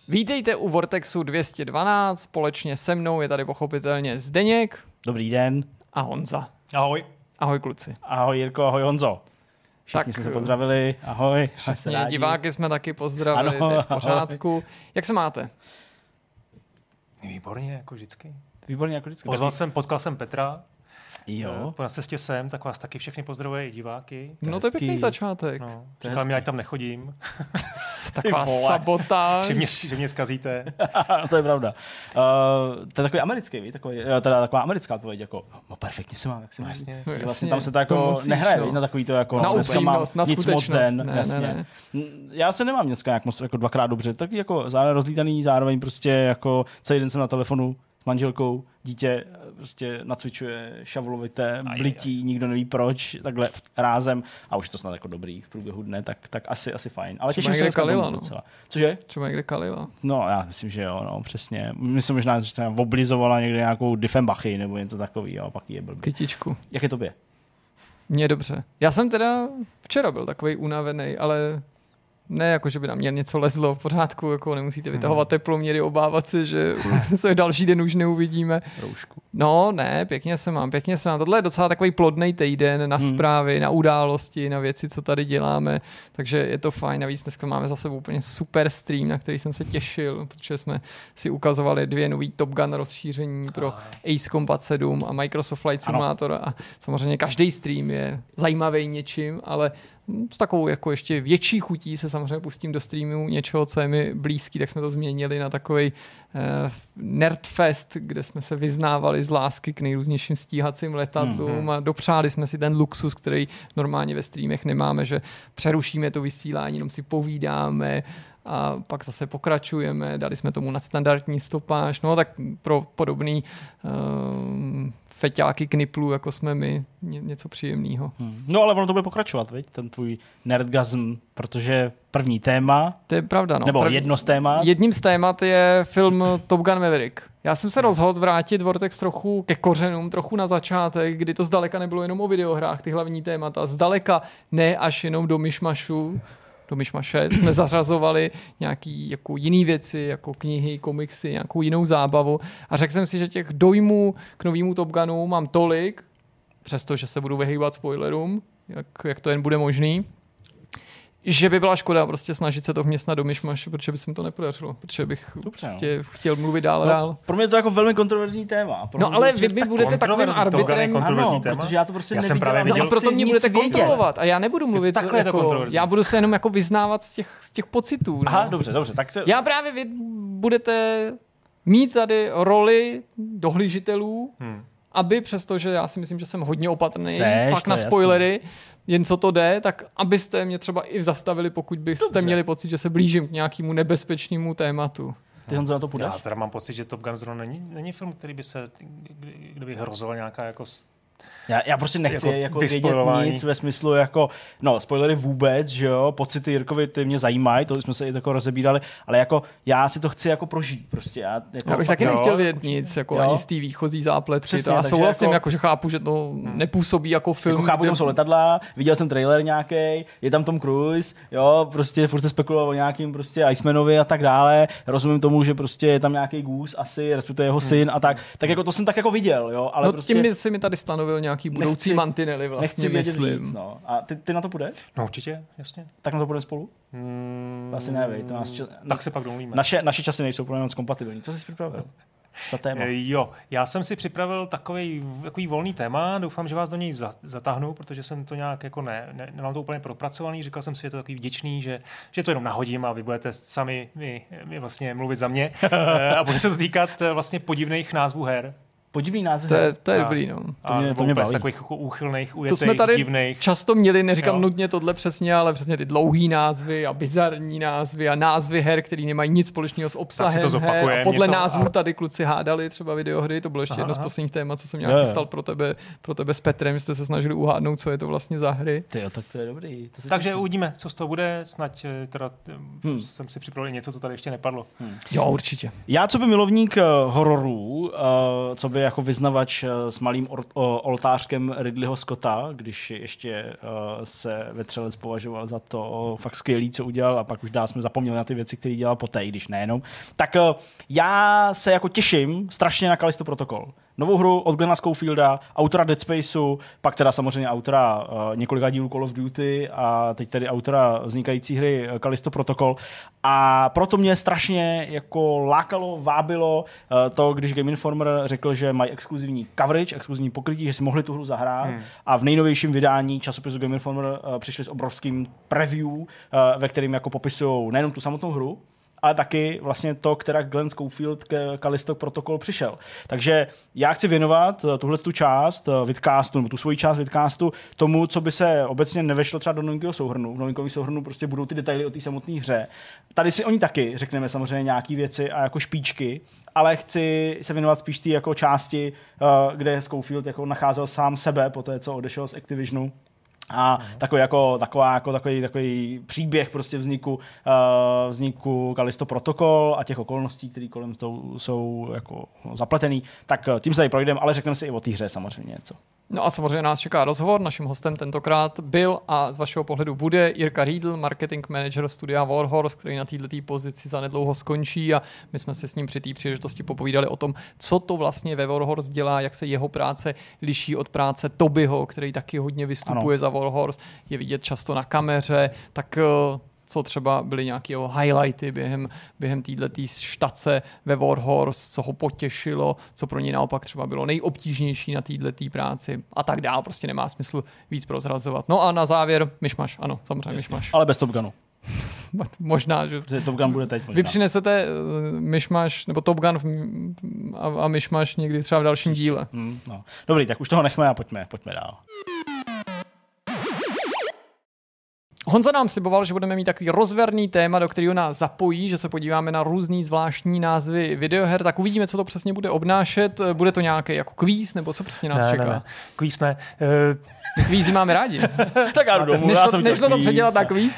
Vítejte u Vortexu 212, společně se mnou je tady pochopitelně Zdeněk. Dobrý den. A Honza. Ahoj. Ahoj kluci. Ahoj Jirko, ahoj Honzo. Všichni jsme se pozdravili, ahoj. Přesně, diváky jsme taky pozdravili, ano, to je v pořádku. Ahoj. Jak se máte? Výborně, jako vždycky. Výborně, jako vždycky. Potkal jsem Petra. Jo. Na cestě sem, tak vás taky všechny pozdravuje i diváky. No to je pěkný začátek. No, říkal mi, ať tam nechodím. Taková sabotáž. že mě zkazíte. To je pravda. To je takový americký, víš? Taková americká odpověď, jako, no perfektně se mám, jak se mám. Jasně. Vlastně tam se to jako musíš, nehraje, na takový to jako, na upřímnost, na skutečnost. Ne. Já se nemám dneska jak moc jako dvakrát dobře, taky jako rozlítaný, zároveň prostě jako celý den jsem na telefonu s manželkou, dítě prostě nacvičuje šavlovité blití, nikdo neví proč, takhle rázem a už to snad jako dobrý v průběhu dne, tak asi fajn. Ale těším se Kalila, no. docela. Cože? Třeba někde Kalila. No, já myslím, že jo, no, přesně. Myslím možná, že třeba oblizovala někde nějakou Diffenbachy nebo něco takového, a pak je blbý. Kytičku. Jak je tobě? Mně dobře. Já jsem teda včera byl takovej unavený, ale ne jako, že by na mě něco lezlo v pořádku, jako nemusíte vytahovat teploměry, obávat se, že se další den už neuvidíme. Roušku. No ne, pěkně se mám. Tohle je docela takový plodný týden na zprávy, na události, na věci, co tady děláme, takže je to fajn. Navíc dneska máme za sebou úplně super stream, na který jsem se těšil, protože jsme si ukazovali 2 nový Top Gun rozšíření pro Ace Combat 7 a Microsoft Flight Simulator a samozřejmě každý stream je zajímavý něčím, ale s takovou jako ještě větší chutí se samozřejmě pustím do streamu něčeho, co je mi blízký, tak jsme to změnili na takovej nerdfest, kde jsme se vyznávali z lásky k nejrůznějším stíhacím letadlům a dopřáli jsme si ten luxus, který normálně ve streamech nemáme, že přerušíme to vysílání, jenom si povídáme a pak zase pokračujeme, dali jsme tomu nadstandardní stopáž, no tak pro podobný feťáky kniplů, jako jsme my, něco příjemného. No ale ono to bude pokračovat, viď? Ten tvůj nerdgasm, protože první téma, to je pravda, no. Nebo jedno z témat. Jedním z témat je film Top Gun Maverick. Já jsem se rozhodl vrátit Vortex trochu ke kořenům, trochu na začátek, kdy to zdaleka nebylo jenom o videohrách, ty hlavní témata, zdaleka ne až jenom do myšmaše jsme zařazovali nějaký jako jiný věci, jako knihy, komiksy, nějakou jinou zábavu a řekl jsem si, že těch dojmů k novému Top Gunu mám tolik, přestože se budu vyhýbat spoilerům, jak to jen bude možný, že by byla škoda prostě snažit se to vměstnat do myšmaše, protože by se mi to nepodařilo, protože bych prostě chtěl mluvit dál. Pro mě je to jako velmi kontroverzní téma. No ale vy budete takovým arbitrem, ano, protože já to prostě neviděl. No a proto mě budete kontrolovat a já nebudu mluvit jako, já budu se jenom jako vyznávat z těch pocitů. Aha, no. dobře. Tak já právě vy budete mít tady roli dohlížitelů, aby přestože já si myslím, že jsem hodně opatrný, fakt na spoilery, jen co to jde, tak abyste mě třeba i zastavili, pokud byste měli pocit, že se blížím k nějakému nebezpečnému tématu. Ty, Honzo, na to půjdeš? Já teda mám pocit, že Top Gun zrovna není film, který by se, kdyby hrozila nějaká jako... Já prostě nechci jako vědět nic ve smyslu jako, no spoilery vůbec, že jo, pocity Jirkovi ty mě zajímají, to jsme se i jako rozebírali, ale jako já si to chci jako prožít prostě. Já bych taky nechtěl vědět nic, jako ani z té výchozí zápletky. Přesně, já souhlasím, jako, že chápu, že to nepůsobí jako film. Jako chápu, že tam jsou letadla, viděl jsem trailer nějaký, je tam Tom Cruise, jo, prostě furt se spekuloval o nějakým prostě Icemanovi a tak dále. Rozumím tomu, že prostě je tam nějaký Goose asi, respektive jeho syn a tak jako to jsem tak jako viděl, jo, ale no, prostě tím by si mi tady stanovil nějaký budoucí mantinely vlastně, myslím. Víc, no. A ty na to půjdeš? No určitě, jasně. Tak na to půjdeme spolu? Asi ne, to nás tak se pak domluvíme. Naše časy nejsou pro nás kompatibilní. Co jsi připravil? Ta téma. Jo, já jsem si připravil takový volný téma, doufám, že vás do něj zatáhnu, protože jsem to nějak jako nemám to úplně propracovaný, říkal jsem si, že je to takový vděčný, že to jenom nahodím a vy budete sami mi vlastně mluvit za mě a bude se to týkat vlastně podivných názvů her. Podivný název. To je dobrý, no. To mě baví. Takových úchylných, ujetých, to jsme tady divných. Často měli, neříkám nutně tohle přesně, ale přesně ty dlouhý názvy a bizarní názvy a názvy her, který nemají nic společného s obsahem her. A podle názvu tady kluci hádali třeba videohry, to bylo ještě jedno z posledních témat, co jsem nějak chystal pro tebe s Petrem, jste se snažili uhádnout, co je to vlastně za hry. Tyjo, tak to je dobrý. Takže uvidíme, co z toho bude, snad teda jsem si připravil něco, co tady ještě nepadlo. Jo, určitě. Já co by milovník hororů, co by jako vyznavač s malým oltářkem Ridleyho Scotta, když ještě se Vetřelec považoval za to fakt skvělý, co udělal, a pak už jsme zapomněli na ty věci, které dělal poté, když nejenom. Tak já se jako těším strašně na Callisto Protocol. Novou hru od Glena Schofielda, autora Dead Spaceu, pak teda samozřejmě autora několika dílů Call of Duty a teď tedy autora vznikající hry Callisto Protocol. A proto mě strašně jako lákalo, vábilo to, když Game Informer řekl, že mají exkluzivní coverage, exkluzivní pokrytí, že si mohli tu hru zahrát. A v nejnovějším vydání časopisu Game Informer přišli s obrovským preview, ve kterém jako popisují nejenom tu samotnou hru, ale taky vlastně to, která Glenn Schofield k Callisto Protocol přišel. Takže já chci věnovat tuhletu část vidcastu, nebo tu svoji část vidcastu tomu, co by se obecně nevešlo třeba do novinkového souhrnu. V novinkovém souhrnu prostě budou ty detaily o té samotné hře. Tady si oni taky řekneme samozřejmě nějaké věci a jako špičky, ale chci se věnovat spíš té jako části, kde Schofield jako nacházel sám sebe po té, co odešel z Activisionu. A takový příběh prostě vzniku Callisto Protocol a těch okolností, které kolem jsou jako zapletený. Tak tím se tady projdeme, ale řekneme si i o té hře samozřejmě něco. No a samozřejmě nás čeká rozhovor. Naším hostem tentokrát byl a z vašeho pohledu bude Jirka Riedl, marketing manager studia Warhorse, který na této pozici zanedlouho skončí, a my jsme si s ním při té příležitosti popovídali o tom, co to vlastně ve Warhorse dělá, jak se jeho práce liší od práce Tobyho, který taky hodně vystupuje za Warhorse, je vidět často na kameře, tak co třeba byly nějaké highlighty během této štace ve Warhorse, co ho potěšilo, co pro něj naopak třeba bylo nejobtížnější na této práci a tak dál. Prostě nemá smysl víc prozrazovat. No a na závěr myšmaš, ano, samozřejmě myšmaš. Ale bez Top Gunu. Možná, že Top Gun bude teď. Možná. Vy přinesete myšmaš nebo Top Gun a myšmaš někdy třeba v dalším díle. No. Dobrý, tak už toho nechme a pojďme dál. Honza nám sliboval, že budeme mít takový rozverný téma, do kterého nás zapojí, že se podíváme na různý zvláštní názvy videoher, tak uvidíme, co to přesně bude obnášet. Bude to nějaký jako kvíz, nebo co přesně nás čeká? Ne. Kvíz ne. Kvízy máme rádi. Tak já jdu domů, nešlo to předělat na kvíz?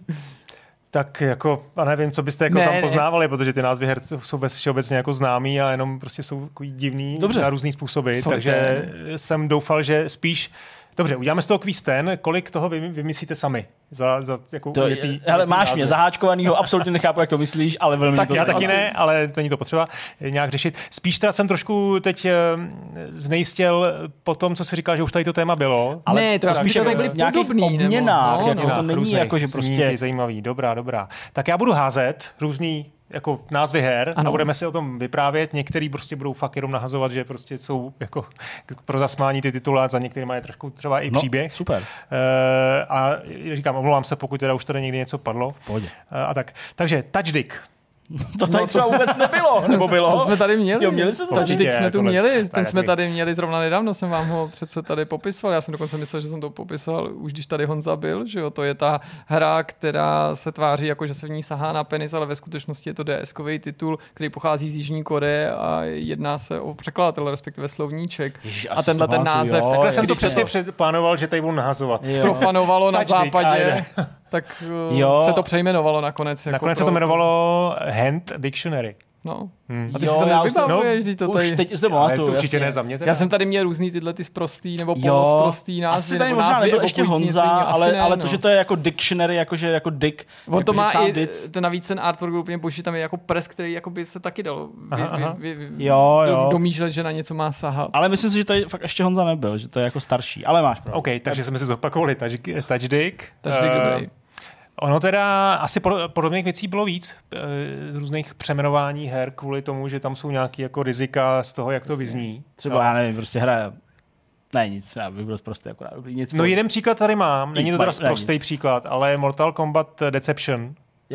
Tak jako, a nevím, co byste jako tam poznávali, protože ty názvy her jsou všeobecně jako známý a jenom prostě jsou takový divný na různý způsoby, takže jsem doufal, že spíš dobře, uděláme z toho kvíz kolik toho vymyslíte sami? Za jako hele, máš mě zaháčkovanýho, absolutně nechápu, jak to myslíš, ale velmi tak to já taky ne, ale není to potřeba nějak řešit. Spíš teda jsem trošku teď znejistil po tom, co jsi říkal, že už tady to téma bylo. Ale ne, to spíš byly v nějakých obměnách, to není jako, že prostě zajímavý, dobrá. Tak já budu házet různý jako názvy her a budeme si o tom vyprávět. Některý prostě budou fakt jenom nahazovat, že prostě jsou jako pro zasmání ty tituláty, za některými je trošku třeba i příběh. Super. A říkám, omlouvám se, pokud teda už tady někdy něco padlo. Pohodě. A tak. Takže Touch Dick. To tady třeba vůbec nebylo, nebo bylo? To jsme tady měli. Jo, měli jsme to Touch Dick jsme tu měli, ten jsme tady měli zrovna nedávno, jsem vám ho přece tady popisoval. Já jsem dokonce myslel, že jsem to popisoval už když tady Honza byl, že jo, to je ta hra, která se tváří jako, že se v ní sahá na penis, ale ve skutečnosti je to DS-kový titul, který pochází z Jižní Koreje a jedná se o překladatele, respektive slovníček. Ježiš, a tenhle ten název. Takhle jsem to přesně předplánoval, že tady budu nahazovat. Profanovalo na západě. Tak se to přejmenovalo nakonec. Nakonec se to jmenovalo Hand Dictionary. No. A ty si to nevybavuješ, když to tady... Už teď se pamatuju, určitě ne za mě teda. Já jsem tady měl různý tyhle ty sprostý nebo polosprostý názvy. Asi tady možná nebyl ještě Honza, ale to, že to je jako dictionary, jakože jako dick. On to má i, navíc ten artwork úplně boží, tam je jako pres, který jako by se taky dalo domýšlet, že na něco má sahat. Ale myslím si, že tady fakt ještě Honza nebyl, že to je jako starší, ale máš pravdu. OK, takže jsme si zopakovali Touch Dick. Dobrý. Ono teda asi podobných věcí bylo víc z různých přeměnování her kvůli tomu, že tam jsou nějaké jako rizika z toho, jak to vyzní. Třeba já nevím, prostě hra ne nic, já bych byl prostě jako nic. No jeden příklad tady mám, není to teda prostý příklad, ale Mortal Kombat Deception.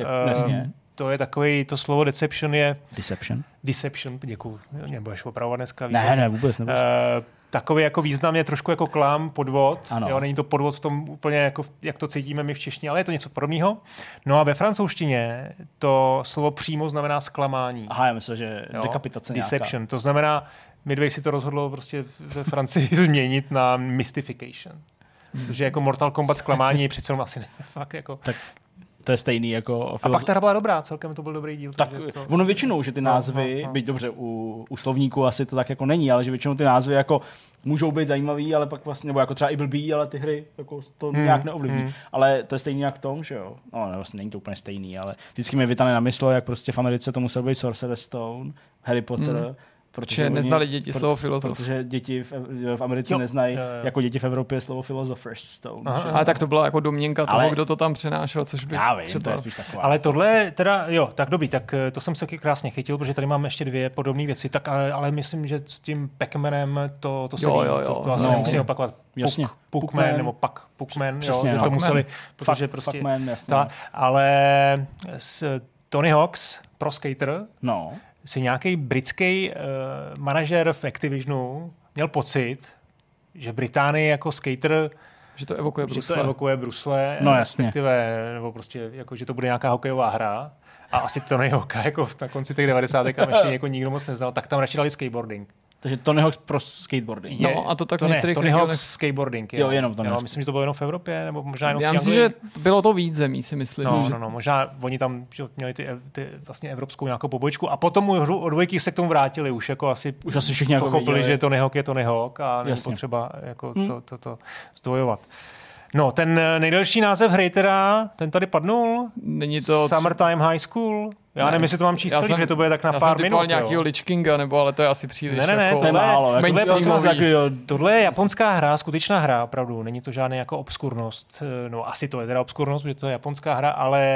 To je takový, to slovo Deception je... Deception, děkuju. Nebudeš opravovat dneska. Ne, vůbec nebudeš. Takový jako významně trošku jako klam, podvod. Jo, není to podvod v tom úplně, jako, jak to cítíme my v češtině, ale je to něco podobného. No a ve francouzštině to slovo přímo znamená zklamání. Aha, já myslím, že dekapitace nějaká. Deception. To znamená, Midway si to rozhodlo prostě ve Francii změnit na mystification. Protože jako Mortal Kombat zklamání je přece asi ne. Fakt jako... Tak To je stejný jako... A pak ta hra byla dobrá, celkem to byl dobrý díl. Tak ono většinou, že ty názvy, byť dobře, u slovníku asi to tak jako není, ale že většinou ty názvy jako můžou být zajímavý, ale pak vlastně, nebo jako třeba i blbý, ale ty hry jako to nějak neovlivní. Ale to je stejný jak v tom, že jo. No, vlastně není to úplně stejný, ale vždycky mi vytane na mysl, jak prostě v Americe to musel být Sorcerer's Stone, Harry Potter, protože neznali děti slovo filozof. Protože děti v Americe neznají, jako děti v Evropě slovo Philosopher's Stone. Ale tak to byla jako domněnka toho, kdo to tam přenášel, což by já vím, třeba... to je spíš taková. Ale tohle teda, jo, tak dobrý, tak to jsem se taky krásně chytil, protože tady mám ještě 2 podobné věci, tak ale myslím, že s tím Pac-Manem to se ví. To vlastně musím opakovat. Puckman nebo Puckman, jo, že to museli, protože prostě... Puckman, jasně. Ale Tony Hawk's Pro Skater si nějaký britský manažer v Activisionu měl pocit, že Británii jako skater, že to evokuje Brusle. No jasně. Respektive, nebo prostě, jako, že to bude nějaká hokejová hra. A asi Tony Hawk jako na konci těch 90. a ještě jako nikdo moc neznal, tak tam radši dali skateboarding. Takže Tony Hawk's pro skateboarding. No a to tak Tony Hawk's skateboarding. Jo, jenom Tony Hawk's. Myslím, že to bylo jenom v Evropě, nebo možná jenom já myslím, že bylo to víc zemí, si myslím. No, možná oni tam měli ty vlastně evropskou nějakou pobočku a potom hru o dvojkých se k tomu vrátili. Už asi všichni pochopili, jako že Tony Hawk je Tony Hawk a není potřeba jako to zdvojovat. No, ten nejdelší název hry teda, ten tady padnul. Není to... Summertime High School. Já nevím, jestli to mám číst celý, že to bude tak na pár minut. Já jsem nějakýho Lich Kinga, nebo ale to je asi příliš. Ne, to je málo. Tohle je japonská hra, skutečná hra, opravdu. Není to žádná jako obskurnost. No asi to je teda obskurnost, protože to je japonská hra, ale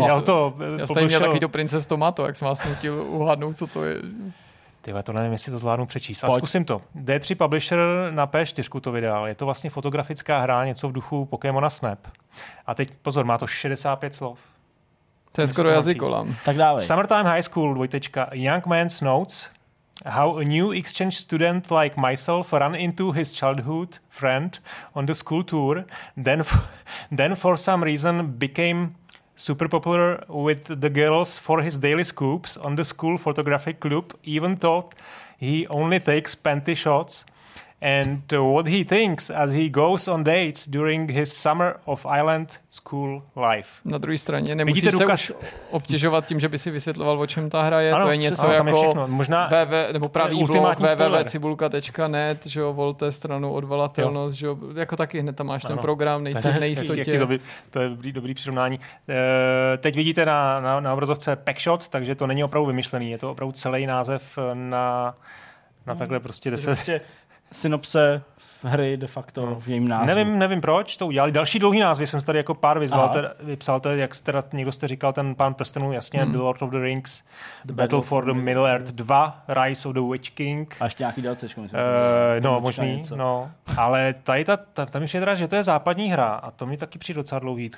já stejně měl takový to Princess Tomato, jak jsem vás nutil uhádnout, co to je. Tyhle, to nevím, jestli to zvládnu přečíst. Ale zkusím to. D3 Publisher na P4 to vydal. Je to vlastně fotografická hra, něco v duchu Pokémona Snap. A teď pozor, má to 65 slov. To je skoro jazykolam. Tak dávej. Summertime High School, dvojtečka, Young Man's Notes, how a new exchange student like myself ran into his childhood friend on the school tour, then for some reason became super popular with the girls for his daily scoops on the school photographic club, even though he only takes panty shots, and what he thinks as he goes on dates during his summer of island school life. Na druhé straně nemusíš se už obtěžovat tím, že by si vysvětloval, o čem ta hra je. Ano, to je něco jako možná nebo pravý blog www.cibulka.net, že jo, volte stranu odvolatelnost, že jo, jako taky hned tam máš ten program, nejsi v nejistotě. To je dobrý přirovnání. Teď vidíte na obrazovce Packshot, takže to není opravdu vymyšlený, je to opravdu celý název na takhle prostě 10... synopse v hry de facto v jejím názvu. Nevím proč to udělali. Další dlouhý názvy jsem tady jako pár vypsal, jak někdo jste říkal, ten Pán prstenů, jasně, The Lord of the Rings, The Battle for the Middle Earth 2, Rise of the Witch King. A ještě nějaký DLCčko, myslím. Možný, no. Ale tady tam je teda, že to je západní hra a to mi taky přijde docela dlouhý.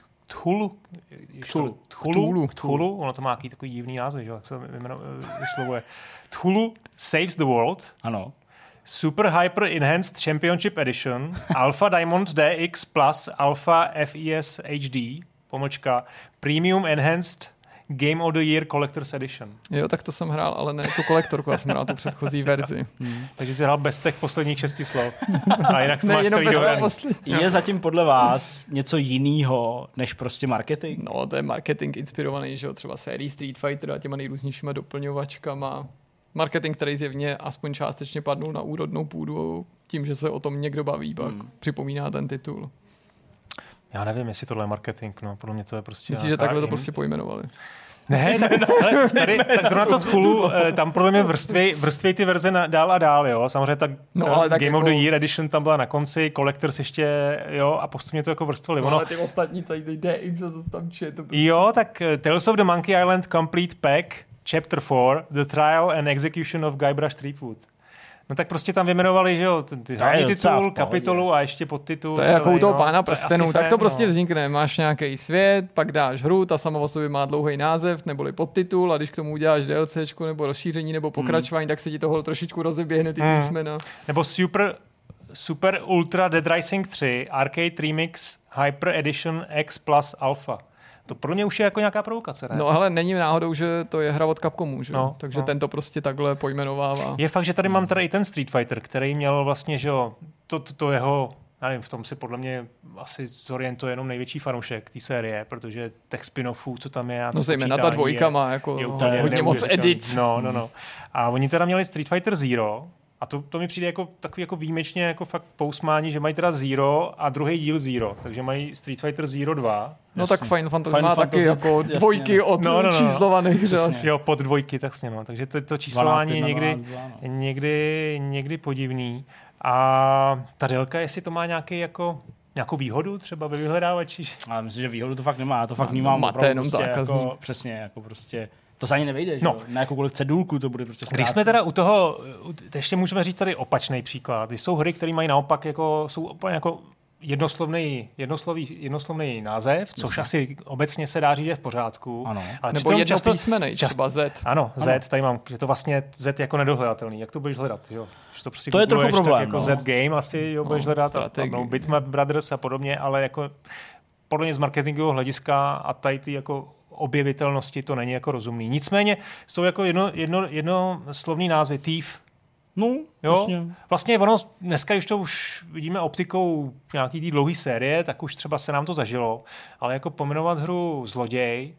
Cthulhu, ono to má nějaký takový divný název, že? Jak se vyslovuje. Cthulhu Saves the World. Ano. Super Hyper Enhanced Championship Edition, Alpha Diamond DX Plus Alpha FES HD, Premium Enhanced Game of the Year Collector's Edition. Jo, tak to jsem hrál, ale ne tu kolektorku, já jsem hrál tu předchozí verzi. Takže jsi hrál bez těch posledních 6 slov. A jinak máš celý dohraný. Je zatím podle vás něco jiného než prostě marketing? No, to je marketing inspirovaný, že jo, třeba sérii Street Fighter a těma nejrůznějšíma doplňovačkama. Marketing, který zjevně aspoň částečně padnul na úrodnou půdu tím, že se o tom někdo baví, pak připomíná ten titul. Já nevím, jestli tohle je marketing, no, podle mě to je prostě... Myslím, že takhle to prostě pojmenovali. Ne, tak zrovna to Cthulhu, tam podle mě vrstvej ty verze dál a dál, jo. Samozřejmě ta Game jako... of the Year Edition tam byla na konci, Collectors ještě, jo, a postupně to jako vrstvali. No, ale ty ostatní, celý ty DX a zase tam to prostě... Jo, tak Tales of the Monkey Island Complete Pack, Chapter 4, The Trial and Execution of Guybrush Threepwood. No tak prostě tam vyjmenovali, že jo, ty hlavní titul, kapitolu a ještě podtitul. To je jako u toho Pána prstenů, tak to prostě vznikne. Máš nějaký svět, pak dáš hru, ta sama o sobě má dlouhý název, neboli podtitul, a když k tomu uděláš DLCčko nebo rozšíření nebo pokračování, tak se ti toho trošičku rozeběhne ty písmena. Nebo Super Ultra Dead Rising 3 Arcade Remix Hyper Edition X Plus Alpha. To pro mě už je jako nějaká provokace, ne? No ale není náhodou, že to je hra od Capcomu, že? Takže ten to prostě takhle pojmenovává. Je fakt, že tady mám teda i ten Street Fighter, který měl vlastně, že jo, to jeho nevím, v tom si podle mě asi zorientuje jenom největší fanoušek té série, protože těch spin-offů, co tam je... No zejména ta dvojka má jako hodně moc edic. No. A oni teda měli Street Fighter Zero, a to mi přijde jako takový jako výjimečně jako fakt pousmání, že mají teda Zero a druhý díl Zero, takže mají Street Fighter Zero 2. No tak Final Fantasy má taky jako dvojky od číslovaných řad. Jo, pod dvojky, tak no. Takže to číslování je někdy podivný. A ta délka, jestli to má nějakou výhodu třeba ve vyhledávači? Ale myslím, že výhodu to fakt nemá. Já to fakt vnímám opravdu prostě jako, přesně, jako prostě to se ani nevejde, no. Na jakoukoliv cedulku to bude prostě zkrátit. Když jsme teda u toho, ještě můžeme říct tady opačný příklad. Když jsou hry, které mají naopak jsou úplně jako jednoslovný název, což asi obecně se dá říct, že je v pořádku. Ano. Ale nebo jednopísmenej, třeba Z. Ano, Z, tady mám, že to vlastně Z je jako nedohledatelný. Jak to budeš hledat? Jo? To, prostě to je trochu problém. Jako Z Game asi budeš hledat, Bitmap Brothers a podobně, ale jako podle mě z marketingového hlediska a tady ty jako objevitelnosti to není jako rozumný. Nicméně jsou jako jednoslovný názvy Thief. No, jo? Vlastně ono, dneska, když to už vidíme optikou nějaký té dlouhé série, tak už třeba se nám to zažilo, ale jako pomenovat hru Zloděj,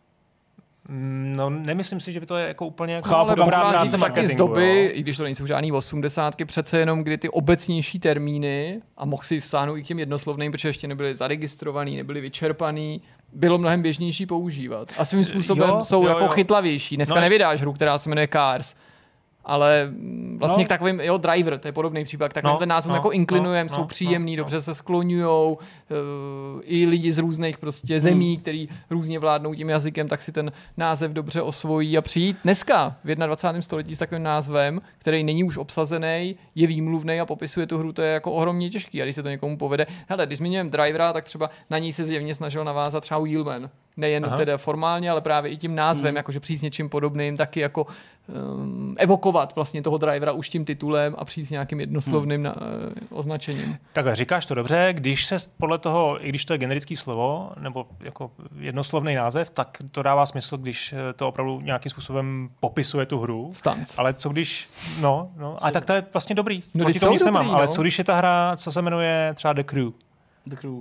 no nemyslím si, že by to je jako úplně jako dobrá práce taky z doby, i když to nejsou žádný 80, přece jenom kdy ty obecnější termíny a mohl si stáhnout i k těm jednoslovným, protože ještě nebyly zaregistrovaný, nebyly vyčerpaný, bylo mnohem běžnější používat. A svým způsobem jsou jako chytlavější. Dneska nevydáš hru, která se jmenuje Cars, ale vlastně k takovým, Driver, to je podobný případ, tak ten název jako inklinujeme, jsou příjemný, dobře se skloňujou, i lidi z různých prostě zemí, který různě vládnou tím jazykem, tak si ten název dobře osvojí a přijít dneska v 21. století s takovým názvem, který není už obsazený, je výmluvný a popisuje tu hru, to je jako ohromně těžký. A když se to někomu povede, hele, když zmiňujeme Drivera, tak třeba na něj se zjevně snažil navázat třeba Wheelman. Nejen teda formálně, ale právě i tím názvem, jakože přijít s něčím podobným, taky jako evokovat vlastně toho Drivera už tím titulem a přijít s nějakým jednoslovným označením. Takhle, říkáš to dobře, když se podle toho, i když to je generický slovo, nebo jako jednoslovný název, tak to dává smysl, když to opravdu nějakým způsobem popisuje tu hru. Stance. Ale co když, a tak to je vlastně dobrý. No, to nic nemám, ale co když je ta hra, co se jmenuje třeba The Crew? The Crew.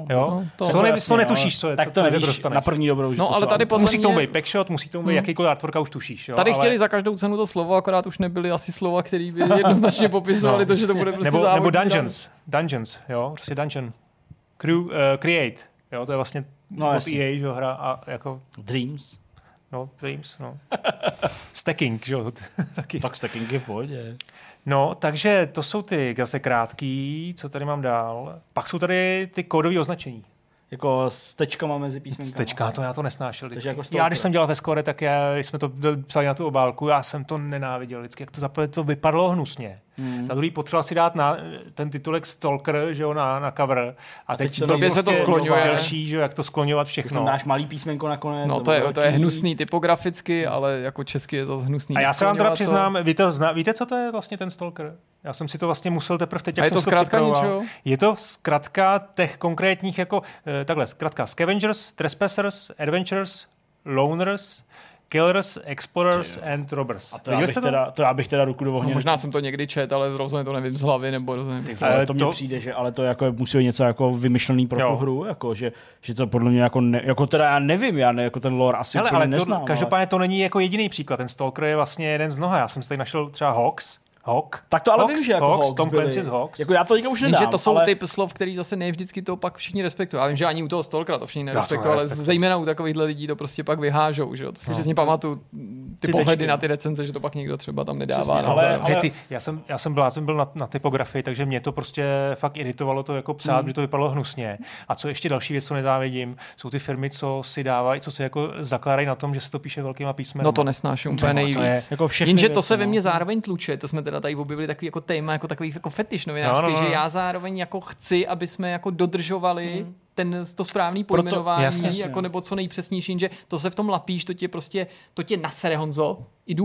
To netušíš, co je. Tak to nevíš na první dobrou. No, ale tady musí to být packshot, musí to být jakýkoliv artworka, už tušíš. Jo? Tady chtěli za každou cenu to slovo, akorát už nebyly asi slova, které by jednoznačně popisovali to, že to bude prostě nebo Dungeons, jo, prostě Dungeon. Create, jo, to je vlastně EA, že hra a jako... Dreams. Stacking, že jo. Tak stacking je v pohodě. No, takže to jsou ty zase krátký, co tady mám dál. Pak jsou tady ty kódové označení. Jako s tečkama mezi písmenkama. S tečkama, to já to nesnášel vždycky. Jako já, když jsem dělal ve Score, tak když jsme to psali na tu obálku, já jsem to nenáviděl vždycky, jak to vypadalo hnusně. Za druhý potřeba si dát na ten titulek Stalker, že jo, na cover. A teď prostě se to skloňuje. Delší, že jo, jak to skloňovat všechno. Dáš malý písmenko nakonec. No to je hnusný typograficky, ale jako česky je zase hnusný. A já se vám teda přiznám, víte, co to je vlastně ten Stalker? Já jsem si to vlastně musel teprve teď, jak jsem to připravoval. Je to zkratka těch konkrétních jako takhle, zkratka Scavengers, Trespassers, Adventurers, Loners, Killers, Explorers and Robbers. A to já bych teda ruku do ohně. No, možná jsem to někdy čet, ale rozhodně to nevím z hlavy, nebo rozhodně. To mně přijde, že ale to jako musí být něco jako vymyšlený pro tu hru, jako že to podle mě jako teda já nevím, jako ten lore asi úplně neznám. Každopádně to není jako jediný příklad, ten Stalker je vlastně jeden z mnoha. Já jsem si tady našel třeba Hawk. Tak to ale vím, že jako Hawks, Tom Clancy's Hawks. Jako já to teďka už nedám. Jenže to jsou typ slov, který zase ne vždycky to pak všichni respektují. Já vím, že ani u toho Stalkera to všichni nerespektují, ale zejména u takovýchhle lidí to prostě pak vyhážou, že jo. To si přesně pamatuju ty pohledy na ty recenze, že to pak někdo třeba tam nedává. Já jsem byl na typografii, takže mě to prostě fakt iritovalo to jako psát, že to vypadalo hnusně. A co ještě další věc, co nezávidím, jsou ty firmy, co si dávají, co se jako zakládají na tom, že se to píše velkýma písmeny. No to nesnáším úplně nejvíc. Jenže to se ve mně zároveň tluče, to jsme teda tady objevili takový jako téma, jako takový jako fetiš novinářský, že já zároveň jako chci, aby jsme jako dodržovali to správný pojmenování, jasně. jako nebo co nejpřesnější, že to se v tom lapíš, to tě nasere, Honzo,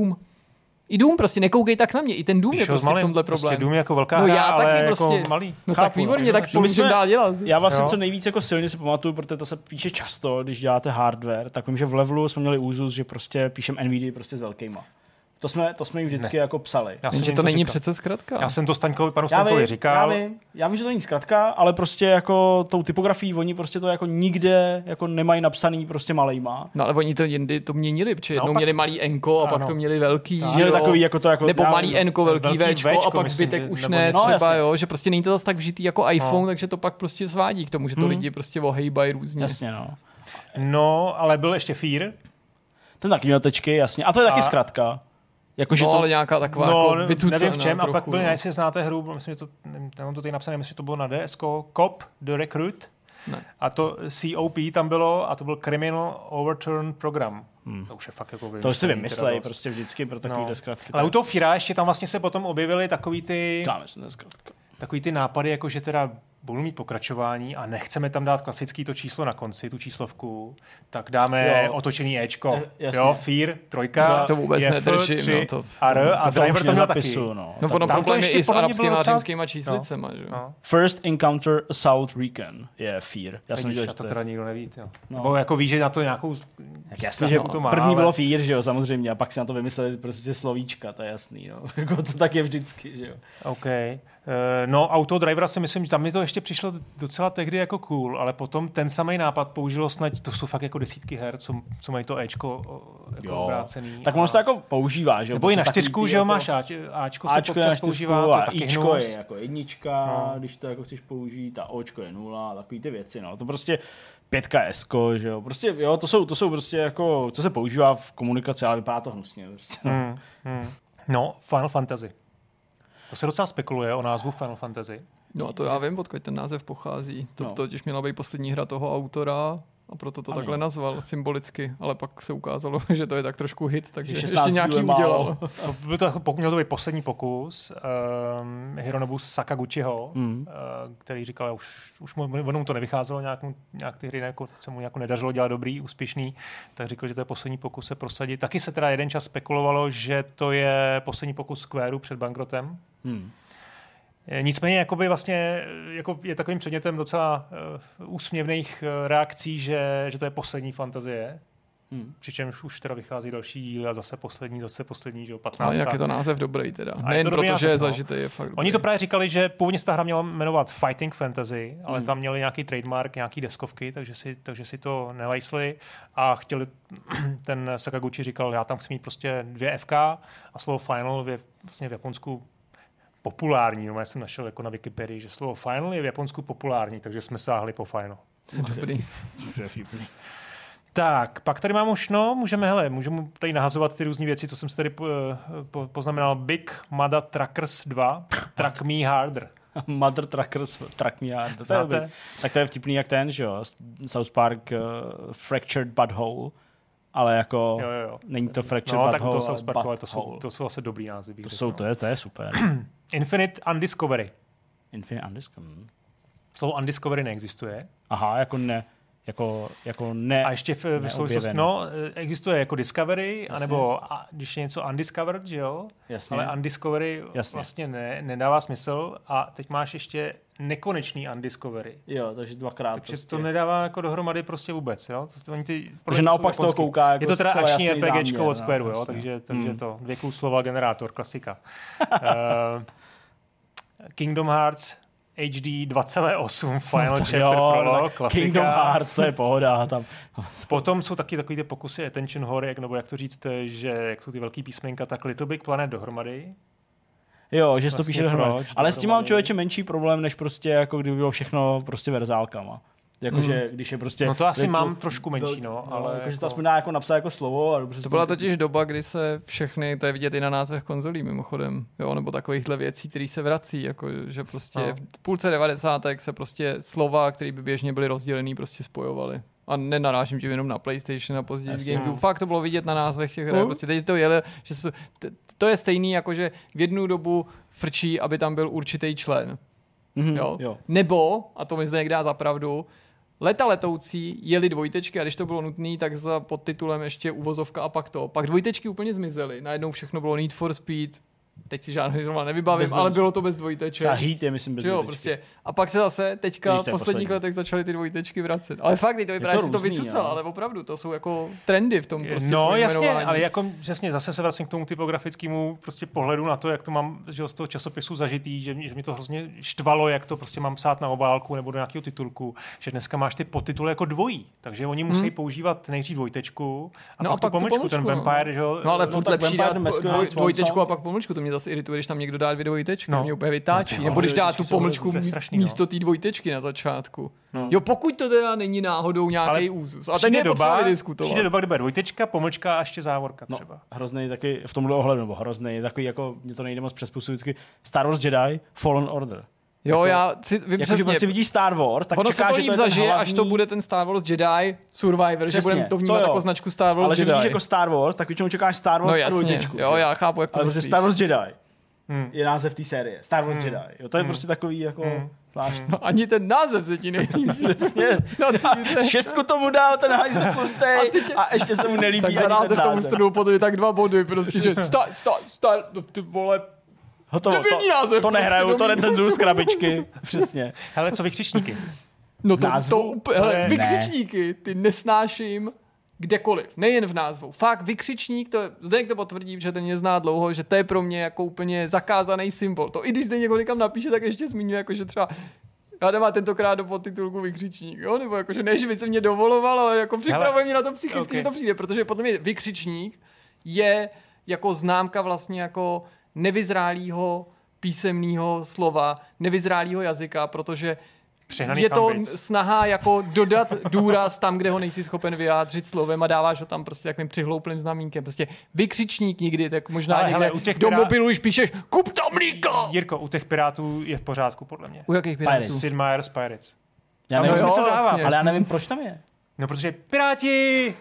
i dům prostě, nekoukej tak na mě, i ten dům je prostě v tomhle problém. Prostě dům jako velká hra, ale taky jako prostě, malý. No tak výborně, tak spolu můžeme dál dělat. Já vlastně co nejvíc jako silně si pamatuju, protože to se píše často, když děláte hardware, tak vím, že v Levelu jsme měli úzus, že prostě píšem NVIDIA prostě s velkýma. To jsme jim vždycky jako psali. Jenže to není přece zkratka. Já jsem to panu Staňkovi říkal. Já vím, že to není zkratka, ale prostě jako tou typografií oni prostě to jako nikde jako nemají napsaný prostě malejma. No ale oni to jindy to měnili, protože jednou měli malý N-ko a pak to měli velký. Že takový jako to jako nebo malý N-ko, velký Včko a pak zbytek už ne třeba, jo, že prostě není to zase tak vžitý jako iPhone, takže to pak prostě svádí k tomu, že to lidi prostě ohejbají různě. Jasně, no. No, ale byl ještě Fear. Ten taky měl tečky, jasně. A to je taky zkratka. Jako, že to... ale nějaká taková jako vycucená. Nevím v čem, trochu, a pak byl, jestli znáte hru, myslím, že to, nemám to tady napsané, myslím, že to bylo na DSko, Cop, The Recruit. Ne. A to COP tam bylo a to byl Criminal Overturn Program. To už je fakt jako to si vymyslej prostě vždycky pro takový zkratky. Ale u toho Fira ještě tam vlastně se potom objevily takový ty... Takový ty nápady, jako že teda budu mít pokračování a nechceme tam dát klasický to číslo na konci, tu číslovku, tak dáme otočený Ečko. Jo, Fear, 3, to vůbec nedržím. 3, no to, a R a driver tam měl taky. No ono problém je i s arabskými a římskýma číslicema. First Encounter Assault Recon je Fear. Já jsem viděl, že to teda nikdo neví. Nebo jako ví, že na to nějakou... Jasně, že první bylo Fear, že jo, samozřejmě, a pak si na to vymysleli prostě slovíčka, to je jasný. To tak je vždycky, že jo. OK. No, Autodrivera si myslím, že tam mi to ještě přišlo docela tehdy jako cool, ale potom ten samý nápad použilo snad, to jsou fakt jako desítky her, co mají to Ečko jako obrácený. Tak ono se to jako používá, že jo? Nebo i na 4, že jo, máš Ačko se občas používá, to je taky Ičko je jako 1, když to jako chceš použít, a Očko je 0, takový ty věci, no. To prostě 5S, že jo, prostě jo, to jsou prostě jako, co se používá v komunikaci, ale vypadá to hnusně. Prostě. No, Final Fantasy. To se docela spekuluje o názvu Final Fantasy. No a to já vím, odkud ten název pochází. To totiž měla být poslední hra toho autora a proto to takhle nazval symbolicky, ale pak se ukázalo, že to je tak trošku hit, takže ještě nějaký udělal. Měl to být poslední pokus Hironobu Sakaguchiho, který říkal, už mu to nevycházelo, nějak ty hry se mu nějak nedařilo dělat dobrý, úspěšný, tak říkal, že to je poslední pokus se prosadit. Taky se teda jeden čas spekulovalo, že to je poslední pokus Squareu před bankrotem. Nicméně jakoby vlastně, jako je takovým předmětem docela úsměvných reakcí, že to je poslední fantazie. Přičemž už teda vychází další díl a zase poslední, že jo, 15. Ale jak je to název dobrý teda. Nejen protože je zažitý, je fakt dobrý. Oni to právě říkali, že původně se ta hra měla jmenovat Fighting Fantasy, ale tam měli nějaký trademark, nějaký deskovky, takže si to nelajsli a chtěli, ten Sakaguchi říkal, já tam chci mít prostě 2 FK a slovo Final je vlastně v Japonsku populární. No, já jsem našel jako na Wikipedii, že slovo Final je v Japonsku populární, takže jsme sáhli po Final. Dobrý. Tak, pak tady mám už, můžeme tady nahazovat ty různé věci, co jsem si tady poznamenal. Big Mother Truckers 2, Truck Me Harder. Mother Truckers, Truck Me Harder. Tak to je vtipný jak ten, že jo? South Park Fractured Butthole. Ale jako není to Fractured Butthole, tak to jsou ale to jsou asi dobrý názvy. To je super. Infinite Undiscovery. Infinite Undiscovery. Slovo Undiscovery neexistuje. Aha, jako ne. A ještě v souvislosti, existuje jako Discovery, anebo když je něco Undiscovered, že jo? Jasně. Ale Undiscovery vlastně nedává smysl a teď máš ještě nekonečný Undiscovery. Jo, takže dvakrát. Takže prostě to nedává jako dohromady prostě vůbec, jo? Takže naopak z toho kouká jako je to teda akční RPGčko záměr, od Squareu, jo? Takže to 2 slova generátor, klasika. Kingdom Hearts HD 2.8 Final Chapter Prologue, klasika. Kingdom Hearts, to je pohoda. Tam. Potom jsou taky takový ty pokusy Attention Horror, nebo jak to říct, že jak jsou ty velký písmenka, tak Little Big Planet dohromady. Jo, že vlastně to píše dohromady. Ale s tím mám člověče menší problém, než prostě jako kdyby bylo všechno prostě verzálkama. Jakože, když je prostě... No to asi mám trošku menší, ale... Jakože to aspoň dá jako napsat jako slovo. A dobře to byla totiž doba, kdy se všechny, to je vidět i na názvech konzolí mimochodem, jo, nebo takovýchhle věcí, které se vrací, jako, že prostě v půlce 90. se prostě slova, které by běžně byly rozdělený, prostě spojovaly. A nenarážím tím jenom na PlayStation a později v GameCube. Fakt to bylo vidět na názvech těch her. Prostě teď to jelo, že to je stejný, jako že v jednu dobu frčí, aby tam byl určitý člen. Jo? Nebo, a to mi zde někde dá za pravdu, Leta letoucí jeli dvojtečky a když to bylo nutné, tak za podtitulem ještě uvozovka a pak to. Pak dvojtečky úplně zmizely. Najednou všechno bylo Need for Speed, teď si žádný zrovna nevybavím, Bez ale dvojteček. bylo to bez dvojteček. Třeba Heat je, myslím, bez Jo, dvojtečky. prostě. A pak se zase teďka Vidíš, v to je posledních poslední. letech začaly ty dvojtečky vracet. Ale fakt, teď to vypadá, že si to různý, vycucal, jo. ale opravdu, to jsou jako trendy v tom prostě No jasně, pojmenování. ale jako přesně zase se vracím k tomu typografickému prostě pohledu na to, jak to mám že z toho časopisu zažitý, že mě to hrozně štvalo, jak to prostě mám psát na obálku nebo do nějakého titulku, že dneska máš ty podtituly jako dvojí, takže oni musí používat nejdřív dvojtečku a No pak tu pomlčku, ten Vampire, že jo. No ale No furt tak lepší Vampire dát the Masquerade dvojtečku Swan a pak pomlčku, to mě zase irituje, když tam někdo dá 2 dvojtečky, No. to mě úplně vytáčí. No, Nebo když dá tu dvojtečky jsou pomlčku to je strašný, místo té dvojtečky na začátku. No. Jo, pokud to teda není náhodou nějaký Ale úzus. A ten je potřeba vydiskutovat. přijde doba, kdy bude dvojtečka, pomlčka a ještě závorka No, třeba. hrozný taky v tomhle ohledu, nebo hrozný, takový jako, mě to nejde moc přes pusu vždycky, Star Wars Jedi, Fallen Order. Jo, já si vím Jako, že přesně. prostě vidíš Star Wars, tak Ono se čekáš, to že líp to je zažije, ten až to hlavní, bude ten Star Wars Jedi Survivor, že Přesně, budeme to to vnímat jo. jako značku Star Wars ale že Jedi. vidíš jako Star Wars, tak většinou čekáš Star Wars No a jasně, dvojtečku. jo, že? já chápu, jak to Ale prostě myslíš. Star Wars Jedi Hmm. je název té série. Star Wars Jedi. Jo, to je prostě takový jako zvláštní. No, ani ten název se ti nejlíbí. Přesně. No, ty- 6 tomu dal ten hajzl tlustej a ještě se mu nelíbí tak za ani ten název tomu název. stranu potom je tak 2 body, prostě, že Star, no ty vole, Hotovo, debilní název, to nehraju, prostě to do recenzuju minusu. z krabičky. Přesně. Hele, co vykřičníky? no to názvu? úplně, To hele, je- vykřičníky, ty nesnáším kdekoliv, nejen v názvu. Fakt, vykřičník, to Zdeněk to potvrdí, že ten mě zná dlouho, že to je pro mě jako úplně zakázaný symbol. To i když Zdeněk ho někam napíše, tak ještě zmiňuje, jako že třeba já nemá tentokrát do podtitulku vykřičník, jo? Nebo jako, že ne, že by se mě dovoloval, ale jako připravuje mě na to psychicky, okay. že to přijde, protože potom je vykřičník je jako známka vlastně jako nevyzrálého písemného slova, nevyzrálého jazyka, protože Přehnaný je to chambic. snaha jako dodat důraz tam, kde ho nejsi schopen vyjádřit slovem a dáváš ho tam prostě takovým přihlouplým znamínkem. Prostě vykřičník nikdy, tak možná Ale někde hele, u těch do pirá- mobilu už píšeš kup to mlíko! Jirko, u těch pirátů je v pořádku, podle mě. U jakých pirátů? Pirates. Sid Meier's Pirates. Já Tam to nevím, smysl jo, dává. vlastně. ale já nevím, proč tam je. No, protože Piráti!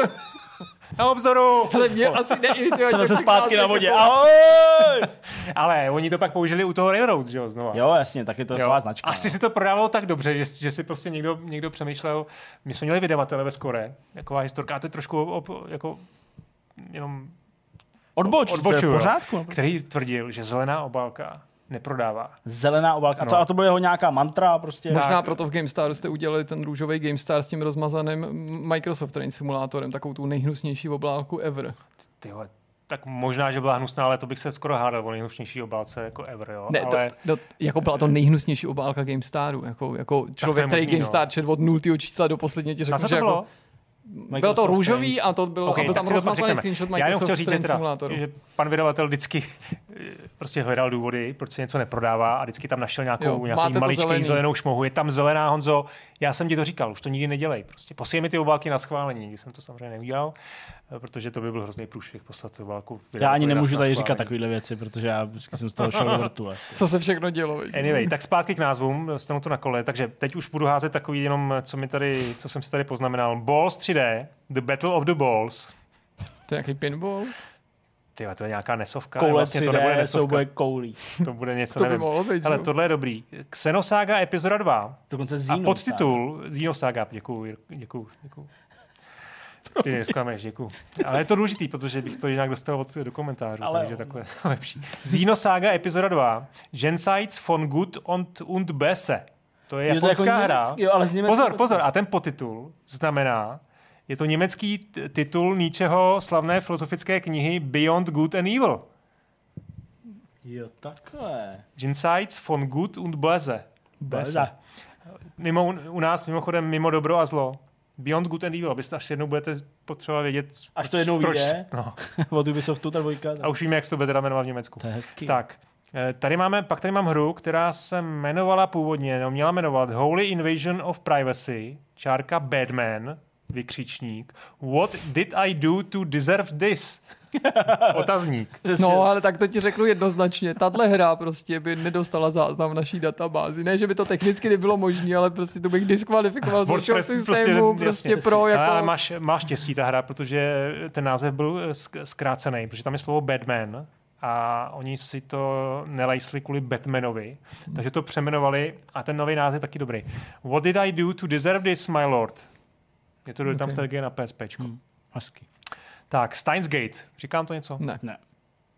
Na obzoru! Ale mě asi neirituje. Jsem ať se tak zpátky název na vodě. jako- Ahoj! Ale oni to pak použili u toho Railroad, že jo, znova. Jo, jasně, tak je to taková značka. Asi no. si to prodávalo tak dobře, že si prostě někdo přemýšlel. My jsme měli vydavatele ve Skore, taková historka, a to je trošku jako jenom Odbočuju, to je v jo, pořádku. který tvrdil, že zelená obálka neprodává. Zelená obálka. No. A to bylo jeho nějaká mantra prostě. Možná Tak. proto v GameStaru jste udělali ten růžový GameStar s tím rozmazaným Microsoft Train simulátorem, takovou tu nejhnusnější obálku ever. Tyhle, tak možná, že byla hnusná, ale to bych se skoro hádal o nejhnusnější obálce jako ever, jo. Ne, ale... jako byla to nejhnusnější obálka GameStaru. Jako člověk, je který možný, GameStar no. čet od 0. čísla do posledně ti Na řekl, co že to bylo? jako... Bylo to růžový Trains. a to bylo, Okay, a byl tam tak si to pak rozmazaný řekneme. screenshot Já jenom chtěl Microsoft říct, že, Train teda, simulátoru. že pan vydavatel vždycky prostě hledal důvody, proč se něco neprodává a vždycky tam našel Jo, nějakou máte to maličký zelený. zelenou šmohu. Je tam zelená, Honzo, já jsem ti to říkal, už to nikdy nedělej. Prostě posílej mi ty obálky na schválení, nikdy jsem to samozřejmě neudělal, protože to by byl hrozný průšvih poslat obálku. Já ani nemůžu na tady schválení. říkat takovéhle věci, protože já vždycky jsem z toho šel do vrtule. Co se všechno dělo. viď? Anyway, tak zpátky k názvům, dostanu to na kole, takže teď už budu házet takový jenom, co jsem si tady poznamenal. Balls 3D, The Battle of the Balls. To je nějaký pinball? Tyhle, to je nějaká nesovka. Koule Vlastně to nebude 3D, nesovka. souboje koulí. To bude něco, To by nevím. mohlo být, Hele, jo. tohle je dobrý. Xenosaga epizoda 2 Dokonce a Xenosaga. podtitul Xenosaga. Děkuju. Ty mě nesklameš, děkuju. Ale je to důležitý, protože bych to jinak dostal do komentářů, Ale takže takhle lepší. Xenosaga epizoda 2 Jenseits von Gut und Böse. To je Jo, to je japonská jako hra. německý, jo, ale z německého Pozor, a ten podtitul znamená, je to německý titul Nietzscheho slavné filozofické knihy Beyond Good and Evil. Jo, takhle. Jenseits von Gut und Böse. Böse. U nás mimochodem mimo dobro a zlo. Beyond Good and Evil, abyste až jednou budete potřeba vědět, Až to jednou proč. vyjde. No. Od Ubisoftu ta dvojka. A už víme, jak se to bude teda jmenovat v Německu. To je hezký. Tak, pak tady mám hru, která se jmenovala původně, měla jmenovat Holy Invasion of Privacy, čárka Badman, vykřičník. What did I do to deserve this? Otazník. No, ale tak to ti řeknu jednoznačně. Tahle hra prostě by nedostala záznam v naší databázi. Ne, že by to technicky nebylo možné, ale prostě to bych diskvalifikoval z vašeho systému prostě pro jako... Ale máš štěstí ta hra, protože ten název byl zkrácený, protože tam je slovo Batman a oni si to nelajsli kvůli Batmanovi, takže to přeměnovali a ten nový název je taky dobrý. What did I do to deserve this, my lord? Je to tam strategie na PSPčko. Hezký. Tak, Steins Gate. Říkám to něco? Ne. Ne.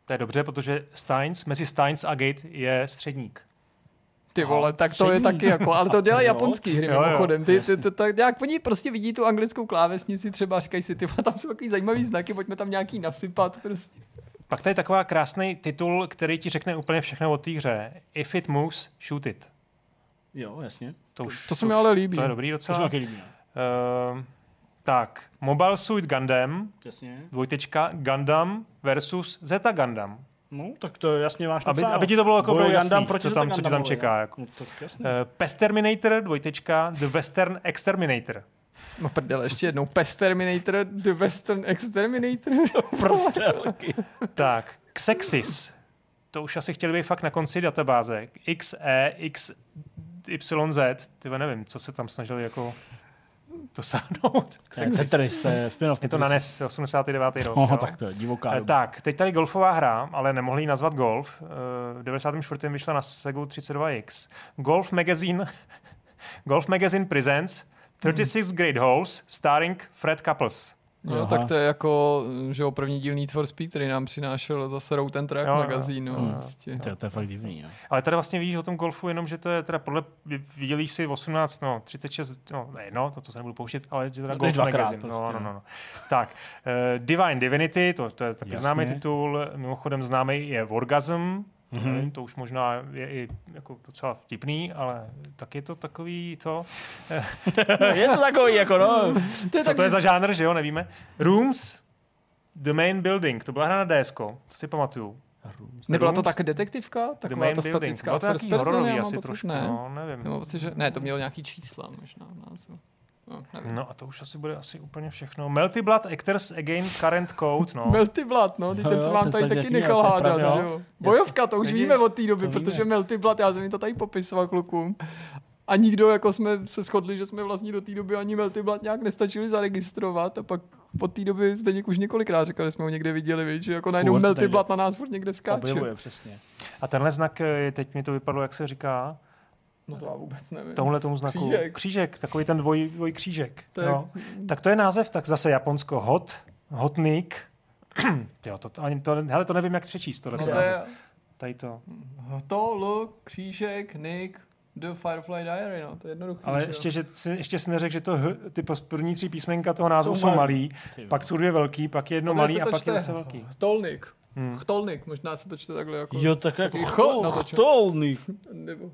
To je dobře, protože mezi Steins a Gate je středník. Ty vole, tak to je taky jako, ale to dělají japonský hry mimochodem. Jak oni prostě vidí tu anglickou klávesnici, třeba říkají si, ty tam jsou takový zajímavý znaky, pojďme tam nějaký nasypat prostě. Pak tady je taková krásný titul, který ti řekne úplně všechno o té hře. If it moves, shoot it. Jo, jasně. To se mi ale líbí. To je dobrý docela. To se mi líbí. Tak, Mobile Suit Gundam, Jasně. Gundam versus Zeta Gundam. No, tak to jasně máš napsáno. Aby ti to bylo jako jasný, co tě tam čeká. Jako. No, Pest Terminator, The Western Exterminator. No prdele, ještě jednou. Pest Terminator, The Western Exterminator. Tak, Xexis. To už asi chtěli být fakt na konci databáze. XEXYZ. Tyhle nevím, co se tam snažili jako dosáhnout. Je to na NES, 89. rok. No, tak to je divoká doba. Tak, teď tady golfová hra, ale nemohli ji nazvat golf. V 94. vyšla na Segu 32X. Golf Magazine Presents 36 Great Holes starring Fred Couples. No, tak to je jako, že jo, první díl Need for Speed, který nám přinášel zase Road and Track magazínu. Prostě. To je fakt divný. Jo. Ale tady vlastně víš o tom golfu jenom, že to je teda podle, viděli si 18, 36, to se nebudu pouštět, ale že teda Golf Magazine. Prostě, no. Tak, Divine Divinity, to je taky známý titul, mimochodem známý je Wargasm, to už možná je i jako docela vtipný, ale tak je to takový to... Je to takový, jako no. Co to je za žánr, že jo, nevíme. Rooms, The Main Building, to byla hra na DSko, to si pamatuju. Nebyla to také detektivka? Taková ta statická. Bylo to nějaký hororový asi pocit, trošku, ne. no, nevím. Nebo pocit, že... Ne, to mělo nějaký čísla možná v názvu. No a to už asi bude úplně všechno. Melty Blood Actors Again Current Code, no. Melty Blood, no, ten se vám tady taky nechal hádat, jo. Bojovka, to už víme od té doby, protože Melty Blood, já jsem jim to tady popisoval klukům. A nikdo, jako jsme se shodli, že jsme vlastně do té doby ani Melty Blood nějak nestačili zaregistrovat a pak od té doby Zdeněk už několikrát říkal, že jsme ho někde viděli, víc, že jako najednou Melty Blood na nás furt někde skáče. Objevuje, přesně. A tenhle znak, teď mi to vypadlo, jak se říká, no to já vůbec nevím. Tomuhle tomu znaku. Křížek, takový ten dvoj křížek. No. Tak to je název, tak zase Japonsko. Hotnik. Hele, to nevím, jak přečíst. Tohle název. Tady to. Křížek, Nick, The Firefly Diary, no, to je jednoduché. Ale ještě si neřekl, že ty první 3 písmenka toho názvu jsou malý, pak jsou 2 velký, pak je jedno malý a pak je zase velký. Chtolnik, možná se to čte takhle jako... Jo, tak jako Chtolnik. Nebo...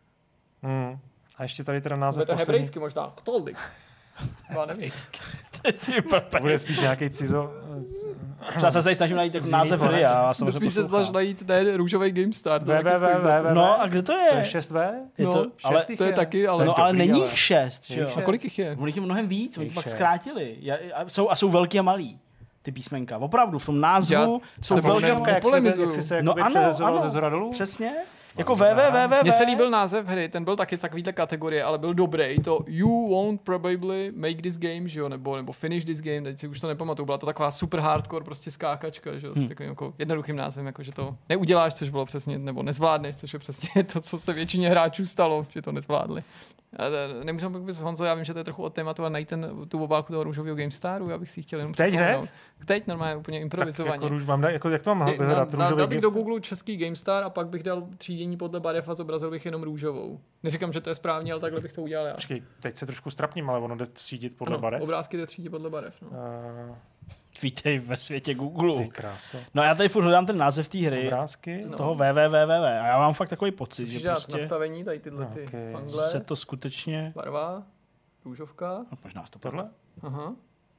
A ještě tady teda název poslední. To je hebrejsky možná. Chtolnik. Já nevím. To bude spíš nějaký cizo... Já se tady snažím najít jako název hry. Spíš se snažím najít ten růžový GameStar. No a kde to je? To je 6V? Ale to je taky, ale... No ale není 6, jo? A kolik jich je? Oni je mnohem víc, oni pak zkrátili. Jsou velký a malý. Ty písmenka. Opravdu, v tom názvu jsou velké. Jak se přehazoval ze zhora dolů? Přesně. Jako www. Mně se líbil název hry, ten byl taky z takovýhle kategorie, ale byl dobrý. To You won't probably make this game, že jo, nebo finish this game, teď si už to nepamatuju. Byla to taková super hardcore prostě skákačka, že jo, s takovým jako jednoduchým názvem, jako že to neuděláš, což bylo přesně, nebo nezvládneš, což je přesně to, co se většině hráčů stalo, že to nezvládli. Nemůžeme být Honzo, já vím, že to je trochu od tématu a najít tu obálku toho růžového GameStaru, já bych si chtěl jenom teď hned? Teď normálně úplně improvizovaně. Tak jak to mám vyhledat? Dal bych do Google český GameStar a pak bych dal třídění podle barev a zobrazil bych jenom růžovou. Neříkám, že to je správně, ale takhle bych to udělal já. Počkej, teď se trošku strapním, ale ono jde třídit podle barev. Obrázky jde třídit podle barev. No. Vítej ve světě Google. Ty kráso. No já tady furt hledám ten název té hry. Obrázky? Toho www. A já mám fakt takový pocit, že prostě... nastavení tady tyhle ty fangle. Se to skutečně... Barva, růžovka. No, možná to tohle? Aha.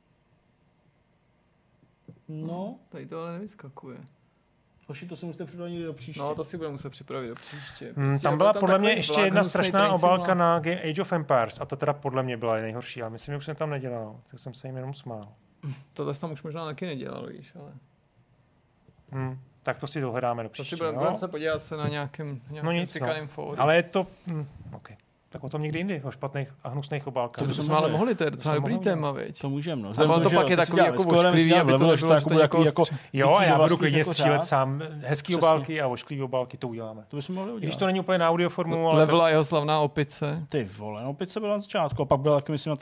No. Tady to ale nevyskakuje. Hoši, to si musíte připravit někdy do příště. No, to si budeme muset připravit do příště. Tam byla podle mě ještě jedna strašná obálka na Age of Empires a ta teda podle mě byla nejhorší, ale myslím, že už jsem tam nedělal, tak jsem se jim jenom smál. Tohle tam už možná taky nedělal, víš, ale... Tak to si dohledáme do příště. Budeme se podívat se na nějakém cikaném fóru. Ale je to... Okay. Tak o tom někdy jindy, o špatných a hnusných obálkách. To bychom ale mohli, to je docela dobrý téma, veď. To můžeme, no. A to pak je takový jako ošklivý, aby to nebylo jako... Jo, a já budu klidně střílet sám hezký obálky a ošklivý obálky, to uděláme. To bychom mohli udělat. Když to není úplně na audioformu, ale... Level a jeho slavná opice. Ty vole, opice byla na začátku a pak byla taky, myslím, na té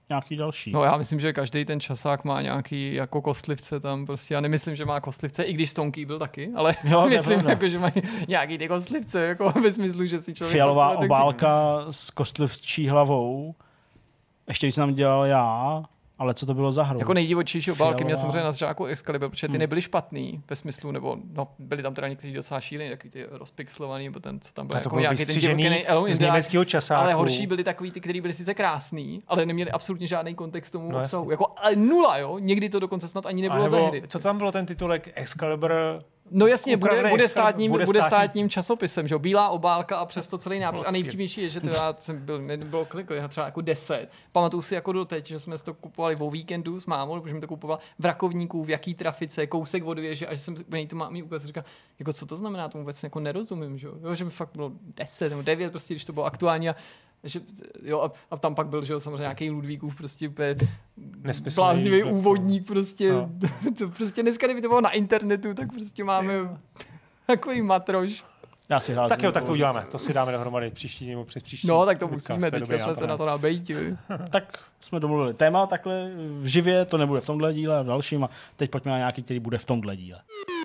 nějaký další. No já myslím, že každý ten časák má nějaký jako kostlivce tam prostě. Já nemyslím, že má kostlivce, i když Stonky byl taky, ale myslím, jako, že mají nějaký ty kostlivce, jako ve smyslu, že si člověk... Fialová obálka s kostlivčí hlavou. Ještě když jsem tam dělal já, ale co to bylo za hru? Jako nejdivočejší obálky měl samozřejmě na začátku Excalibur, protože ty nebyly špatný ve smyslu, nebo no, byly tam teda někteří docela šílený, takový ty rozpixlovaný, nebo ten, co tam byl, jako nějaký ten divokený z německého časáku. Ale horší byly takový ty, kteří byli sice krásný, ale neměli absolutně žádný kontext tomu obsahu. Jako ale nula, jo? Někdy to dokonce snad ani nebylo ze hry. Co tam bylo ten titulek Excalibur? No jasně, bude státním časopisem, že jo, bílá obálka a přesto celý nápis. A nejvtipnější je, že to já jsem byl kolik, já třeba jako 10. Pamatuju si jako doteď, že jsme si to kupovali o víkendu s mámou, protože mi to kupovala v Rakovníku, v jaký trafice, kousek od věže, až jsem to mámí ukázal, říkal, jako co to znamená, tomu vůbec jako nerozumím, že jo, že mi fakt bylo 10 nebo 9, prostě, když to bylo aktuální. Že, jo, a tam pak byl, že jo, samozřejmě nějaký Ludvíkův prostě bláznivý úvodník prostě. No. To prostě dneska, kdyby to bylo na internetu, tak prostě máme takový matroš. Já si tak jo, tak to uděláme. To si dáme dohromady příští nebo přes příští. No, tak to musíme, teďka se na to nabejti. Tak jsme domluvili téma takhle v živě, to nebude v tomhle díle, v dalším a teď pojďme na nějaký, který bude v tomhle díle.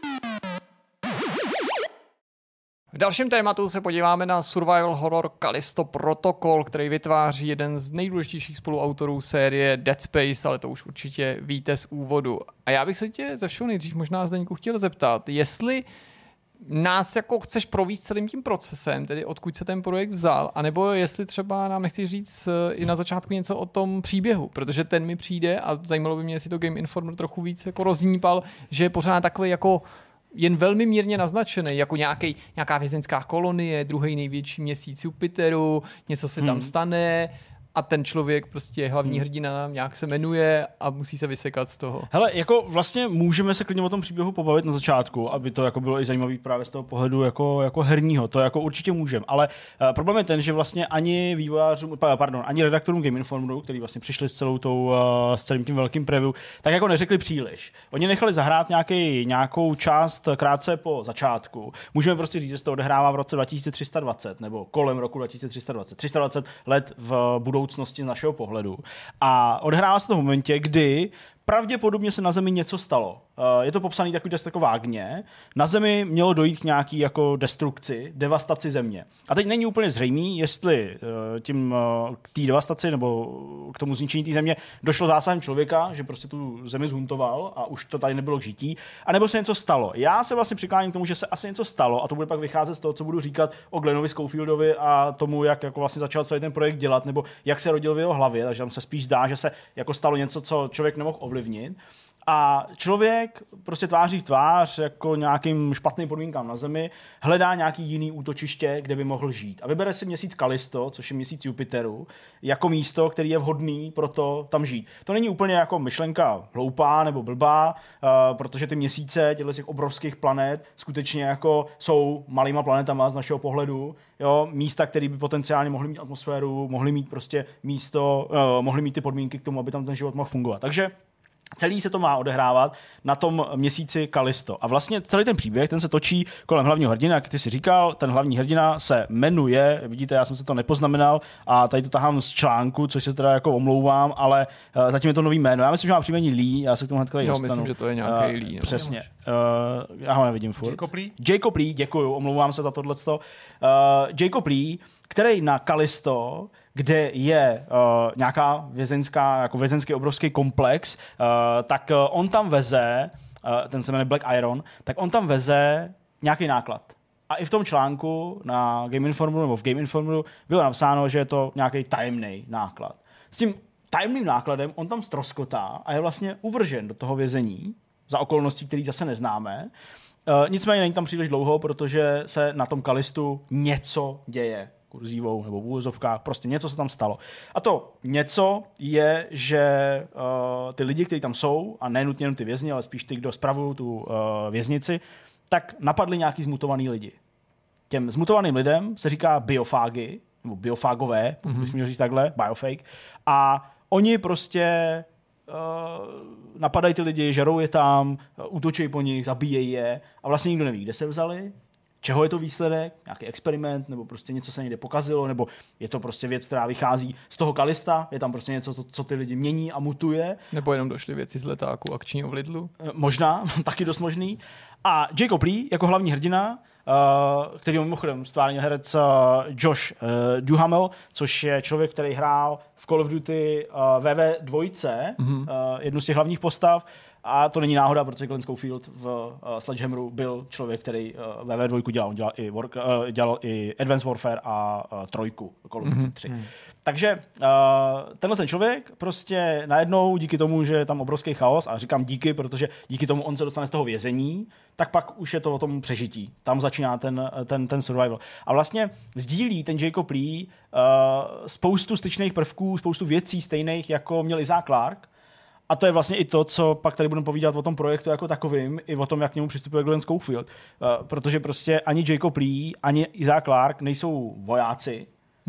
V dalším tématu se podíváme na survival horror Callisto Protocol, který vytváří jeden z nejdůležitějších spoluautorů série Dead Space, ale to už určitě víte z úvodu. A já bych se tě ze všeho nejdřív možná Zdeňku chtěl zeptat, jestli nás jako chceš provést celým tím procesem, tedy odkud se ten projekt vzal, anebo jestli třeba nám nechceš říct i na začátku něco o tom příběhu, protože ten mi přijde a zajímalo by mě, jestli to Game Informer trochu víc jako roznípal, že je pořád takový jako jen velmi mírně naznačený, jako nějaká vězeňská kolonie, druhý největší měsíc Jupiteru, něco se tam stane a ten člověk prostě hlavní hrdina nějak se jmenuje a musí se vysekat z toho. Hele, jako vlastně můžeme se klidně o tom příběhu pobavit na začátku, aby to jako bylo i zajímavý právě z toho pohledu jako herního, to jako určitě můžeme, ale problém je ten, že vlastně ani vývojářům, ani redaktorům Game Informeru, kteří vlastně přišli s celým tím velkým preview, tak jako neřekli příliš. Oni nechali zahrát nějakou část krátce po začátku. Můžeme prostě říct, že se to odehrává v roce 2320 nebo kolem roku 2320. 320 let v budoucnosti z našeho pohledu. A odehrává se to v momentě, kdy pravděpodobně se na Zemi něco stalo. Je to popsaný takový jako vágně. Na Zemi mělo dojít k nějaký jako destrukci, devastaci Země. A teď není úplně zřejmý, jestli k té devastaci nebo k tomu zničení té Země došlo zásahem člověka, že prostě tu Zemi zhuntoval a už to tady nebylo k žití, anebo se něco stalo. Já se vlastně přikláním k tomu, že se asi něco stalo a to bude pak vycházet z toho, co budu říkat o Glennovi Schofieldovi a tomu, jak jako vlastně začal celý ten projekt dělat, nebo jak se rodil v jeho hlavě, takže tam se spíš zdá, že se jako stalo něco, co člověk nemohl ovlivnit. A člověk prostě tváří v tvář jako nějakým špatným podmínkám na Zemi, hledá nějaký jiný útočiště, kde by mohl žít. A vybere si měsíc Callisto, což je měsíc Jupiteru, jako místo, který je vhodný pro to tam žít. To není úplně jako myšlenka hloupá nebo blbá, protože ty měsíce těch obrovských planet skutečně jako jsou malýma planetama z našeho pohledu. Jo, místa, které by potenciálně mohly mít atmosféru, mohly mít prostě místo, mohly mít ty podmínky k tomu, aby tam ten život mohl fungovat. Takže celý se to má odehrávat na tom měsíci Callisto. A vlastně celý ten příběh, ten se točí kolem hlavního hrdina, jak ty si říkal, ten hlavní hrdina se jmenuje, vidíte, já jsem se to nepoznamenal a tady to tahám z článku, což se teda jako omlouvám, ale zatím je to nový jméno. Já myslím, že má příjmení Lee, já se k tomu hned dostanu. Myslím, že to je nějaký Lee. Přesně. Já ho nevidím furt. Jacob Lee, děkuju, omlouvám se za tohleto. Jacob Lee, který na Callisto, kde je nějaká vězeňský obrovský komplex, tak on tam veze, ten se jmenuje Black Iron, tak on tam veze nějaký náklad. A i v tom článku na Game Informeru nebo v Game Informeru bylo napsáno, že je to nějaký tajemný náklad. S tím tajemným nákladem on tam ztroskotá a je vlastně uvržen do toho vězení za okolností, které zase neznáme. Nicméně není tam příliš dlouho, protože se na tom Callistu něco děje. Kurzívou nebo v úvozovkách, prostě něco se tam stalo. A to něco je, že ty lidi, kteří tam jsou, a ne nutně jenom ty vězni, ale spíš ty, kdo spravují tu věznici, tak napadli nějaký zmutovaný lidi. Těm zmutovaným lidem se říká biofágy, nebo biofágové, bych měl říct takhle, biofake, a oni prostě napadají ty lidi, žerou je tam, útočí po nich, zabíjejí je a vlastně nikdo neví, kde se vzali, čeho je to výsledek, nějaký experiment, nebo prostě něco se někde pokazilo, nebo je to prostě věc, která vychází z toho Kalista, je tam prostě něco, co ty lidi mění a mutuje. Nebo jenom došly věci z letáku akčního v Lidlu. Možná, taky dost možný. A Jacob Lee jako hlavní hrdina, který mimochodem stvárnil herec Josh Duhamel, což je člověk, který hrál v Call of Duty WW2, jednu z těch hlavních postav. A to není náhoda, protože Glenn Schofield v Sledgehammeru byl člověk, který WW2 dělal. On dělal i Advanced Warfare a trojku, Call of Duty 3. Takže tenhle ten člověk prostě najednou díky tomu, že je tam obrovský chaos, a říkám díky, protože díky tomu on se dostane z toho vězení, tak pak už je to o tom přežití. Tam začíná ten survival. A vlastně sdílí ten Jacob Lee spoustu styčných prvků, spoustu věcí stejných, jako měl Isaac Clarke. A to je vlastně i to, co pak tady budeme povídat o tom projektu jako takovým, i o tom, jak k němu přistupuje Glenn Schofield. Protože prostě ani Jacob Lee, ani Isaac Clarke nejsou vojáci.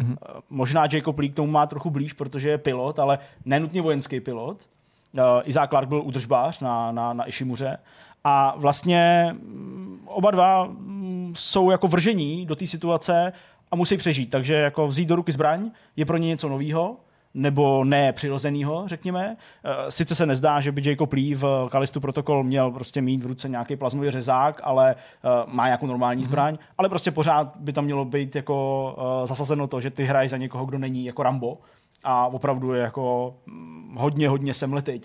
Možná Jacob Lee k tomu má trochu blíž, protože je pilot, ale nenutně vojenský pilot. Isaac Clarke byl údržbář na Ishimuře. A vlastně oba dva jsou jako vržení do té situace a musí přežít. Takže jako vzít do ruky zbraň je pro ně něco novýho, nebo ne přirozenýho, řekněme. Sice se nezdá, že by Jacob Lee v Callistu Protocol měl prostě mít v ruce nějaký plazmový řezák, ale má nějakou normální zbraň, ale prostě pořád by tam mělo být jako zasazeno to, že ty hraješ za někoho, kdo není jako Rambo a opravdu je jako hodně semletej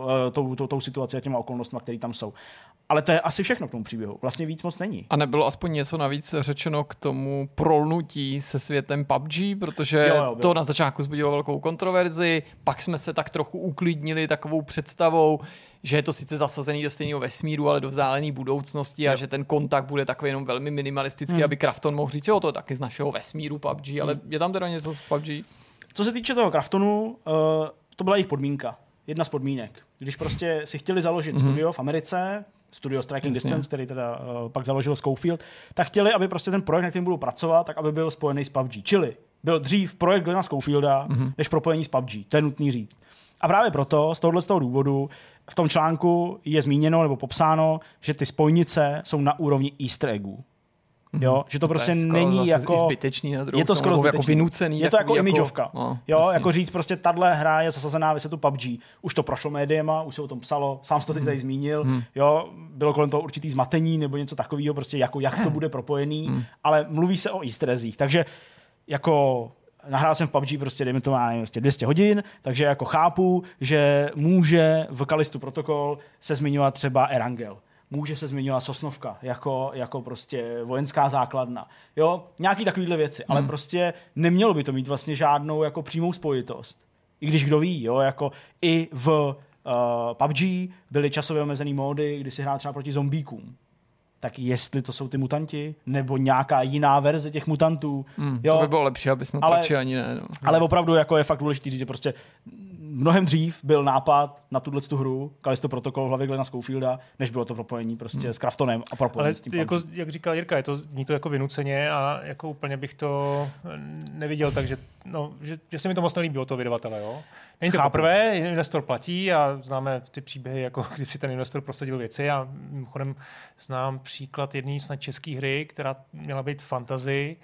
tou situací a těma okolnostmi, které tam jsou. Ale to je asi všechno k tomu příběhu. Vlastně víc moc není. A nebylo aspoň něco navíc řečeno k tomu prolnutí se světem PUBG, protože to na začátku zbudilo velkou kontroverzi, pak jsme se tak trochu uklidnili takovou představou, že je to sice zasazený do stejného vesmíru, ale do vzdálené budoucnosti a že ten kontakt bude takový jenom velmi minimalistický, aby Krafton mohl říct, jo, to je taky z našeho vesmíru PUBG, ale je tam teda něco z PUBG? Co se týče toho Kraftonu, to byla jejich podmínka. Jedna z podmínek. Když prostě si chtěli založit studio v Americe, studio Striking Distance, který teda pak založil Schofield, tak chtěli, aby prostě ten projekt, na kterým budou pracovat, tak aby byl spojený s PUBG. Čili byl dřív projekt Glenna Schofielda, než propojení s PUBG. To je nutný říct. A právě proto, z toho důvodu, v tom článku je zmíněno nebo popsáno, že ty spojnice jsou na úrovni easter eggů. Jo, že to prostě není jako zbytečný na druhou je to skoro zbytečný. Jako vynucený. Je to jako imageovka. No, jo, jako říct prostě tahle hra je zasazená ve světu PUBG. Už to prošlo médiama, už se o tom psalo, sám jsi to teď tady zmínil. Jo, bylo kolem toho určitý zmatení nebo něco takového, prostě jako jak to bude propojený, ale mluví se o easter eggích. Takže jako nahrál jsem v PUBG prostě, dejme to má 200 hodin, takže jako chápu, že může v Callistu Protocol se zmiňovat třeba Erangel. Může se zmiňovat Sosnovka jako prostě vojenská základna. Jo, nějaký takovýhle věci, ale prostě nemělo by to mít vlastně žádnou jako přímou spojitost. I když kdo ví, jo, jako i v PUBG byly časově omezený módy, kdy si hrál třeba proti zombíkům. Tak jestli to jsou ty mutanti, nebo nějaká jiná verze těch mutantů. Jo, to by bylo lepší, abys natlačil ani ne. No. Ale opravdu jako je fakt důležitý říct, že prostě mnohem dřív byl nápad na tuto hru, Callisto Protocol v hlavě Glenna Schofielda, než bylo to propojení prostě s Kraftonem a propojení s tím jako, jak říkal Jirka, zní to jako vynuceně a jako úplně bych to neviděl, takže že se mi to moc nelíbilo, toho vydavatele. Jo? Není to poprvé, investor platí a známe ty příběhy, jako když si ten investor prosadil věci a mimochodem znám příklad jedné snad české hry, která měla být fantasy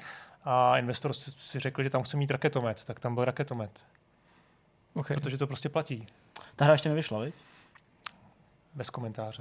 a investor si řekl, že tam chce mít raketomet, tak tam byl raketomet. Okay. Protože to prostě platí. Ta hra ještě nevyšla, viď? Bez komentáře.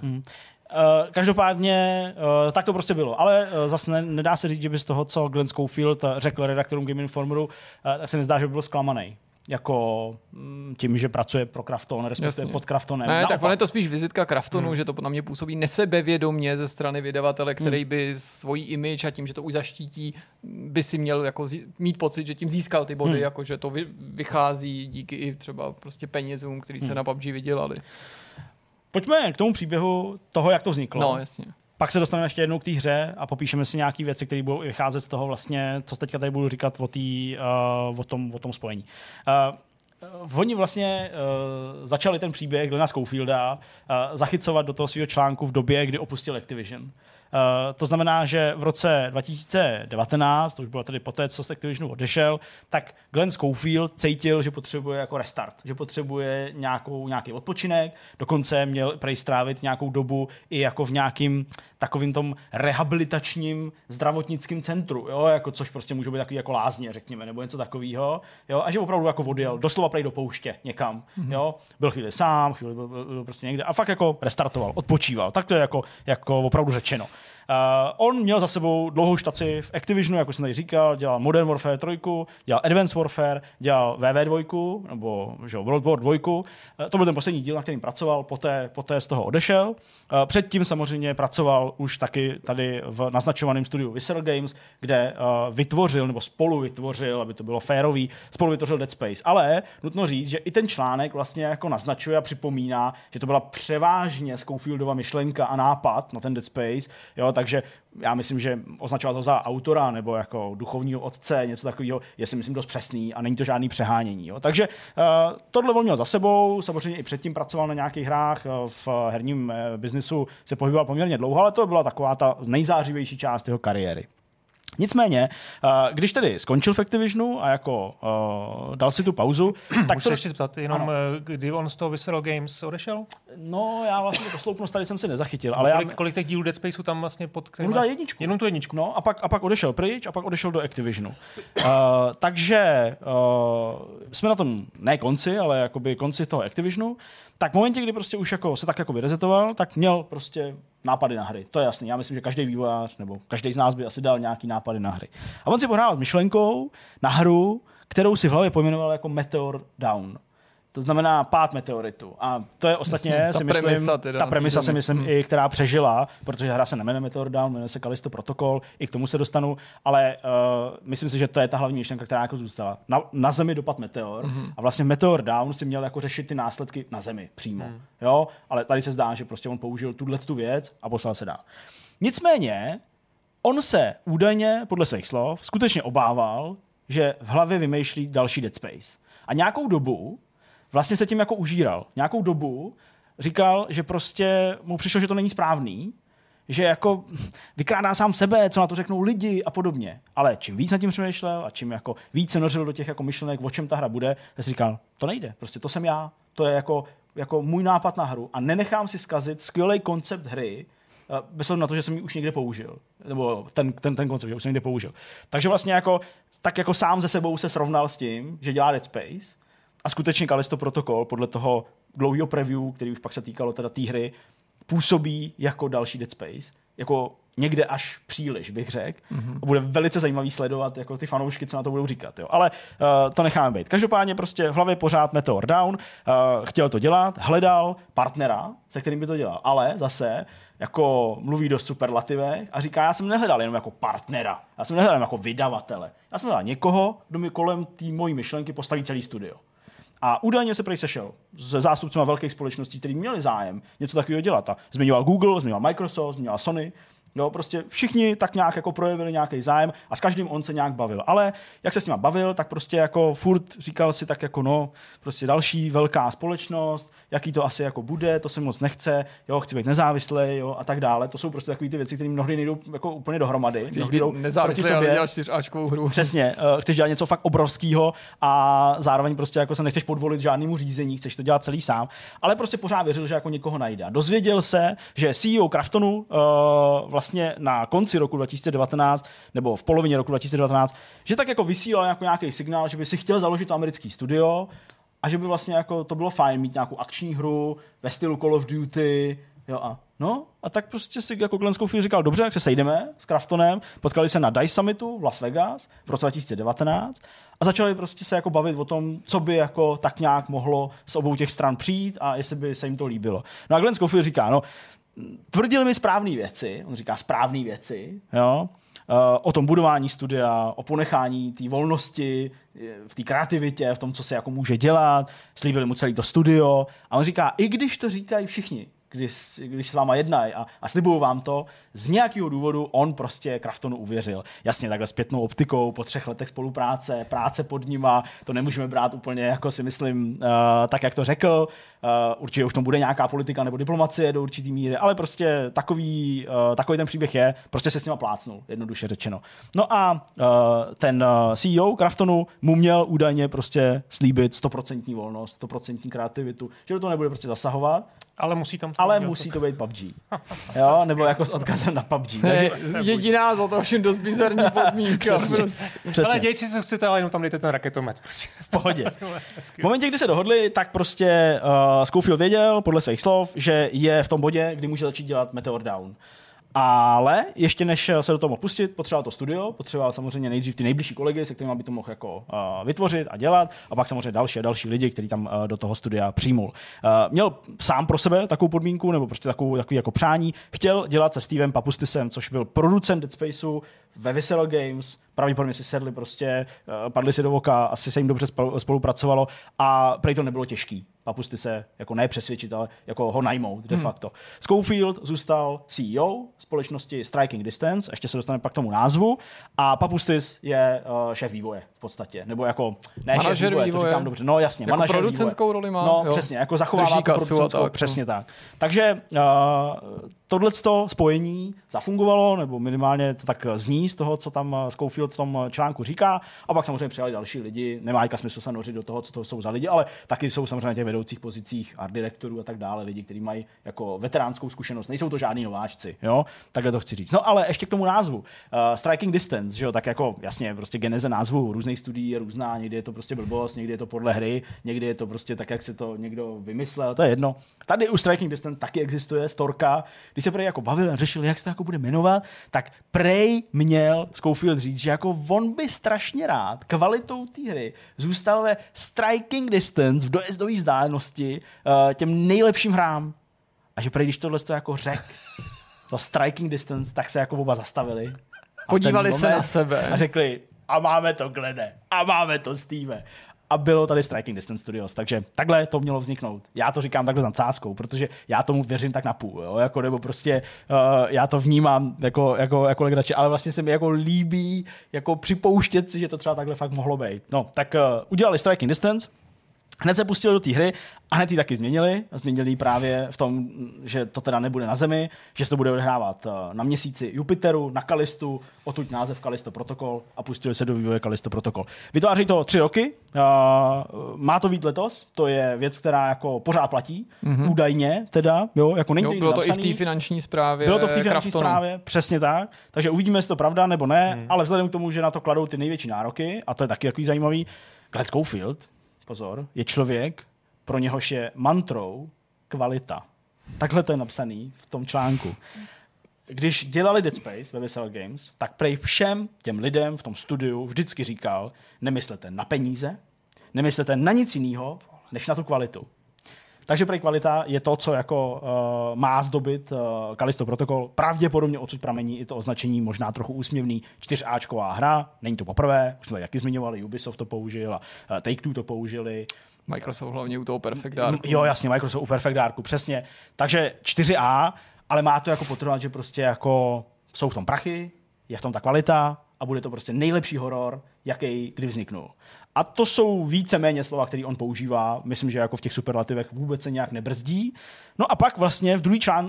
Každopádně tak to prostě bylo. Ale zase nedá se říct, že by z toho, co Glenn Schofield řekl redaktorům Game Informeru, tak se nezdá, že by byl zklamaný. Jako tím, že pracuje pro Krafton, respektive pod Kraftonem. Ne, tak on je to spíš vizitka Kraftonu, že to na mě působí nesebevědomě ze strany vydavatele, který by svojí image a tím, že to už zaštítí, by si měl jako mít pocit, že tím získal ty body, jako že to vychází díky i třeba prostě penězům, který se na PUBG vydělali. Pojďme k tomu příběhu toho, jak to vzniklo. No, jasně. Pak se dostaneme ještě jednou k té hře a popíšeme si nějaké věci, které budou vycházet z toho vlastně, co teďka tady budu říkat o tom spojení. Oni vlastně začali ten příběh Glenna Schofielda zachycovat do toho svého článku v době, kdy opustil Activision. To znamená, že v roce 2019, to už bylo tedy poté, co z Activisionu odešel, tak Glenn Schofield cítil, že potřebuje jako restart, že potřebuje nějaký odpočinek, dokonce měl prej strávit nějakou dobu i jako v nějakým takovým tom rehabilitačním zdravotnickým centru, jo, jako, což prostě může být takový jako lázně, řekněme, nebo něco takového, jo, a že opravdu jako odjel, doslova prej do pouště někam, jo, byl chvíli sám, chvíli byl prostě někde a fakt jako restartoval, odpočíval, tak to je jako opravdu řečeno. On měl za sebou dlouhou štaci v Activisionu, jako jsem tady říkal, dělal Modern Warfare 3, dělal Advanced Warfare, dělal WW2, nebo že, World War 2. To byl ten poslední díl, na kterým pracoval, poté z toho odešel. Předtím samozřejmě pracoval už taky tady v naznačovaném studiu Visceral Games, kde vytvořil, nebo spolu vytvořil, aby to bylo férový, spolu vytvořil Dead Space. Ale nutno říct, že i ten článek vlastně jako naznačuje a připomíná, že to byla převážně Schofieldova myšlenka a nápad na ten Dead Space, jo, takže já myslím, že označovat to za autora nebo jako duchovního otce, něco takového, je si myslím dost přesný a není to žádný přehánění. Jo. Takže tohle on měl za sebou, samozřejmě i předtím pracoval na nějakých hrách, v herním biznisu se pohyboval poměrně dlouho, ale to byla taková ta nejzářivější část jeho kariéry. Nicméně, když tedy skončil v Activisionu a jako dal si tu pauzu, tak můžu se ještě zeptat, jenom kdy on z toho Visceral Games odešel? No, já vlastně to posloupnost tady jsem si nezachytil. Ale kolik těch dílů Dead Spaceu tam vlastně pod kterým? On dal jedničku. Jenom tu jedničku. No, a pak odešel pryč a pak odešel do Activisionu. Takže jsme na tom ne konci, ale jakoby konci toho Activisionu. Tak v momentě, kdy prostě už jako se tak jako vyrezetoval, tak měl prostě nápady na hry. To je jasný. Já myslím, že každý vývojář nebo každý z nás by asi dal nějaký nápady na hry. A on si pohrával s myšlenkou na hru, kterou si v hlavě pojmenoval jako Meteor Down. To znamená pád meteoritu. A to je ostatně, si myslím, ta premisa si myslím i, která přežila, protože hra se nemenuje Meteor Down, jmenuje se Callisto Protocol, i k tomu se dostanu, ale myslím si, že to je ta hlavní myšlenka, která jako zůstala. Na Zemi dopad meteor a vlastně Meteor Down si měl jako řešit ty následky na Zemi přímo. Jo? Ale tady se zdá, že prostě on použil tu věc a poslal se dál. Nicméně, on se údajně, podle svých slov, skutečně obával, že v hlavě vymýšlí další Dead Space. A nějakou dobu vlastně se tím jako užíral. Nějakou dobu říkal, že prostě mu přišlo, že to není správný, že jako vykrádá sám sebe, co na to řeknou lidi a podobně. Ale čím víc nad tím přemýšlel a čím jako víc se nořil do těch jako myšlenek, o čem ta hra bude, tak si říkal, to nejde, prostě to jsem já, to je jako můj nápad na hru a nenechám si zkazit skvělý koncept hry, bez ohledu na to, že jsem ji už někde použil. Nebo ten koncept, že už jsem někde použil. Takže vlastně jako, tak jako sám ze sebou se srovnal s tím, že dělá Dead Space. A skutečně Callisto Protocol, podle toho dlouhého preview, který už pak se týkalo teda té hry, působí jako další Dead Space. Jako někde až příliš, bych řekl. A bude velice zajímavý sledovat jako ty fanoušky, co na to budou říkat. Jo. Ale to necháme být. Každopádně prostě v hlavě pořád Meteor Down, chtěl to dělat, hledal partnera, se kterým by to dělal. Ale zase jako mluví do superlativech a říká, já jsem nehledal jenom jako partnera, já jsem nehledal jako vydavatele. Já jsem hledal někoho, kdo mi kolem té mojí myšlenky postaví celý studio. A údajně se prej sešel se zástupcema velkých společností, kteří měli zájem něco takového dělat. A zmiňoval Google, zmiňoval Microsoft, zmiňoval Sony. Jo, prostě všichni tak nějak jako projevili nějaký zájem a s každým on se nějak bavil. Ale jak se s nima bavil, tak prostě jako furt říkal si tak jako no, prostě další velká společnost, jaký to asi jako bude, to se moc nechce, jo, chci být nezávislý, jo, a tak dále. To jsou prostě takové ty věci, které mnohdy nejdou jako úplně dohromady. Nezávislý, ale dělat 4áčkovou hru. Přesně, chceš dělat něco fakt obrovského a zároveň prostě jako se nechceš podvolit žádnému řízení, chceš to dělat celý sám, ale prostě pořád věřil, že jako někoho najde. Dozvěděl se, že CEO Kraftonu vlastně na konci roku 2019 nebo v polovině roku 2019, že tak jako vysílal jako nějaký signál, že by si chtěl založit to americký studio a že by vlastně jako to bylo fajn mít nějakou akční hru ve stylu Call of Duty, jo a tak prostě si jako Glenn Schofield říkal, dobře, jak se sejdeme s Kraftonem, potkali se na DICE Summitu v Las Vegas v roce 2019 a začali prostě se jako bavit o tom, co by jako tak nějak mohlo z obou těch stran přijít a jestli by se jim to líbilo. No a Glenn Schofield říká, no, tvrdili mi správné věci, on říká správné věci, jo, o tom budování studia, o ponechání té volnosti, v té kreativitě, v tom, co se jako může dělat, slíbili mu celý to studio a on říká, i když to říkají všichni, když s váma jednají a slibuju vám to, z nějakého důvodu on prostě Kraftonu uvěřil. Jasně, takhle zpětnou optikou, po 3 letech spolupráce, práce pod nima, to nemůžeme brát úplně, jako si myslím, tak, jak to řekl. Určitě už tam bude nějaká politika nebo diplomacie do určitý míry, ale prostě takový ten příběh je, prostě se s nima plácnul, jednoduše řečeno. No a ten CEO Kraftonu mu měl údajně prostě slíbit 100% volnost, 100% kreativitu, že do toho nebude prostě zasahovat. Ale musí to být PUBG. Jo, nebo jako s odkazem na PUBG. Takže jediná za to všem dost bizarní podmínka. Přesně. Ale dějte si, co chcete, ale jenom tam dejte ten raketomet. Prostě. V pohodě. V momentě, kdy se dohodli, tak prostě Schofield věděl, podle svých slov, že je v tom bodě, kdy může začít dělat Meteor Down. Ale ještě než se do toho mohl pustit, potřeboval to studio, potřeboval samozřejmě nejdřív ty nejbližší kolegy, se kterými by to mohl jako vytvořit a dělat, a pak samozřejmě další a další lidi, kteří tam do toho studia přijmul. Měl sám pro sebe takovou podmínku, nebo prostě takový jako přání, chtěl dělat se Stevem Papustisem, což byl producent Dead Spaceu ve Visceral Games, pravděpodobně si sedli prostě, padli si do voka, asi se jim dobře spolupracovalo a prej to nebylo těžký. Papustise jako ne přesvědčit, ale jako ho najmout de facto. Schofield zůstal CEO společnosti Striking Distance, ještě se dostaneme pak k tomu názvu, a Papustis je šéf vývoje v podstatě, nebo jako ne šéf vývoje, to říkám dobře, no jasně, jako manažer producentskou roli má. No jo. přesně, jako zachovává tu producentskou, přesně tak. Takže tohleto spojení zafungovalo, nebo minimálně to tak zní z toho, co tam Schofield v tom článku říká, a pak samozřejmě přijali další lidi, nemá jaka smysl se nořit do toho, co to jsou za lidi, ale taky jsou samozřejmě na těch vedoucích pozicích art direktorů a tak dále, lidi, kteří mají jako veteránskou zkušenost, nejsou to žádní nováčci, jo? Takhle to chci říct. No ale ještě k tomu názvu. Striking Distance, že jo, tak jako jasně, prostě geneze názvu různých studií je různá, někdy je to prostě blbost, někdy je to podle hry, někdy je to prostě tak, jak si to někdo vymyslel, to je jedno. Tady u Striking Distance taky existuje storka, když se prej jako bavil a řešil, jak se to jako bude jmenovat, tak prej měl Schofield říct, že jako on by strašně rád kvalitou té hry zůstal ve striking distance, v dojezdové vzdálenosti těm nejlepším hrám. A že prej, když tohle to jako řek, to striking distance, tak se jako oba zastavili. Podívali se na sebe. A řekli, a máme to Glene, a máme to Steve. A bylo tady Striking Distance Studios, takže takhle to mělo vzniknout. Já to říkám takhle s nadsázkou, protože já tomu věřím tak napůl, jo? Jako, nebo prostě já to vnímám jako legrače, ale vlastně se mi jako líbí jako připouštět si, že to třeba takhle fakt mohlo být. No, tak udělali Striking Distance, hned se pustili do té hry a hned ji taky změnili. Změnili právě v tom, že to teda nebude na Zemi, že se to bude odehrávat na měsíci Jupiteru, na Kalistu, odtud název Kalisto Protocol, a pustili se do vývoje Kalisto Protocol. Vytváří to 3 roky, má to být letos, to je věc, která jako pořád platí, údajně teda, jo, jako není bylo to napsaný. I v té finanční zprávě. Bylo to v té finanční zprávě, přesně tak, takže uvidíme, jestli to pravda nebo ne, ale vzhledem k tomu, že na to kladou ty největší nároky, a to je taky takový zajímavý, Glenn Schofield, pozor, je člověk, pro něhož je mantrou kvalita. Takhle to je napsaný v tom článku. Když dělali Dead Space ve Visceral Games, tak prej všem těm lidem v tom studiu vždycky říkal, nemyslete na peníze, nemyslete na nic jiného, než na tu kvalitu. Takže prej kvalita je to, co jako má zdobit Kalisto Protocol. Pravděpodobně odsud pramení i to označení, možná trochu úsměvný, 4Ačková hra. Není to poprvé, už jsme taky zmiňovali, Ubisoft to použil a Take-Two to použili. Microsoft hlavně u toho Perfect Darku. Jo, jasně, Microsoft u Perfect Darku, přesně. Takže 4A, ale má to jako potrvat, že prostě jako jsou v tom prachy, je v tom ta kvalita a bude to prostě nejlepší horor, jaký kdy vzniknul. A to jsou víceméně slova, které on používá. Myslím, že jako v těch superlativech vůbec se nějak nebrzdí. No a pak vlastně v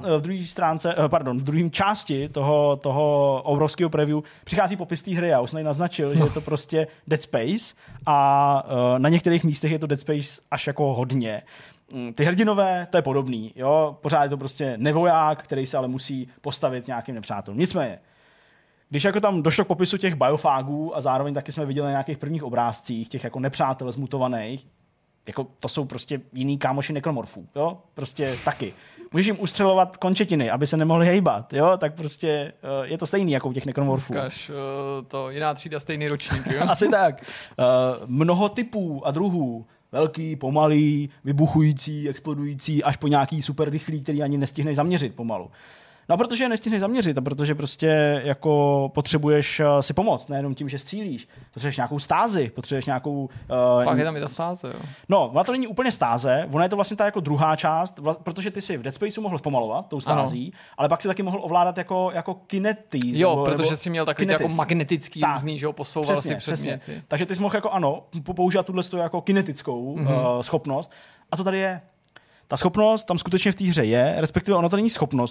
druhé části toho obrovského preview přichází popis té hry. Já už jsem naznačil, že je to prostě Dead Space a na některých místech je to Dead Space až jako hodně. Ty hrdinové, to je podobný. Jo? Pořád je to prostě nevoják, který se ale musí postavit nějakým nepřátelům. Nicméně, když jako tam došlo k popisu těch biofágů a zároveň taky jsme viděli na nějakých prvních obrázcích těch jako nepřátel zmutovaných, jako to jsou prostě jiný kámoši nekromorfů, jo? Prostě taky. Můžeš jim ustřelovat končetiny, aby se nemohli hejbat, jo? Tak prostě je to stejný jako u těch nekromorfů. Ukáž, to jiná třída, stejný ročník, jo? Asi tak. Mnoho typů a druhů. Velký, pomalý, vybuchující, explodující, až po nějaký super rychlý, který ani nestihneš zaměřit pomalu. No protože je nestihneš zaměřit a protože prostě jako potřebuješ si pomoct, nejenom tím, že střílíš. Potřebuješ nějakou stázi, potřebuješ nějakou... Fakt je tam i ta stáze, jo. No, ona to není úplně stáze, ona je to vlastně ta jako druhá část, protože ty si v Dead Spaceu mohl zpomalovat tou stází, ale pak si taky mohl ovládat jako kinetiz. Jo, protože jsi měl takový jako magnetický různý, že jo, posouval přesně, si předměty. Přesně. Takže ty jsi mohl jako používat tuhle jako kinetickou schopnost a to tady je. Ta schopnost tam skutečně v té hře je, respektive ona to není schopnost,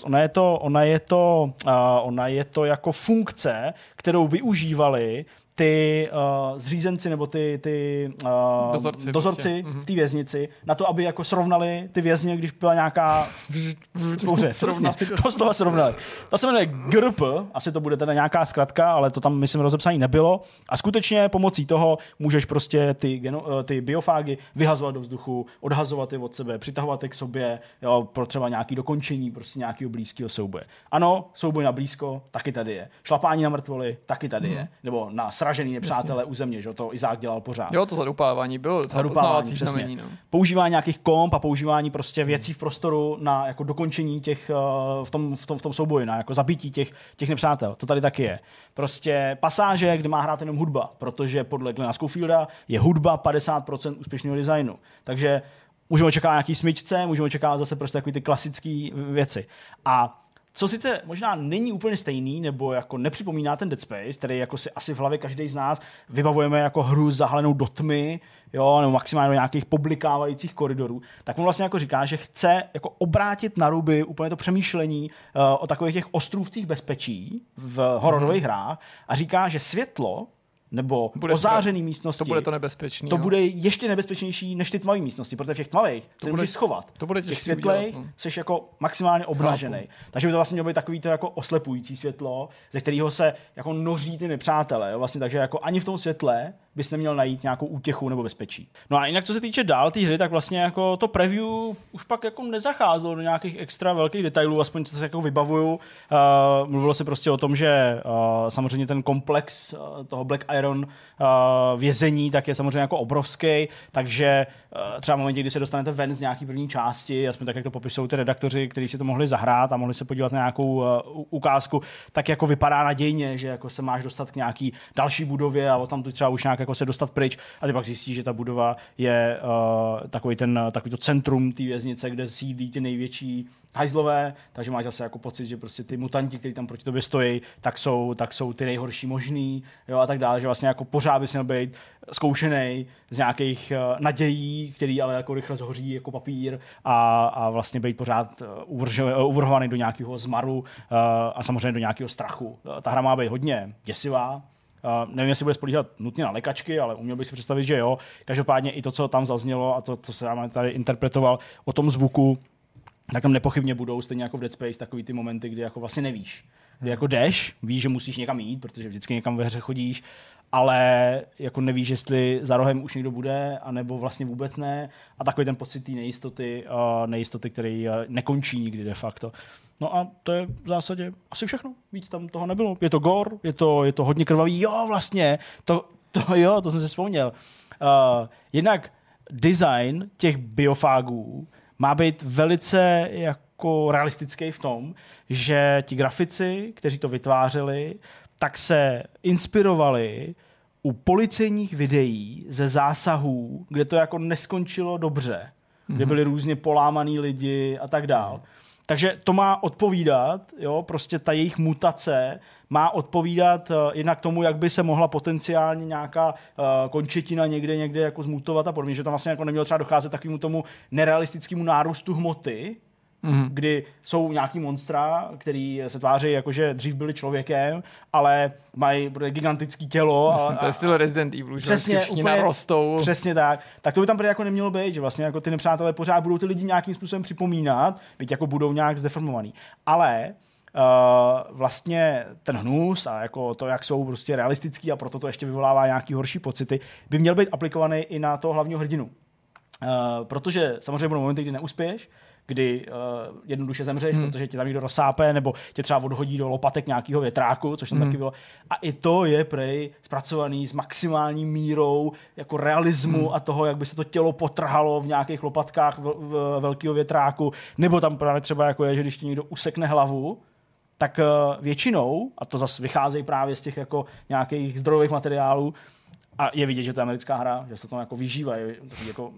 ona je to jako funkce, kterou využívali ty zřízenci nebo ty dozorci v té věznici na to, aby jako srovnali ty vězně, když byla nějaká spouře. Srovnali. Ta se jmenuje GRP, asi to bude teda nějaká zkratka, ale to tam myslím rozepsaný nebylo. A skutečně pomocí toho můžeš prostě ty biofágy vyhazovat do vzduchu, odhazovat je od sebe, přitahovat je k sobě, jo, pro třeba nějaký dokončení prostě nějakého blízkého souboje. Ano, souboj na blízko taky tady je. Šlapání na mrtvoly taky tady je. Nebo na sražený nepřátelé u země, že to Izák dělal pořád. Jo, to zadupávání bylo docela poznávací znamení. No. Používání nějakých komp a používání prostě věcí v prostoru na jako dokončení těch v tom souboji, na jako zabití těch nepřátel. To tady taky je. Prostě pasáže, kde má hrát jenom hudba, protože podle Glena Schofielda je hudba 50% úspěšného designu. Takže můžeme očekávat nějaký smyčce, můžeme očekávat zase prostě takové ty klasické věci. A co sice možná není úplně stejný, nebo jako nepřipomíná ten Dead Space, který jako si asi v hlavě každý z nás vybavujeme jako hru zahalenou do tmy, jo, nebo maximálně do nějakých poblikávajících koridorů, tak on vlastně jako říká, že chce jako obrátit na ruby úplně to přemýšlení o takových těch ostrůvcích bezpečí v hororových hrách a říká, že světlo nebo ozářený místnosti. To bude to nebezpečný. To bude ještě nebezpečnější než ty tmavé místnosti, protože v těch tmavých se můžeš schovat. To bude v těch světlejch jsi jako maximálně obnažený. Takže by to vlastně mělo být takový to jako oslepující světlo, ze kterého se jako noří ty nepřátelé. Jo? Vlastně, takže jako ani v tom světle bys neměl najít nějakou útěchu nebo bezpečí. No a jinak, co se týče dál té hry, tak vlastně jako to preview už pak jako nezacházelo do nějakých extra velkých detailů, aspoň co se jako vybavuju. Mluvilo se prostě o tom, že samozřejmě ten komplex toho Black Iron vězení tak je samozřejmě jako obrovský, takže třeba v momentě, kdy se dostanete ven z nějaký první části, aspoň tak, jak to popisují ty redaktoři, kteří si to mohli zahrát a mohli se podívat na nějakou ukázku, tak jako vypadá nadějně, že jako se máš dostat k nějaký další budově a tam tu třeba už nějak jako se dostat pryč a ty pak zjistíš, že ta budova je takový to centrum té věznice, kde sídlí ty největší hajzlové, takže máš zase jako pocit, že prostě ty mutanti, kteří tam proti tobě stojí, tak jsou ty nejhorší možný, jo, a tak dále, že vlastně jako pořád bys měl být zkoušenej z nějakých nadějí, který ale jako rychle zhoří jako papír a vlastně být pořád uvrhovaný do nějakého zmaru a samozřejmě do nějakého strachu. Ta hra má být hodně děsivá. Nevím, jestli bude spolíhat nutně na lekačky, ale uměl bych si představit, že jo. Každopádně i to, co tam zaznělo a to, co se tady interpretoval o tom zvuku, tak tam nepochybně budou stejně jako v Dead Space takový ty momenty, kdy jako vlastně nevíš. Kdy jako jdeš, víš, že musíš někam jít, protože vždycky někam ve hře chodíš, ale jako nevíš, jestli za rohem už někdo bude, anebo vlastně vůbec ne. A takový ten pocit té nejistoty, který nekončí nikdy de facto. No a to je v zásadě asi všechno. Víc tam toho nebylo. Je to gore, je to hodně krvavý. Jo, vlastně, to jsem si vzpomněl. Jednak design těch biofágů má být velice jako realistický v tom, že ti grafici, kteří to vytvářeli, tak se inspirovali u policejních videí ze zásahů, kde to jako neskončilo dobře, kde byli různě polámaný lidi a tak dál. Takže to má odpovídat, jo, prostě ta jejich mutace má odpovídat jednak tomu, jak by se mohla potenciálně nějaká končetina někde jako zmutovat a podobně, že tam vlastně jako nemělo třeba docházet takovému tomu nerealistickému nárůstu hmoty, kdy jsou nějaký monstra, který se tváří jako, že dřív byli člověkem, ale mají gigantický tělo. Myslím, to je styl Resident Evil, že všichni narostou. Přesně tak. Tak to by tam jako nemělo být, že vlastně jako ty nepřátelé pořád budou ty lidi nějakým způsobem připomínat, byť jako budou nějak zdeformovaný. Ale vlastně ten hnus a jako to, jak jsou prostě realistický a proto to ještě vyvolává nějaký horší pocity, by měl být aplikovaný i na toho hlavního hrdinu. Protože samozřejmě budou momenty, kdy neuspěješ, kdy jednoduše zemřeš, protože tě tam někdo rozsápe, nebo tě třeba odhodí do lopatek nějakého větráku, což tam taky bylo. A i to je prej zpracovaný s maximální mírou jako realismu a toho, jak by se to tělo potrhalo v nějakých lopatkách velkého větráku, nebo tam právě třeba jako je, že když ti někdo usekne hlavu, tak většinou, a to zase vycházejí právě z těch jako nějakých zdrojových materiálů, a je vidět, že to je americká hra, že se tam jako vyžívají, jako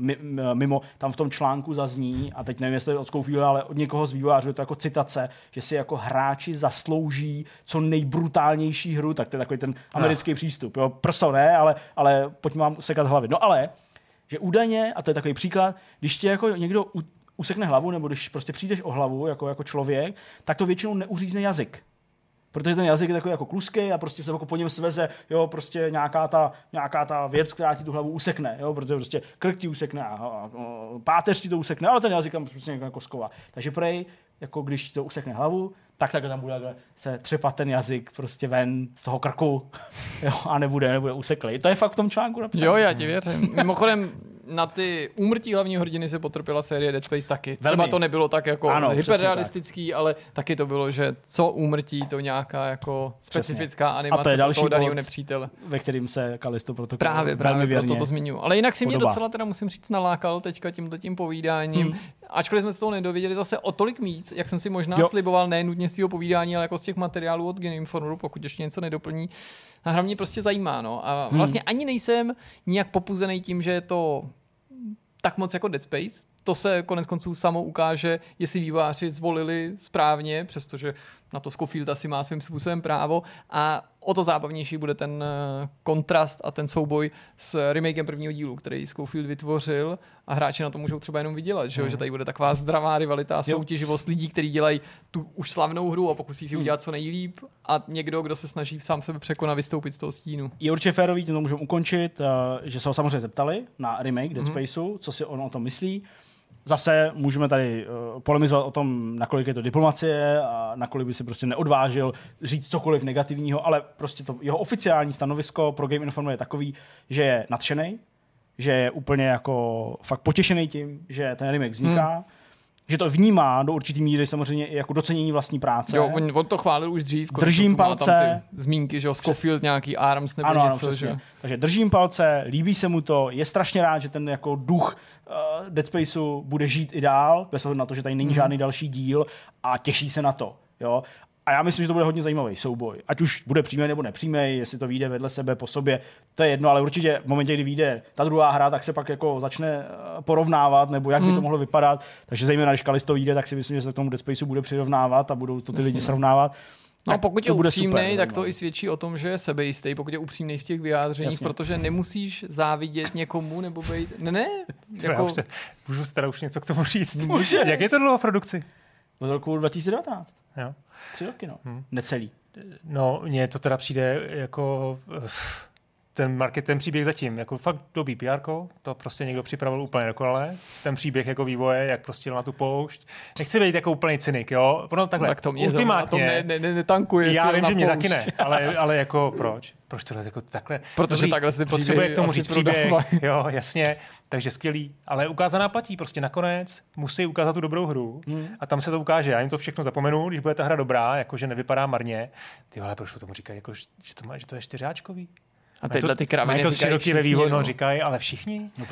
mimo, tam v tom článku zazní, a teď nevím, jestli od Schofielda, ale od někoho z vývojářů je to jako citace, že si jako hráči zaslouží co nejbrutálnější hru, tak to je takový ten americký přístup. Jo, prso ne, ale pojďme vám sekat hlavy. No ale, že údajně, a to je takový příklad, když tě jako někdo usekne hlavu, nebo když prostě přijdeš o hlavu jako člověk, tak to většinou neuřízne jazyk. Protože ten jazyk je takový jako kluský a prostě se jako po něm sveze, jo, prostě nějaká ta věc, která ti tu hlavu usekne, jo, protože prostě krk ti usekne a páteř ti to usekne, ale ten jazyk tam prostě jako sková. Takže prej, jako když ti to usekne hlavu, tak tam bude se třepat ten jazyk prostě ven z toho krku, jo, a nebude useklý. To je fakt v tom článku napsané. Jo, já ti věřím. Mimochodem, na ty úmrtí hlavního hrdiny se potrpěla série Dead Space taky. Třeba Velmi. to nebylo tak jako ano, hyperrealistický, ale taky to bylo, že co úmrtí, to nějaká jako specifická animace toho daného nepřítele. Ve kterým se Callisto protokol právě proto to zmiňuji. Ale jinak si mě docela teda musím říct nalákal teďka tímhletím povídáním. Ačkoliv jsme se toho nedověděli zase o tolik víc, jak jsem si možná sliboval, ne nutně z tvýho povídání, ale jako z těch materiálů od Game Informeru, pokud ještě něco nedoplní. A hra mě prostě zajímá, no. A vlastně ani nejsem nijak popuzený tím, že je to tak moc jako Dead Space. To se konec konců samo ukáže, jestli vývojáři zvolili správně, přestože na to Scofield asi má svým způsobem právo. A o to zábavnější bude ten kontrast a ten souboj s remakem prvního dílu, který Scofield vytvořil, a hráči na to můžou třeba jenom vydělat, že tady bude taková zdravá rivalita a soutěživost lidí, kteří dělají tu už slavnou hru a pokusí si udělat co nejlíp, a někdo, kdo se snaží sám sebe překonat, vystoupit z toho stínu. Je určitě férový, tím to můžeme ukončit, že se ho samozřejmě zeptali na remake Dead Spaceu, co si on o tom myslí. Zase můžeme tady polemizovat o tom, nakolik je to diplomacie a nakolik by si prostě neodvážil říct cokoliv negativního, ale prostě to jeho oficiální stanovisko pro Game Informer je takový, že je nadšenej, že je úplně jako fakt potěšený tím, že ten remake vzniká, že to vnímá do určitý míry samozřejmě i jako docenění vlastní práce. Jo, on to chválil už dřív. Držím palce. Má tam ty zmínky, že Scofield nějaký ARMS nebo ano, něco. Že? Takže držím palce, líbí se mu to, je strašně rád, že ten jako duch Dead Spaceu bude žít i dál, bez ohledu na to, že tady není žádný další díl, a těší se na to. Jo? A já myslím, že to bude hodně zajímavý souboj. Ať už bude přímý nebo nepřímý, jestli to vyjde vedle sebe po sobě, to je jedno, ale určitě v momentě, kdy vyjde ta druhá hra, tak se pak jako začne porovnávat, nebo jak by to mohlo vypadat. Takže zejména, když Callisto vyjde, tak si myslím, že se k tomu Dead Spaceu bude přirovnávat a budou to ty lidi srovnávat. No, pokud je upřímnej, tak to i svědčí o tom, že je sebejistý, pokud je upřímnej v těch vyjádřeních, protože nemusíš závidět někomu nebo být... Ne? Jako... Můžu si teda už něco k tomu říct. Může. Jak je to dlouho v produkci? Od roku 2019. Jo. 3 roky, no. Necelý. No, mně to teda přijde jako... ten příběh zatím, jako fakt dobrý PR-ko, to prostě někdo připravil úplně dokonale. Ten příběh jako vývoje, jak prostě jel na tu poušť. Nechci být jako úplný cynik, jo? No, takhle, tak to mě ultimátně, netankuje. Já vím, že mě taky ne, ale jako proč? Proč tohle jako takhle? Protože takhle si potřebuje k tomu říct příběh, jo, jasně, takže skvělý. Ale ukázaná platí, prostě nakonec musí ukázat tu dobrou hru a tam se to ukáže. Já jim to všechno zapomenu, když bude ta hra dobrá, jakože nevypadá marně. Ty ale proč tomu říkají, jako, že to je 4áčkový? A tyhle ty kraviny mají to 3 roky ve vývoji, no říkají, ale všichni. No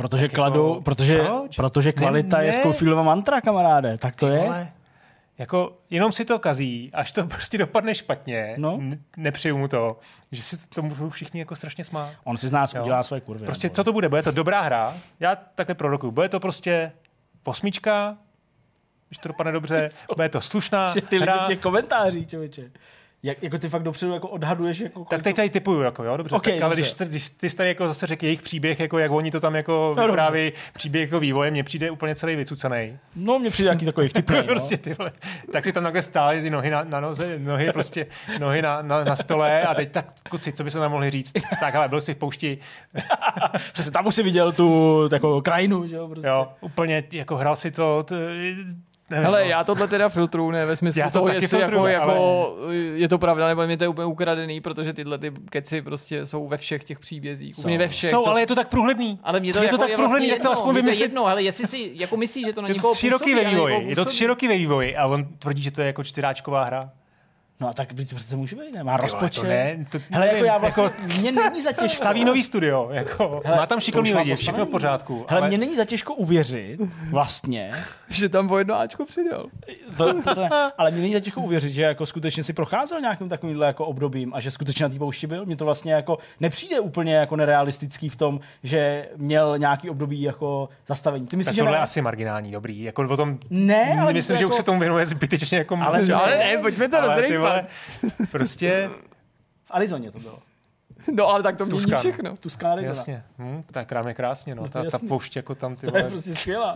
protože kvalita je Scofieldova mantra, kamaráde, tak to je. Vole, jako jenom si to kazí, až to prostě dopadne špatně, nepřeju mu to, že si tomu budou všichni jako strašně smát. On si z nás udělá svoje kurvy. Prostě co to bude? Bude to dobrá hra? Já takhle prorokuju. Bude to prostě 8, když to dopadne dobře, bude to slušná ty hra. lidi v těch komentářích, člověče. Jako ty fakt dopředu jako odhaduješ. Jako tak teď tady typuju, jako, jo, dobře. Okay, tak, ale když ty tady jako zase řekl jejich příběh, jako jak oni to tam jako vyprávějí, příběh jako vývoje, mně přijde úplně celý vycucanej. No, mně přijde nějaký takový vtipný. Prostě tyhle. Tak si tam takhle stály ty nohy na noze, nohy na stole a teď tak, kuci, co by se tam mohli říct? Tak, ale byl si v poušti. Přesně tam už si viděl tu jako krajinu, že jo? Prostě. Jo, úplně jako hrál si to... Hele, já tohle teda filtruju, ne ve smyslu toho, jestli jako je to pravda, nebo mě to je úplně ukradený, protože tyhle ty keci prostě jsou ve všech těch příbězích. Úplně ve všech. Ale je to tak průhledný. Ale mě to je to tak průhledný, tak to aspoň vymyslet. Jedno, ale jestli si jako myslíš, že to na někoho 3 roky ve vývoji. Je to 3 roky ve vývoji a on tvrdí, že to je jako 4áčková hra. No a tak by to přece může být, ne? Má rozpočet. Hele, jako já vlastně, mě není za těžko. Staví nový studio, jako, má tam šikovný lidi, všechno v pořádku. Hele, mě není za těžko uvěřit, vlastně. Že tam o 1 Ačko přidal. Ale mě není za těžko uvěřit, že jako skutečně si procházel nějakým takovýmhle jako obdobím a že skutečně na té poušti byl. Mně to vlastně jako nepřijde úplně jako nerealistický v tom, že měl nějaký období jako zastavení. Ty myslíš, že tohle ne? je asi marginální, dobrý. Jako o tom, ne, ale myslím, že jako... už se tomu věnuje zbytečně jako ale ne, pojďme to rozrejpat. Prostě v Arizoně to bylo. No, ale tak to mění Tuscán. všechno. Tuscán, Arizona. Jasně. Tak krám je krásně, no. Ta poušť jako tam ty To vole. je prostě skvělá.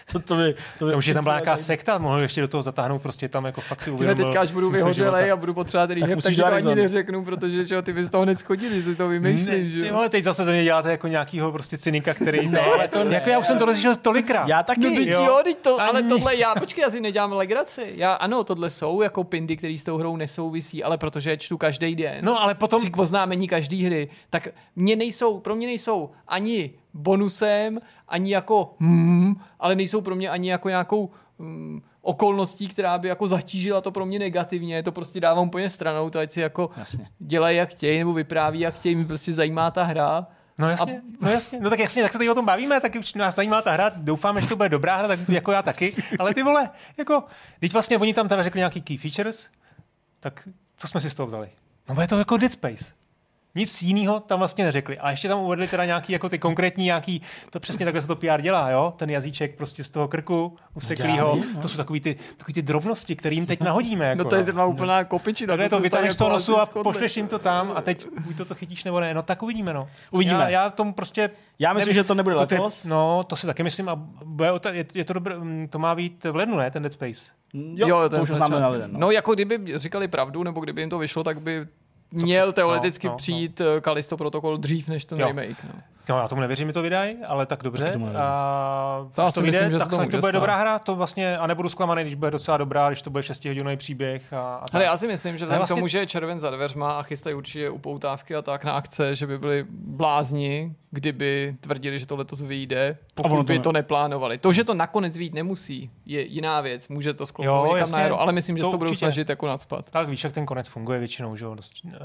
To už je tam byla nějaká sekta, mohl ještě do toho zatáhnout, prostě tam jako fakt si uvědomil. Teďka až budu vyhořelej a budu potřebovat rehab, takže to ani neřeknu, protože že, ty bys toho hned schodili, že si to vymýšlím. Že? Ty vole, teď zase ze mě děláte jako nějakýho prostě cynika, který ne, to, ale to ne, jako já už jsem to rozlišil tolikrát. Já taky. No, jo, to, ale tohle počkej, já si nedělám legraci. Ano, tohle jsou jako pindy, které s tou hrou nesouvisí, ale protože je čtu každý den. No, ale potom k oznámení každý hry, tak pro mě nejsou ani bonusem, ani jako ale nejsou pro mě ani jako nějakou okolností, která by jako zatížila to pro mě negativně, to prostě dávám úplně stranou, to ať si jako dělají jak chtějí, nebo vypráví jak chtějí, mi prostě zajímá ta hra. No jasně, no tak jasně, tak se tady o tom bavíme, tak už nás zajímá ta hra, doufáme, že to bude dobrá hra, tak jako já taky, ale ty vole, jako, teď vlastně oni tam teda řekli nějaký key features, tak co jsme si z toho vzali? No bude to jako Dead Space. Nic jiného tam vlastně neřekli. A ještě tam uvedli teda nějaký jako ty konkrétní nějaký, to přesně takhle se to PR dělá, jo? Ten jazyček prostě z toho krku useklýho. To jsou takový ty drobnosti, které jim teď nahodíme. Jako, no to je zrovna úplná kopičina. Takhle to vytáhneš z toho nosu a pošleš jim to tam a teď buď to chytíš nebo ne. No tak uvidíme, no. Uvidíme. Já tomu prostě... Já myslím, že to nebude letos. No, to si taky myslím a je to dobré, to má být v lednu, ne, ten Dead Space? Jo, to už známe na leden. No jako kdyby říkali pravdu, nebo kdyby jim to vyšlo, tak by měl teoreticky přijít Callisto Protocol dřív než ten remake. No, já tomu nevěřím, mi to vydají, ale tak dobře. To to vyjde, myslím, že tak to bude dobrá hra, to vlastně, a nebudu zklamaný, když bude docela dobrá, když to bude 6hodinový příběh. Ale já si myslím, že vzhledem k tomu, že je červen za dveřma a chystají určitě upoutávky a tak na akce, že by byli blázni, kdyby tvrdili, že to letos vyjde, pokud by to neplánovali. To, že to nakonec vyjít nemusí, je jiná věc. Může to sklopit tam na hru, ale myslím, že to budou snažit jako nacpat. Tak víš, jak ten konec funguje většinou, že jo?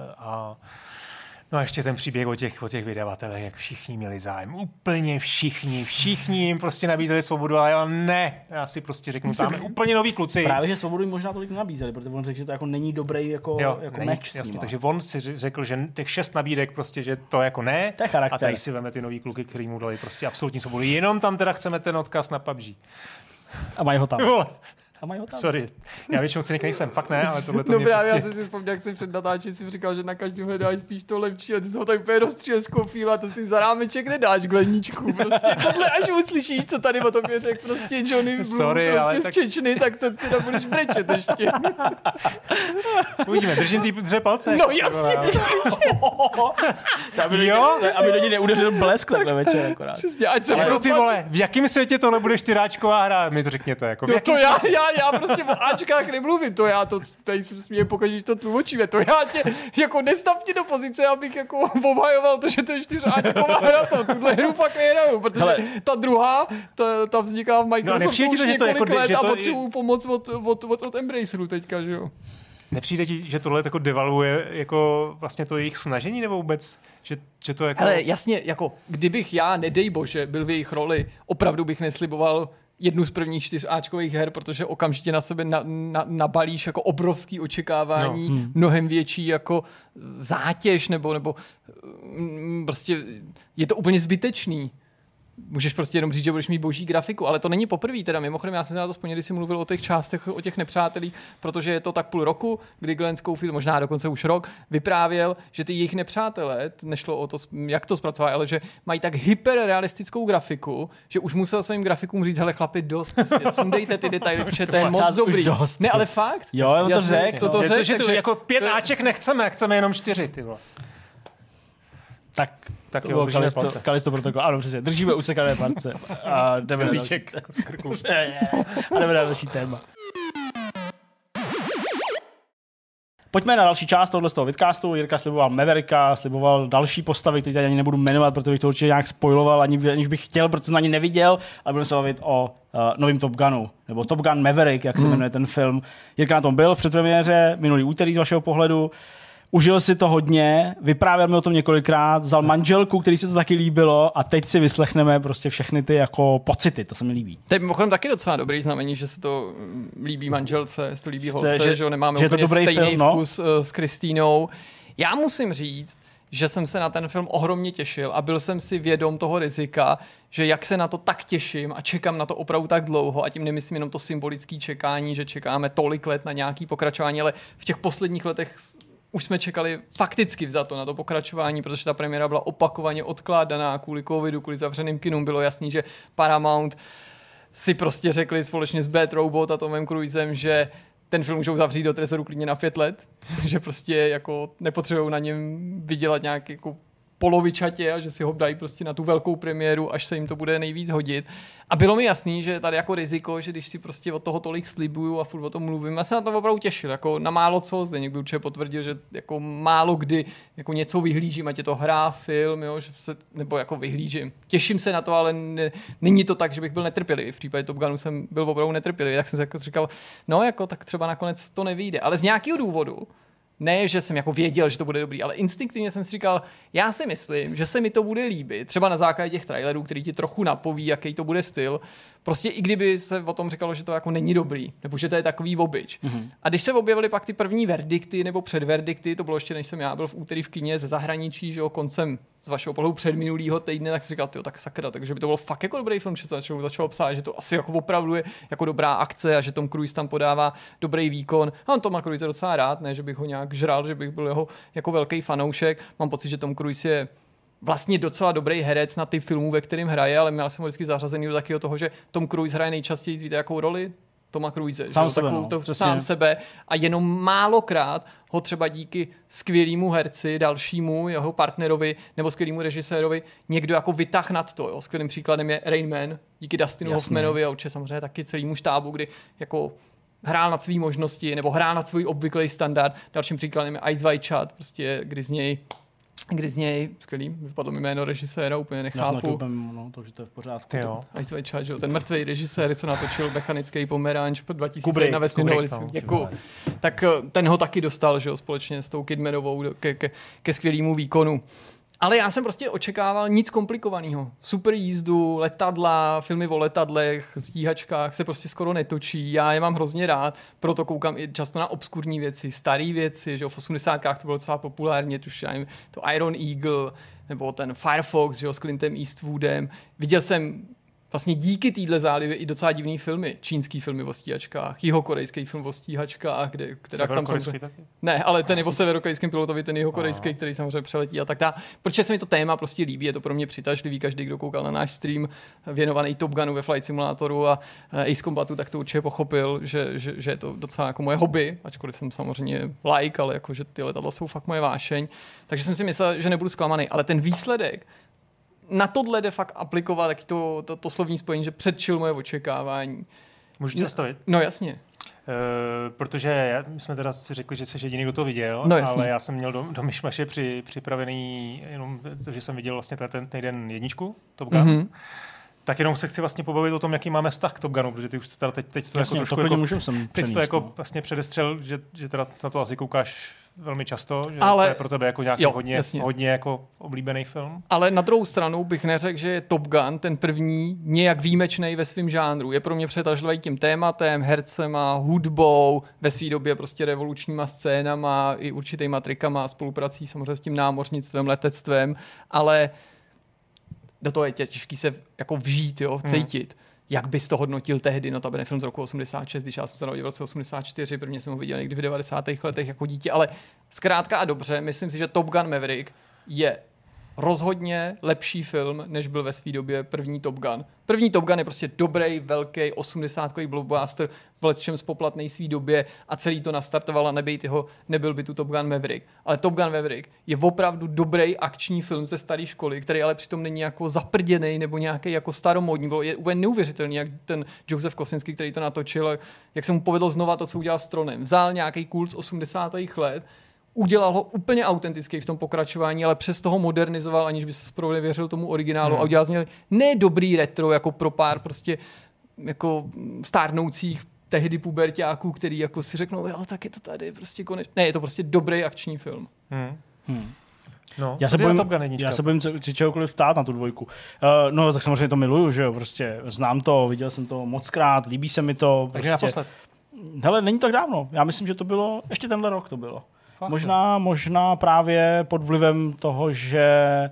No a ještě ten příběh o těch vydavatelech, jak všichni měli zájem. Úplně všichni jim prostě nabízeli svobodu, ale já si prostě řeknu, tam úplně noví kluci. Právě, že svobodu jim možná tolik nenabízeli, protože on řekl, že to jako není dobrý jako meč. Jasně, takže on si řekl, že těch 6 nabídek prostě, že to jako ne. To je charakter. A tady si veme ty nový kluky, který mu dali prostě absolutní svobodu. Jenom tam teda chceme ten odkaz na PUBG. A mají ho tam. Sorry, já většinou cynik nejsem, fakt ne, ale tohle to mě prostě... No právě, já jsem si vzpomněl, jak jsem před natáčením si říkal, že na každém hledáš spíš to lepší a ty se ho tak úplně roztřeskl fíla, to si za rámeček nedáš gledničku, prostě tohle až uslyšíš, co tady o tobě řekl prostě Johnny Blue, sorry, prostě z Čečny, tak to ty nebudeš brečet ještě. Uvidíme, držím ty palce. No jasně, aby do ní neudeřil blesk takhle večer akorát. Přesně, ať se jako ty vole, v jakém světě tohle budeš tyráčková hra, mi to řekněte. Jako, no to já prostě o Ačkách nemluvím, to já to tady se směje, pokud to tlumočíme, to já tě jako nestav tě do pozice, abych jako obhajoval to, že to je 4Ačková hra, tuhle hru fakt nehraju, protože ta druhá, ta vzniká v Microsoftu už několik let a potřebuju pomoc od Embraceru teďka, že jo. Nepřijde ti, že tohle jako devaluje jako vlastně to jejich snažení nebo vůbec? Že to jako... Hele, jasně, jako kdybych já, nedej bože, byl v jejich roli, opravdu bych nesliboval jednu z prvních 4Ačkových her, protože okamžitě na sebe nabalíš jako obrovský očekávání, mnohem větší jako zátěž, nebo prostě je to úplně zbytečný. Můžeš prostě jenom říct, že budeš mít boží grafiku, ale to není poprvé. Teda mimochodem, já jsem na to vzpomněl, když jsi mluvil o těch částech, o těch nepřátelích, protože je to tak půl roku, kdy Glenn Schofield, možná dokonce už rok, vyprávěl, že ty jejich nepřátelé, nešlo o to, jak to zpracovat, ale že mají tak hyperrealistickou grafiku, že už musel svým grafikům říct, hele chlapi, dost, prostě sundejte ty detaily, protože to je moc dobrý. Dost. Ne, ale fakt? Jo, on to řekl. To řekl, že to jako 5 Aček nechceme jenom 4, ty vole. Tak jo, Callisto Protocol. Ano, přesně. Držíme usekané palce. A jdeme na další. A jdeme na další téma. Pojďme na další část tohoto z toho vidcastu. Jirka sliboval Mavericka, sliboval další postavy, které tady ani nebudu jmenovat, protože bych to určitě nějak spoiloval, aniž bych chtěl, protože jsem ani neviděl, ale budeme se bavit o novém Top Gunu, nebo Top Gun Maverick, jak se jmenuje ten film. Jirka na tom byl v předpremiéře minulý úterý z vašeho pohledu. Užil si to hodně, vyprávěl mi o tom několikrát, vzal manželku, který se to taky líbilo a teď si vyslechneme prostě všechny ty jako pocity, to se mi líbí. To je mimochodem taky docela dobrý znamení, že se to líbí manželce, že se to líbí holce, že nemáme úplně stejný vkus s Kristýnou. Já musím říct, že jsem se na ten film ohromně těšil a byl jsem si vědom toho rizika, že jak se na to tak těším a čekám na to opravdu tak dlouho, a tím nemyslím jenom to symbolické čekání, že čekáme tolik let na nějaký pokračování, ale v těch posledních letech už jsme čekali fakticky vzato na to pokračování, protože ta premiéra byla opakovaně odkládaná kvůli covidu, kvůli zavřeným kinům. Bylo jasný, že Paramount si prostě řekli společně s Bad Robot a Tomem Cruisem, že ten film můžou zavřít do trezoru klidně na 5 let, že prostě jako nepotřebují na něm vydělat nějak jako polovičatě a že si ho dají prostě na tu velkou premiéru, až se jim to bude nejvíc hodit. A bylo mi jasný, že tady jako riziko, že když si prostě od toho tolik slibuju a furt o tom mluvím, já se na to opravdu těšil, jako na málo co, zde někdo určitě potvrdil, že jako málo kdy jako něco vyhlížím, ať je to hra, film, jo, že se, nebo jako vyhlížím. Těším se na to, ale není to tak, že bych byl netrpělivý. V případě Top Gunu jsem byl opravdu netrpělivý, tak jsem si jako říkal, no jako tak třeba nakonec to nevyjde, ale z nějakého důvodu. Ne, že jsem jako věděl, že to bude dobrý, ale instinktivně jsem si říkal, já si myslím, že se mi to bude líbit. Třeba na základě těch trailerů, který ti trochu napoví, jaký to bude styl. Prostě i kdyby se o tom říkalo, že to jako není dobrý, nebo že to je takový obyč. Mm-hmm. A když se objevily pak ty první verdikty nebo předverdikty, to bylo ještě než jsem já byl v úterý v kině ze zahraničí, že jo, koncem z vašeho pohledu předminulýho týdne, tak si říkal, tak sakra, takže by to bylo fakt jako dobrý film, že se začalo psát, že to asi jako opravdu je jako dobrá akce a že Tom Cruise tam podává dobrý výkon. A on Toma Cruise docela rád, ne, že bych ho nějak žral, že bych byl jeho jako velký fanoušek. Mám pocit, že Tom Cruise je vlastně docela dobrý herec na typ filmů, ve kterým hraje, ale měl jsem ho vždycky zařazený do takového toho, že Tom Cruise hraje nejčastěji, víte, jakou roli? Toma Cruise, sám sebe a jenom málokrát ho třeba díky skvělému herci, dalšímu jeho partnerovi nebo skvělému režisérovi někdo jako vytáh nad to. Jo. Skvělým příkladem je Rain Man, díky Dustinu Hoffmanovi a určitě samozřejmě taky celému štábu, kdy jako hrál nad svý možnosti nebo hrál nad svůj obvyklý standard. Dalším příkladem je Ice White Shot, prostě kdy z něj, skvělý, vypadlo mi jméno režiséra, úplně nechápu. To, že to je v pořádku. Ice White Shot, že? Ten mrtvý režisér, co natočil Mechanický pomeranč 2001 vesmírnou ulici. Tak ten ho taky dostal, že jo, společně s tou Kidmanovou ke skvělému výkonu. Ale já jsem prostě očekával nic komplikovaného. Super jízdu, letadla, filmy o letadlech, stíhačkách se prostě skoro netočí. Já je mám hrozně rád, proto koukám i často na obskurní věci, staré věci, že v 80kách to bylo docela populárně, tuž to Iron Eagle, nebo ten Firefox, že s Clintem Eastwoodem. Viděl jsem vlastně díky téhle zálivě i docela divný filmy. Čínský filmy o stíhačkách, jihokorejský film o stíhačkách, která tam samozřejmě... Ne, ale ten je o severokorejském pilotovi, ten jihokorejský, který samozřejmě přeletí a tak dále. Protože se mi to téma prostě líbí, je to pro mě přitažlivý, každý, kdo koukal na náš stream věnovaný Top Gunu ve Flight Simulatoru a Ace Combatu, tak to určitě pochopil, že je to docela jako moje hobby, ačkoliv jsem samozřejmě like, ale jako, že ty letadla jsou fakt moje vášeň. Takže jsem si myslel, že nebudu zklamaný, ale ten výsledek na tohle jde fakt aplikovat taky to slovní spojení, že předčil moje očekávání. Můžu ti zastavit? No jasně. Protože my jsme teda si řekli, že jsi jediný, kdo to viděl, ale já jsem měl do myšmaše připravený jenom to, že jsem viděl vlastně ten týden jedničku Top Gun. Mm-hmm. Tak jenom se chci vlastně pobavit o tom, jaký máme vztah k Top Gunu, protože ty už teda teď to jasně, jako trošku teď to jako vlastně předestřel, že teda na to asi koukáš velmi často, že ale, to je pro tebe jako nějaký hodně jako oblíbený film. Ale na druhou stranu bych neřekl, že je Top Gun ten první nějak výjimečný ve svém žánru. Je pro mě přetažlivý tím tématem, hercema, hudbou, ve své době prostě revolučníma scénama i určitýma trikama, spoluprací samozřejmě s tím námořnictvem, letectvem, ale do toho je těžký se jako vžít, jo, cítit. Jak bys to hodnotil tehdy, no to byl film z roku 86, když já jsem se narodil v roce 84, prvně jsem ho viděl někdy v 90. letech jako dítě, ale zkrátka a dobře, myslím si, že Top Gun Maverick je rozhodně lepší film, než byl ve své době první Top Gun. První Top Gun je prostě dobrý, velký 80kový blockbuster, v lecčem spoplatnej svý době a celý to nastartoval a nebyl by tu Top Gun Maverick. Ale Top Gun Maverick je opravdu dobrý akční film ze staré školy, který ale přitom není jako zaprděnej nebo nějaký jako staromódní. Je úplně neuvěřitelný, jak ten Joseph Kosinski, který to natočil, jak se mu povedlo znova to, co udělal s Tronem. Vzal nějaký kult z 80. let, udělal ho úplně autentický v tom pokračování, ale přes toho modernizoval, aniž by se zprve věřil tomu originálu a udělal z něj ne dobrý retro, jako pro pár prostě jako stárnoucích tehdy puberťáků, který jako si řeknou, jo, tak je to tady prostě konečně. Ne, je to prostě dobrý akční film. No, já se bojím čehokoliv ptát na tu dvojku. No, tak samozřejmě to miluju, že jo, prostě znám to, viděl jsem to mockrát, líbí se mi to. Takže naposled. Hele, není to tak dávno. Já myslím, že to bylo, ještě tenhle rok to bylo. Možná právě pod vlivem toho, že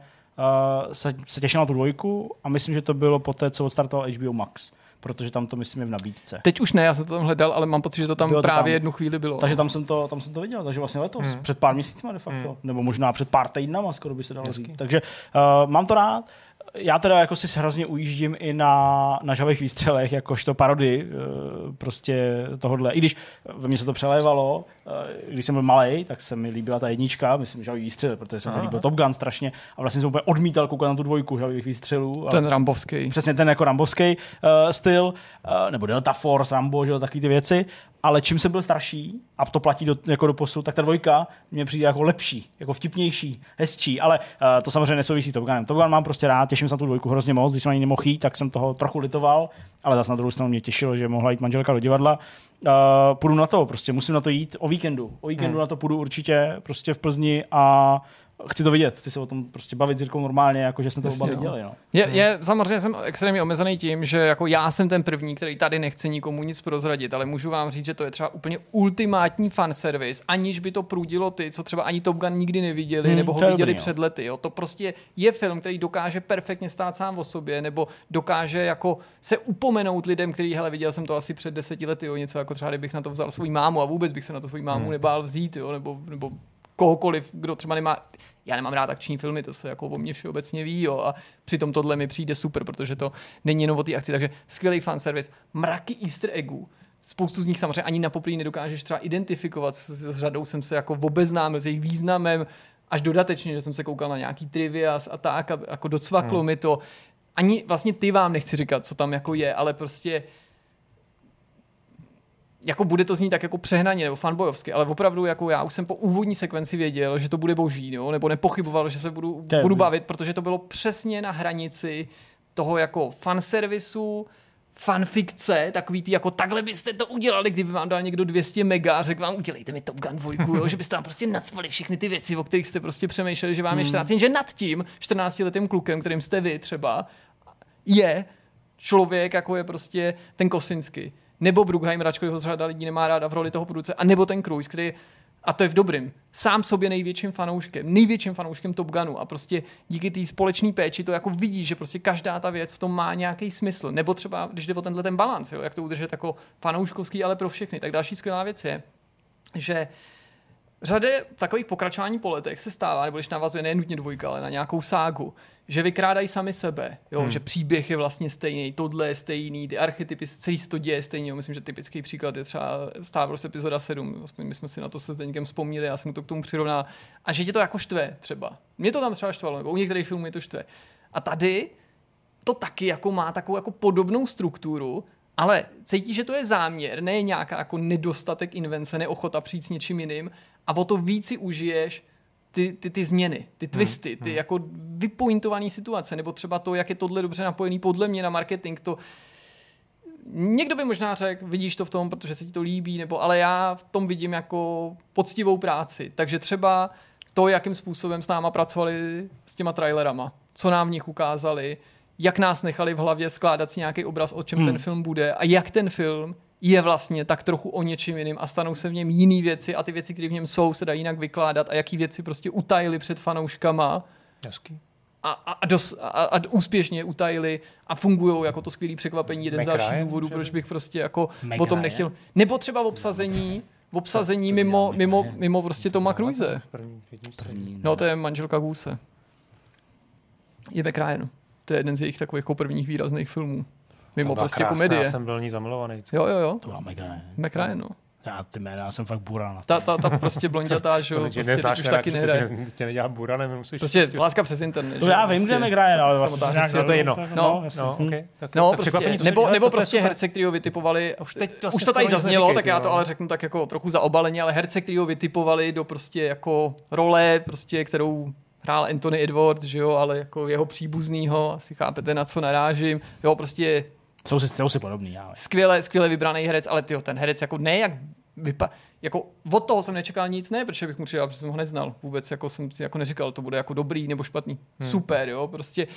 se těšil na tu dvojku a myslím, že to bylo poté, co odstartoval HBO Max. Protože tam to, myslím, je v nabídce. Teď už ne, já jsem to tam hledal, ale mám pocit, že to tam bylo právě jednu chvíli bylo. Takže tam jsem to viděl, takže vlastně letos, před pár měsícima de facto, nebo možná před pár týdnama, skoro by se dalo říct. Takže mám to rád. Já teda jako si hrozně ujíždím i na Žhavých výstřelech, jakožto parody prostě tohodle. I když ve mně se to přelévalo, když jsem byl malej, tak se mi líbila ta jednička, myslím Žhavý výstřel, protože se mi líbil Top Gun strašně a vlastně jsem úplně odmítal koukat na tu dvojku Žhavých výstřelů. Ten rambovský. Přesně ten jako rambovský styl, nebo Delta Force, Rambo, že jo, takový ty věci. Ale čím jsem byl starší, a to platí do posud, tak ta dvojka mě přijde jako lepší, jako vtipnější, hezčí, ale to samozřejmě nesouvisí s Top Gunem. Top Gun mám prostě rád, těším se na tu dvojku hrozně moc, když jsem ani nemohl jít, tak jsem toho trochu litoval, ale zase na druhou stranu mě těšilo, že mohla jít manželka do divadla. Půjdu na to, prostě musím na to jít o víkendu. O víkendu na to půjdu určitě prostě v Plzni a chci to vidět, chci se o tom prostě bavit s Jirkou normálně, jako že jsme to oba viděli. No. Samozřejmě jsem extrémně omezený tím, že jako já jsem ten první, který tady nechce nikomu nic prozradit, ale můžu vám říct, že to je třeba úplně ultimátní fanservice, aniž by to prudilo ty, co třeba ani Top Gun nikdy neviděli, nebo ho viděli před lety. Jo. To prostě je film, který dokáže perfektně stát sám o sobě, nebo dokáže jako se upomenout lidem, který, hele, viděl jsem to asi před 10 lety, jo, něco jako třeba, kdybych na to vzal svou mámu a vůbec bych se na to svou mámu nebál vzít, jo, nebo kohokoliv, kdo třeba nemá. Já nemám rád akční filmy, to se jako o mě všeobecně ví, jo, a přitom tohle mi přijde super, protože to není jenom o té akci, takže skvělý fanservice, mraky easter eggů, spoustu z nich samozřejmě ani na poprvé nedokážeš třeba identifikovat, s řadou jsem se jako obeznámil s jejich významem, až dodatečně, že jsem se koukal na nějaký trivias a tak, a jako docvaklo mi to. Ani vlastně ty vám nechci říkat, co tam jako je, ale prostě jako bude to znít tak jako přehnaně nebo fanbojovsky, ale opravdu jako já už jsem po úvodní sekvenci věděl, že to bude boží, jo? Nebo nepochyboval, že se budu bavit, protože to bylo přesně na hranici toho jako fanservisu, fanfikce, takový ty jako takhle byste to udělali, kdyby vám dal někdo 200 mega a řekl vám, udělejte mi Top Gun 2, jo? Že byste tam prostě nacpali všechny ty věci, o kterých jste prostě přemýšleli, že vám je 14, že nad tím 14letým klukem, kterým jste vy třeba, je člověk, jako je prostě ten Kosinski. Nebo Bruckheimer, ačkoliv ho řada lidí nemá ráda v roli toho produce, a nebo ten Cruise, který, a to je v dobrým, sám sobě největším fanouškem Top Gunu a prostě díky té společné péči to jako vidí, že prostě každá ta věc v tom má nějaký smysl. Nebo třeba, když jde o tenhle ten balans, jo, jak to udržet jako fanouškovský, ale pro všechny. Tak další skvělá věc je, že řadě takových pokračování po letech se stává, nebo když navazuje nejen nutně dvojka, ale na nějakou ságu, že vykrádají sami sebe, jo? Že příběh je vlastně stejný, tohle je stejný, ty archetypy, celý se to děje stejně. Myslím, že typický příklad je třeba Star Wars epizoda 7, my jsme si na to se Zdeňkem vzpomněli, já jsem to k tomu přirovnal, a že tě to jako štve třeba. Mě to tam třeba štvalo, nebo u některých filmů je to štve. A tady to taky jako má takovou jako podobnou strukturu, ale cítí, že to je záměr, ne nějaká jako nedostatek invence, neochota přijít s něčím jiným, a o to víc si užiješ ty změny, ty twisty, ty jako vypointované situace, nebo třeba to, jak je tohle dobře napojený podle mě na marketing, to někdo by možná řekl, vidíš to v tom, protože se ti to líbí, nebo ale já v tom vidím jako poctivou práci. Takže třeba to, jakým způsobem s náma pracovali s těma trailerama, co nám v nich ukázali, jak nás nechali v hlavě skládat si nějaký obraz, o čem ten film bude a jak ten film je vlastně tak trochu o něčím jiným a stanou se v něm jiný věci a ty věci, které v něm jsou, se dají jinak vykládat a jaký věci prostě utajili před fanouškama a úspěšně utajili a fungují jako to skvělý překvapení. Jeden z dalších důvodů, proč bych prostě jako o tom nechtěl. Nebo třeba v obsazení mimo prostě Toma Cruise. No to je manželka Goose. Je Mac Ryan. To je jeden z jejich takových prvních výrazných filmů. Mimo prostě krásná, komedie. Já jsem byl ní zamilovaný. Jo. To byla Mac Ryan. Mac Ryan, no. Já jsem fakt buran. Ta prostě blondětá, že jo, prostě neznáš, už taky nehraje. Tě nedělá buranem, musíš... Prostě láska přes internet. To já vím, že Mac Ryan, ale vlastně nějak to je jedno. No, prostě, nebo prostě herce, který ho vytipovali, už to tady zaznělo, tak já to ale řeknu tak jako trochu zaobaleně, ale herce, který ho vytipovali do prostě jako role, prostě, kterou hrál Anthony Edwards, že jo, ale jako jeho příbuznýho, asi chápete, na co narážím. Jo, prostě jsou si podobný, ale. Skvěle vybraný herec, ale tyjo, ten herec jako ne jak jako od toho jsem nečekal nic, ne, protože bych mu přidal, protože jsem ho neznal. Vůbec jako jsem si jako neříkal, to bude jako dobrý nebo špatný. Super, jo, prostě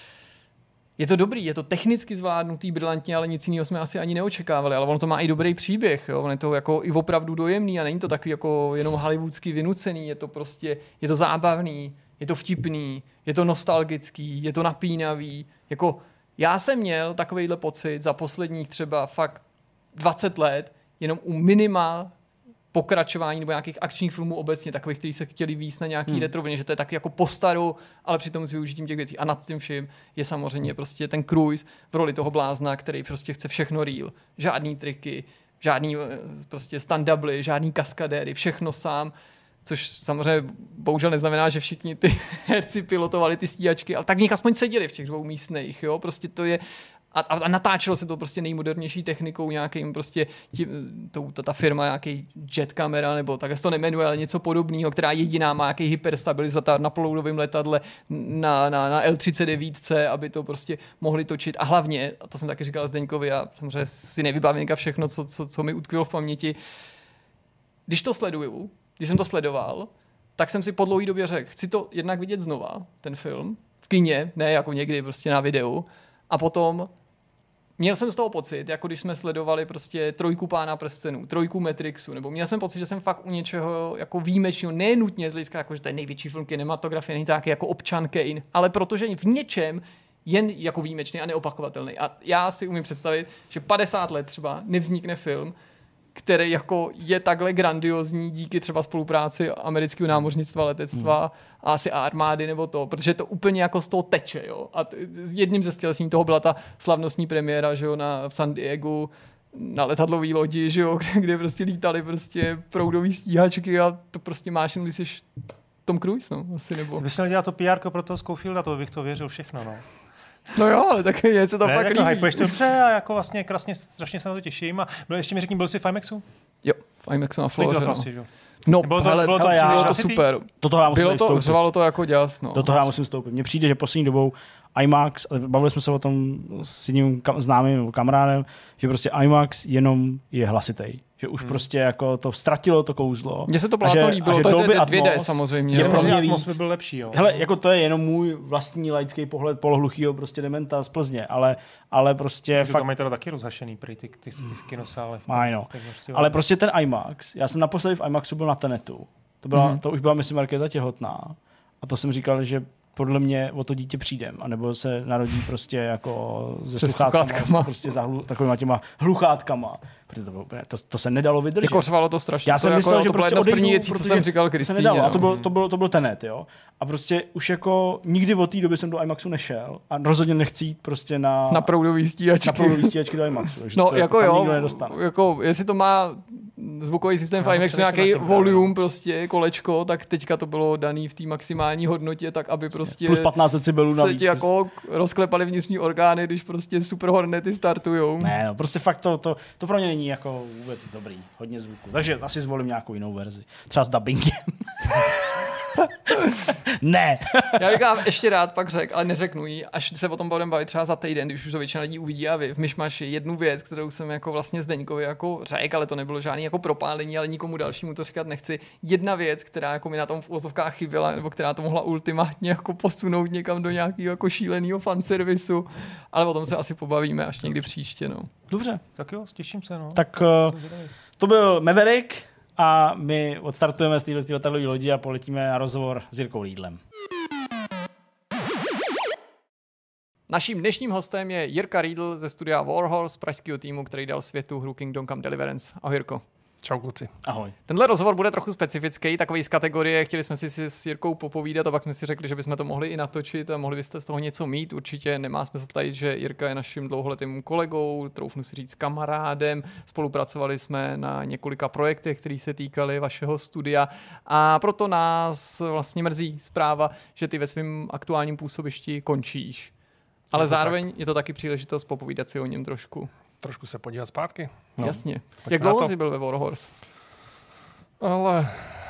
je to dobrý, je to technicky zvládnutý, brilantně, ale nic jiného jsme asi ani neočekávali, ale ono to má i dobrý příběh, jo, on je to jako i opravdu dojemný a není to takový jako jenom hollywoodsky vynucený, je to prostě, je to zábavný, je to vtipný, je to nostalgický, je to napínavý, jako já jsem měl takovejhle pocit za posledních třeba fakt 20 let, jenom u minima pokračování nebo nějakých akčních filmů obecně, takových, kteří se chtěli víc na nějaký retrovině, že to je taky jako po staru, ale přitom s využitím těch věcí. A nad tím vším je samozřejmě prostě ten Cruise v roli toho blázna, který prostě chce všechno real. Žádný triky, žádný prostě stand-uply, žádný kaskadéry, všechno sám. Což samozřejmě bohužel neznamená, že všichni ty herci pilotovali ty stíhačky, ale tak v nich aspoň seděli v těch dvou místných, jo, prostě to je a natáčelo se to prostě nejmodernější technikou nějakým prostě ta firma nějaký jet kamera nebo tak se to nemenuje, ale něco podobného, která jediná má nějaký hyperstabilizátor na poloudovém letadle na L-39, aby to prostě mohli točit. A hlavně, a to jsem taky říkal Zdeňkovi, a samozřejmě si nevybavím všechno, co mi utkvělo v paměti, když jsem to sledoval, tak jsem si po dlouhé době řekl, chci to jednak vidět znova, ten film, v kině, ne jako někdy prostě na videu, a potom měl jsem z toho pocit, jako když jsme sledovali prostě 3 Pána prstenů, 3 Matrixu, nebo měl jsem pocit, že jsem fakt u něčeho jako výjimečného, ne nutně z hlediska, jako, že to je největší film kinematografie, není to jako Občan Kane, ale protože v něčem jen jako výjimečný a neopakovatelný. A já si umím představit, že 50 let třeba nevznikne film, který jako je takhle grandiozní díky třeba spolupráci amerického námořnictva, letectva a asi armády nebo to, protože to úplně jako z toho teče, jo. A jedním ze stělesní toho byla ta slavnostní premiéra, že jo, v San Diegu, na letadlový lodi, že jo, kde prostě lítali prostě proudový stíhačky a to prostě máš, když jsi Tom Cruise, no, asi nebo. Ty bys měl dělat to PR pro toho Schofielda, to bych to věřil všechno, no. No jo, ale tak je se to fakt líbí. Hypuješ to dobře a jako vlastně krásně, strašně se na to těším. A ještě mi řekni, byl jsi v IMAXu? Jo, v IMAXu na Floře, no. Bylo to super. Řvalo to jako děs, no. Do toho já musím vstoupit. Mně přijde, že poslední dobou IMAX, bavili jsme se o tom s jedním známým kamarádem, že prostě IMAX jenom je hlasitej. Že už prostě jako to ztratilo to kouzlo. Mně se to plátno líbilo, to je 2D samozřejmě. Je pro mě víc. By byl lepší, jo. Hele, jako to je jenom můj vlastní laický pohled polohluchýho prostě dementa z Plzně, ale prostě fakt... To mají teda taky rozhašený prý ty kinosále. No. Ale prostě ten IMAX, já jsem naposledy v IMAXu byl na Tenetu. To už byla myslím Markéta těhotná. A to jsem říkal, že podle mě o to dítě přijdem, anebo se narodí prostě jako se sluchátkama, prostě za takovýma těma hluchátkama. Protože to se nedalo vydržet. Jako řvalo to strašně. Já jsem myslel, že prostě odejdu, co jsem říkal Kristýně. A to byl Tenet, jo. A prostě už jako nikdy od té doby jsem do IMAXu nešel a rozhodně nechci jít prostě na proudový stíhačky do IMAXu. No to jako jo, jako jestli to má zvukový systém v IMAXu nějaký volume prostě, kolečko, tak teďka to bylo daný v té maximální hodnotě, tak aby prostě plus 15 decibelů navíc. Se ti jako rozklepaly vnitřní orgány, když prostě super hornety startujou. Ne, no, prostě fakt to pro mě není jako vůbec dobrý, hodně zvuku. Takže asi zvolím nějakou jinou verzi. Třeba s dubbingem. Ne. Já bych vám ještě rád pak řekl, ale neřeknu ji, až se o tom budeme bavit třeba za týden, když už to většina lidí uvidí a vy v Myšmaši jednu věc, kterou jsem jako vlastně Zdeňkovi jako řekl, ale to nebylo žádný jako propálení, ale nikomu dalšímu to říkat nechci. Jedna věc, která jako mi na tom v uvozovkách chyběla, nebo která to mohla ultimátně jako posunout někam do nějakého jako šíleného fanservisu, ale o tom se asi pobavíme až někdy příště, no. Dobře. Tak jo, těším se, no. Tak to byl Maverick. A my odstartujeme z této letadlové lodi a poletíme na rozhovor s Jirkou Riedlem. Naším dnešním hostem je Jirka Riedl ze studia Warhorse, pražského týmu, který dal světu hru Kingdom Come Deliverance. Ahoj Jirko. Čau kluci. Ahoj. Tenhle rozhovor bude trochu specifický, takový z kategorie, chtěli jsme si s Jirkou popovídat a pak jsme si řekli, že bychom to mohli i natočit a mohli byste z toho něco mít. Určitě nemá smysl tady, že Jirka je naším dlouholetým kolegou, troufnu si říct kamarádem, spolupracovali jsme na několika projektech, které se týkaly vašeho studia a proto nás vlastně mrzí zpráva, že ty ve svém aktuálním působišti končíš. Ale zároveň je to taky příležitost popovídat si o něm trošku. Trošku se podívat zpátky. No. Jasně. Jak dlouho jsi byl ve Warhorse? Ale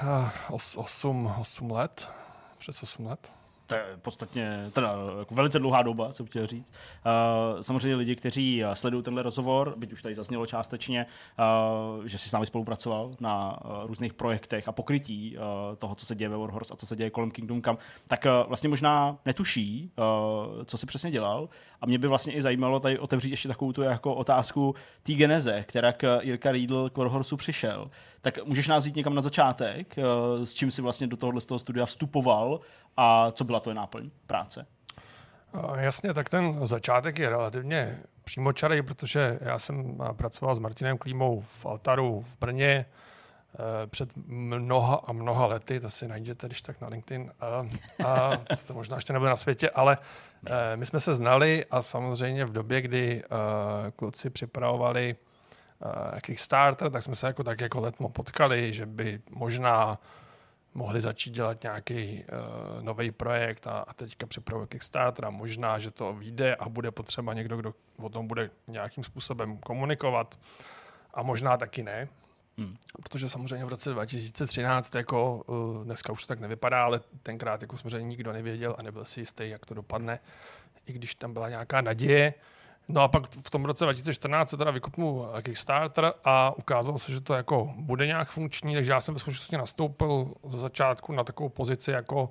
8 let. Přes 8 let. To je podstatně, teda jako velice dlouhá doba, jsem chtěl říct. Samozřejmě lidi, kteří sledují tenhle rozhovor, byť už tady zaznělo částečně, že si s námi spolupracoval na různých projektech a pokrytí toho, co se děje ve Warhorse a co se děje kolem Kingdom Come, tak vlastně možná netuší, co si přesně dělal. A mě by vlastně i zajímalo tady otevřít ještě takovou tu jako otázku té geneze, která k Jirka Riedl k Warhorsu přišel. Tak můžeš nás jít někam na začátek, s čím si vlastně do tohohle z toho studia vstupoval a co byla tvoje náplň práce? Jasně, tak ten začátek je relativně přímočarý, protože já jsem pracoval s Martinem Klímou v Altaru v Brně před mnoha lety, to si najděte, když tak na LinkedIn, a to jste možná ještě nebyli na světě, ale my jsme se znali a samozřejmě v době, kdy kluci připravovali Kickstarter, tak jsme se tak jako letmo potkali, že by možná mohli začít dělat nějaký nový projekt a teďka připravuje Kickstarter a možná, že to vyjde a bude potřeba někdo, kdo o tom bude nějakým způsobem komunikovat a možná taky ne. Protože samozřejmě v roce 2013, jako dneska už to tak nevypadá, ale tenkrát jako samozřejmě nikdo nevěděl a nebyl si jistý, jak to dopadne, i když tam byla nějaká naděje. No a pak v tom roce 2014 se teda vykopnul Kickstarter a ukázalo se, že to jako bude nějak funkční, takže já jsem ve skutečnosti nastoupil za začátku na takovou pozici jako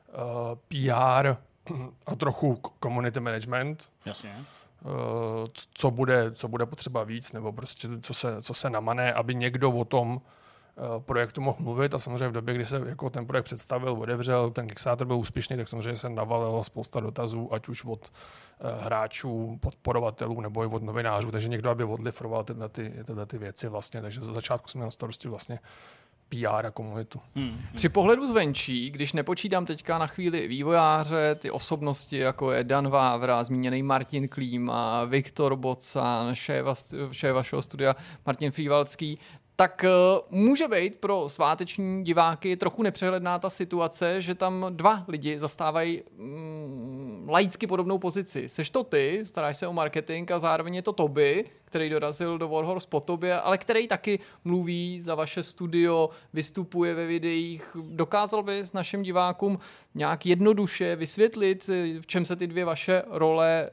PR a trochu community management. Jasně. Co bude potřeba víc, nebo prostě co se namane, aby někdo o tom projektu mohl mluvit a samozřejmě v době, kdy se jako ten projekt představil, otevřel, ten Kickstarter byl úspěšný, tak samozřejmě se navalilo spousta dotazů, ať už od hráčů, podporovatelů nebo i od novinářů, takže někdo aby odlifroval tyhle ty věci vlastně, takže za začátku jsme na starosti vlastně PR a komunitu. Při pohledu zvenčí, když nepočítám teďka na chvíli vývojáře, ty osobnosti, jako je Dan Vávra, zmíněný Martin Klíma, Viktor Bocan, šéf vašeho studia Martin Frývaldský, tak může být pro sváteční diváky trochu nepřehledná ta situace, že tam dva lidi zastávají laicky podobnou pozici. Seš to ty, staráš se o marketing a zároveň je to Toby, který dorazil do Warhorse po tobě, ale který taky mluví za vaše studio, vystupuje ve videích. Dokázal bys našim divákům nějak jednoduše vysvětlit, v čem se ty dvě vaše role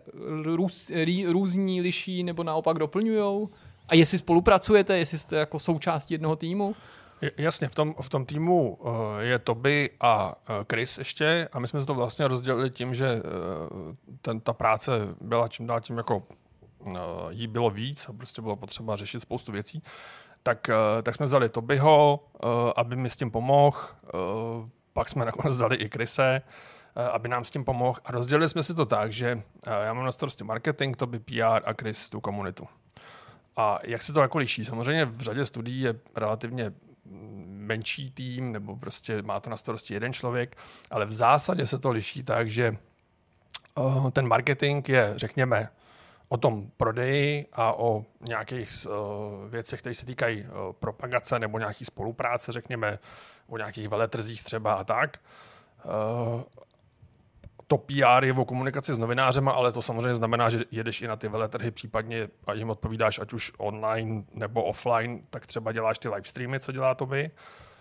různí, liší nebo naopak doplňujou? A jestli spolupracujete, jestli jste jako součástí jednoho týmu? Jasně, v tom týmu je Toby a Chris ještě a my jsme se to vlastně rozdělili tím, že ta práce byla čím dál tím jako jí bylo víc a prostě bylo potřeba řešit spoustu věcí. Tak jsme vzali Tobyho, aby mi s tím pomohl, pak jsme nakonec vzali i Chrise, aby nám s tím pomohl a rozdělili jsme si to tak, že já mám na starosti marketing, Toby PR a Chris tu komunitu. A jak se to jako liší? Samozřejmě v řadě studií je relativně menší tým, nebo prostě má to na starosti jeden člověk, ale v zásadě se to liší tak, že ten marketing je, řekněme, o tom prodeji a o nějakých věcech, které se týkají propagace nebo nějaký spolupráce, řekněme, o nějakých veletrzích třeba a tak. To PR je o komunikaci s novinářema, ale to samozřejmě znamená, že jedeš i na ty veletrhy, případně a jim odpovídáš ať už online nebo offline, tak třeba děláš ty livestreamy, co dělá Toby.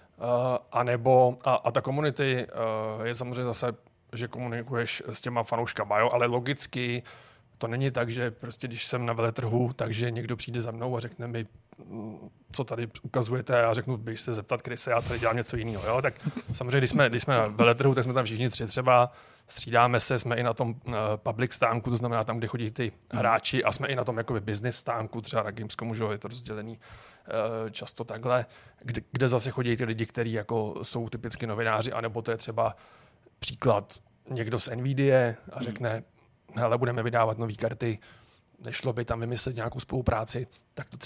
A ta community je samozřejmě zase, že komunikuješ s těma fanouškama, jo? Ale logicky to není tak, že prostě když jsem na veletrhu, takže někdo přijde za mnou a řekne mi, co tady ukazujete a já řeknu, běž se zeptat Chrise, já tady dělám něco jiného. Jo? Tak samozřejmě, když jsme na veletrhu, tak jsme tam všichni tři třeba, střídáme se, jsme i na tom public stánku, to znamená tam, kde chodí ty hráči a jsme i na tom jakoby business stánku, třeba na Gamescomu, že je to rozdělený často takhle, kde zase chodí ty lidi, kteří jako jsou typicky novináři, anebo to je třeba příklad někdo z NVIDIA a řekne, hele, budeme vydávat nové karty, nešlo by tam vymyslet nějakou spolupráci, tak to třeba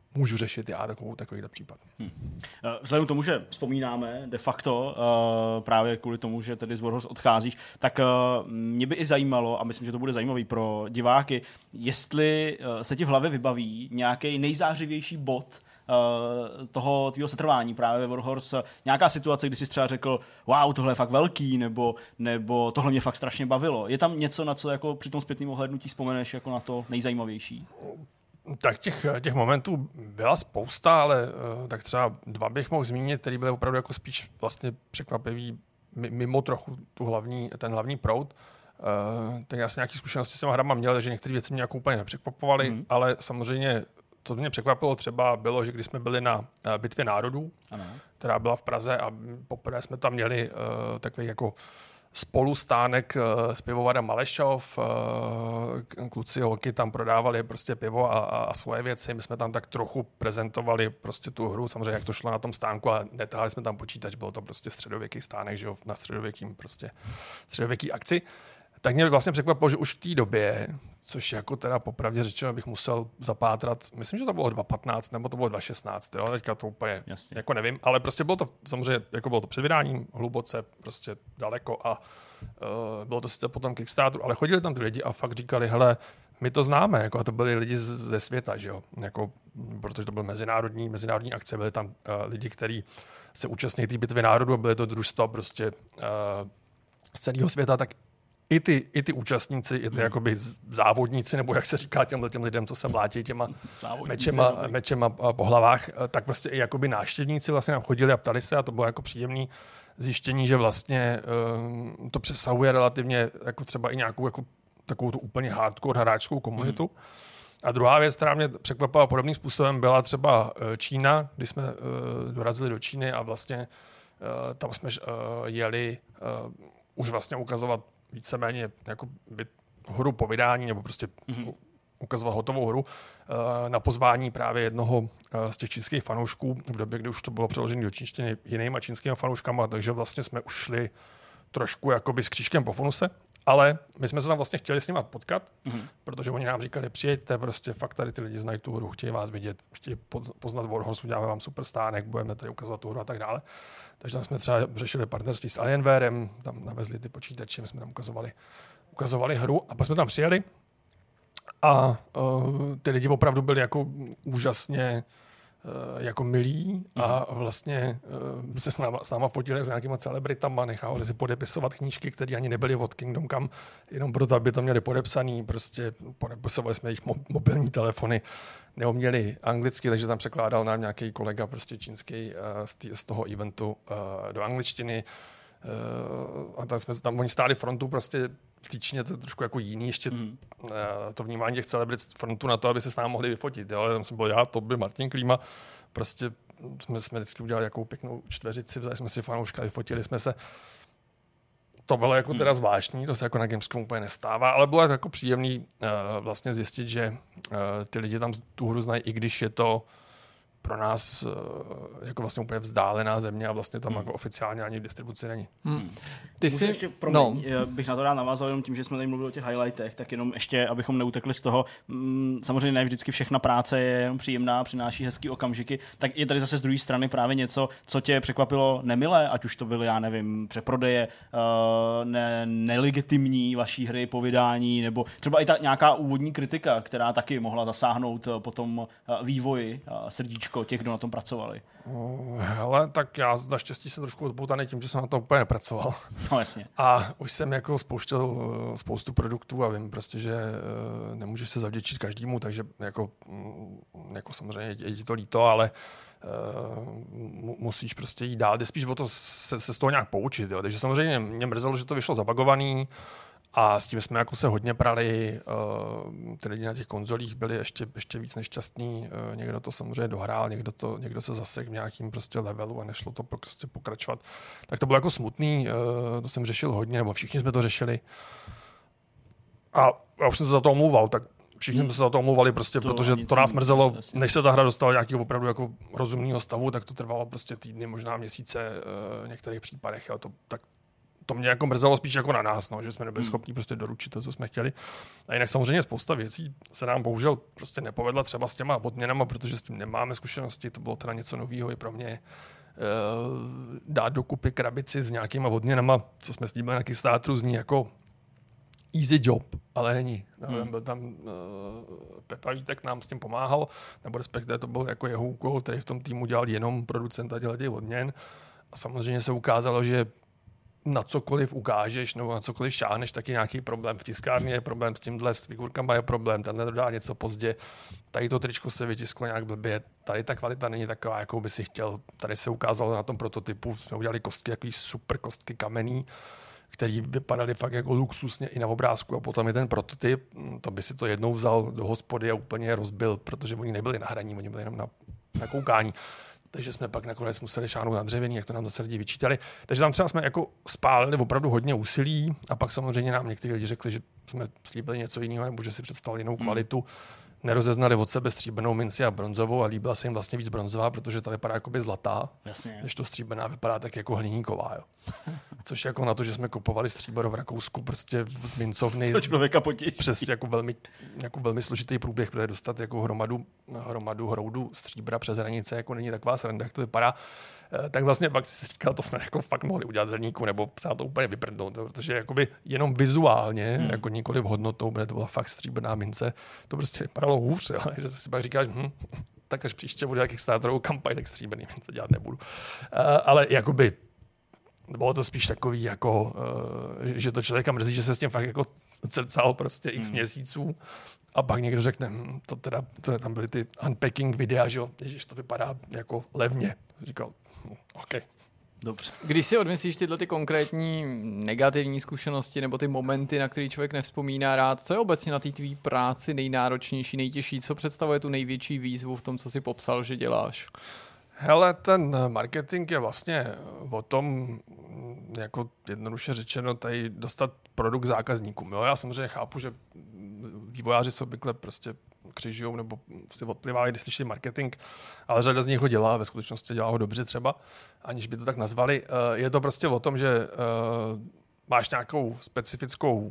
můžu řešit já takovýhle případ. Vzhledem k tomu, že vzpomínáme de facto právě kvůli tomu, že tedy z Warhorse odcházíš, tak mě by i zajímalo, a myslím, že to bude zajímavý pro diváky, jestli se ti v hlavě vybaví nějaký nejzářivější bod toho tvýho setrvání právě ve Warhorse, nějaká situace, kdy jsi třeba řekl, wow, tohle je fakt velký, nebo tohle mě fakt strašně bavilo. Je tam něco, na co jako při tom zpětném ohlédnutí vzpomeneš jako na to nejzajímavější? Tak těch momentů byla spousta, ale tak třeba 2 bych mohl zmínit, který byly opravdu jako spíš vlastně překvapivý mimo trochu ten hlavní proud. Tak já jsem nějaké zkušenosti s těma hrama měl, takže některé věci mě jako úplně nepřekvapovaly, ale samozřejmě to mě překvapilo třeba bylo, že když jsme byli na bitvě národů, která byla v Praze a poprvé jsme tam měli takový jako spolustánek z pivovara Malešov, kluci holky tam prodávali prostě pivo a svoje věci, my jsme tam tak trochu prezentovali prostě tu hru, samozřejmě jak to šlo na tom stánku a netáhli jsme tam počítač, bylo to prostě středověký stánek, že jo, na středověký akci. Tak mě vlastně překvapilo, že už v té době, což jako teda popravdě řečeno bych musel zapátrat, myslím, že to bylo 2015 nebo to bylo 2016, jo, teďka to úplně jako nevím, ale prostě bylo to samozřejmě, jako bylo to před vydáním, hluboce prostě daleko a bylo to sice potom Kickstarteru, ale chodili tam ty lidi a fakt říkali, hele, my to známe, jako a to byli lidi ze světa, že jo, jako, protože to byl mezinárodní akce, byli tam lidi, kteří se účastnili té bitvy národů a byly to družstva prostě z celého světa, tak i ty účastníci, i ty jakoby závodníci, nebo jak se říká těm lidem, co se mlátí těma mečema po hlavách, tak prostě i jakoby návštěvníci vlastně nám chodili a ptali se a to bylo jako příjemné zjištění, že vlastně to přesahuje relativně jako třeba i nějakou jako takovou tu úplně hardcore hráčskou komunitu. A druhá věc, která mě překvapila podobným způsobem, byla třeba Čína, když jsme dorazili do Číny a vlastně tam jsme jeli už vlastně ukazovat víceméně jako hru po vydání, nebo prostě ukazovat hotovou hru na pozvání právě jednoho z těch čínských fanoušků v době, kdy už to bylo přeložené do čínštiny jinýma čínskými fanouškama, takže vlastně jsme už šli trošku jakoby s křížkem po funuse, ale my jsme se tam vlastně chtěli s nimi potkat, protože oni nám říkali, přijeďte, prostě fakt tady ty lidi znají tu hru, chtějí vás vidět, chtějí poznat Warhorse, uděláme vám super stánek, budeme tady ukazovat tu hru a tak dále. Takže tam jsme třeba řešili partnerství s Alienwarem, tam navezli ty počítače, my jsme tam ukazovali hru a pak jsme tam přijeli a ty lidi opravdu byli jako úžasně jako milí a vlastně se s náma fotili s nějakýma celebritama, nechávali si podepisovat knížky, které ani nebyly od Kingdom Come, jenom proto, aby to měli podepsaný, prostě podepisovali jsme jejich mobilní telefony, neuměli anglicky, takže tam překládal nám nějaký kolega prostě čínský z toho eventu do angličtiny. A tam oni stáli frontu prostě v té Číně, to je trošku jako jiný ještě to vnímání těch celebrit frontu na to, aby se s námi mohli vyfotit. Jo? Tam jsem byl já, to byl Martin Klíma, prostě jsme vždycky udělali jakou pěknou čtveřici, vzali jsme si fanouška, vyfotili jsme se. To bylo jako teda zvláštní, to se jako na Gamescomu úplně nestává, ale bylo jako příjemný vlastně zjistit, že ty lidi tam tu hru znají, i když je to pro nás jako vlastně úplně vzdálená země a vlastně tam jako oficiálně ani v distribuci není. Ty si ještě, bych na to rád navázal jenom tím, že jsme tady mluvili o těch highlightech, tak jenom ještě, abychom neutekli z toho, samozřejmě ne vždycky všechna práce je jenom příjemná, přináší hezký okamžiky, tak je tady zase z druhé strany právě něco, co tě překvapilo nemilé, ať už to byly, já nevím, přeprodeje, nelegitimní vaší hry po vydání, nebo třeba i ta nějaká úvodní kritika, která taky mohla zasáhnout po tom vývoji srdíčko těch, kdo na tom pracovali. Hele, tak já naštěstí jsem trošku odpoutaný tím, že jsem na tom úplně nepracoval. No jasně. A už jsem jako spouštěl spoustu produktů a vím prostě, že nemůžeš se zavděčit každému, takže jako samozřejmě je ti to líto, ale musíš prostě jít dál. Jde spíš o to se z toho nějak poučit. Jo. Takže samozřejmě mě mrzelo, že to vyšlo zabagovaný a s tím jsme jako se hodně prali. Ty lidi na těch konzolích byli ještě víc nešťastní. Někdo to samozřejmě dohrál, někdo se zasek v nějakým prostě levelu a nešlo to prostě pokračovat. Tak to bylo jako smutný, to jsem řešil hodně, nebo všichni jsme to řešili. A já už jsem se za to omlouval, tak všichni jsme se za to omlouvali prostě, protože to nás mrzelo, než se ta hra dostala nějakého opravdu jako rozumného stavu, tak to trvalo prostě týdny, možná měsíce v některých případech. to mě jako mrzelo spíš jako na nás, no, že jsme nebyli schopni prostě doručit to, co jsme chtěli. A jinak samozřejmě spousta věcí se nám bohužel prostě nepovedla třeba s těma odměnama, protože s tím nemáme zkušenosti, to bylo teda něco nového i pro mě. Dát dokupy krabici s nějakýma odměnama, co jsme slíbili na Kickstarteru, zní jako easy job, ale není. Byl tam Pepa Vítek nám s tím pomáhal, nebo respektive to byl jako jeho úkol, který v tom týmu dělal jenom producenta těch odměn. A samozřejmě se ukázalo, že na cokoliv ukážeš nebo na cokoliv šáhneš, tak je nějaký problém. V tiskárně je problém s tímhle, s figurkama je problém, tenhle dodá něco pozdě. Tady to tričko se vytisklo nějak blbě, tady ta kvalita není taková, jakou by si chtěl. Tady se ukázalo na tom prototypu, jsme udělali kostky, takový super kostky kamenný, který vypadaly fakt jako luxusně i na obrázku a potom je ten prototyp, to by si to jednou vzal do hospody a úplně je rozbil, protože oni nebyli na hraní, oni byli jenom na koukání. Takže jsme pak nakonec museli šáhnout na dřevěný, jak to nám zase lidi vyčítali. Takže tam třeba jsme jako spálili opravdu hodně úsilí a pak samozřejmě nám někteří lidi řekli, že jsme slíbili něco jiného nebo že si představili jinou kvalitu. Nerozeznali od sebe stříbrnou minci a bronzovou a líbila se jim vlastně víc bronzová, protože ta vypadá jako by zlatá, než to stříbrná vypadá tak jako hliníková. Jo. Což jako na to, že jsme kupovali stříbro v Rakousku prostě z mincovny. To člověka potěší. Přes jako velmi složitý průběh, protože dostat jako hromadu hroudu stříbra přes hranice jako není taková sranda, jak to vypadá. Tak vlastně pak si říkal, to jsme jako fakt mohli udělat zrníku, nebo se na to úplně vyprdnout, protože jakoby jenom vizuálně, jako nikoliv hodnotou, protože to byla fakt stříbrná mince, to prostě vypadalo hůř, jo, že si pak říkáš, tak až příště bude jakých starterovou kampaň, tak stříbrný mince dělat nebudu. Ale jakoby bylo to spíš takový, jako, že to člověka mrzí, že se s tím fakt jako cercal prostě x měsíců a pak někdo řekne, to tam byly ty unpacking videa, že jo, ježiš, to vypadá jako levně. Říkal, OK. Dobře. Když si odmyslíš tyhle ty konkrétní negativní zkušenosti nebo ty momenty, na který člověk nevzpomíná rád, co je obecně na té tvý práci nejnáročnější, nejtěžší, co představuje tu největší výzvu v tom, co jsi popsal, že děláš? Hele, ten marketing je vlastně o tom, jako jednoduše řečeno, tady dostat produkt zákazníkům. Jo? Já samozřejmě chápu, že vývojáři se obvykle prostě křižujou nebo si odplivají, když slyší marketing, ale řada z nich ho dělá, ve skutečnosti dělá ho dobře třeba, aniž by to tak nazvali. Je to prostě o tom, že máš nějakou specifickou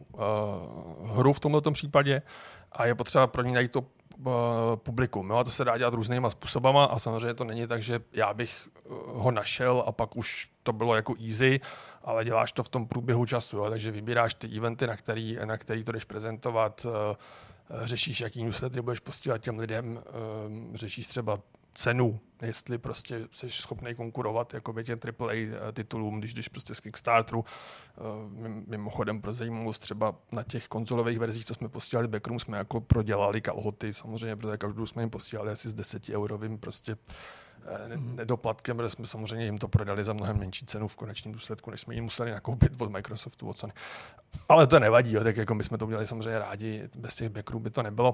hru v tomto případě a je potřeba pro ní najít to publikum. Jo? A to se dá dělat různýma způsobama a samozřejmě to není tak, že já bych ho našel a pak už to bylo jako easy, ale děláš to v tom průběhu času. Jo? Takže vybíráš ty eventy, na který to jdeš prezentovat, řešíš, jaký newslettery budeš posílat těm lidem, řešíš třeba cenu, jestli prostě jsi schopný konkurovat jako těm AAA titulům, když prostě z Kickstarteru. Mimochodem pro zajímavost třeba na těch konzolových verzích, co jsme posílali Backroom, jsme jako prodělali kalhoty, samozřejmě, protože každou jsme jim posílali asi s 10eurovým prostě nedoplatkem, protože jsme samozřejmě jim to prodali za mnohem menší cenu v konečném důsledku, než jsme jim museli nakoupit od Microsoftu, od Sony. Ale to nevadí, jo, tak jako my jsme to udělali samozřejmě rádi, bez těch backroom by to nebylo.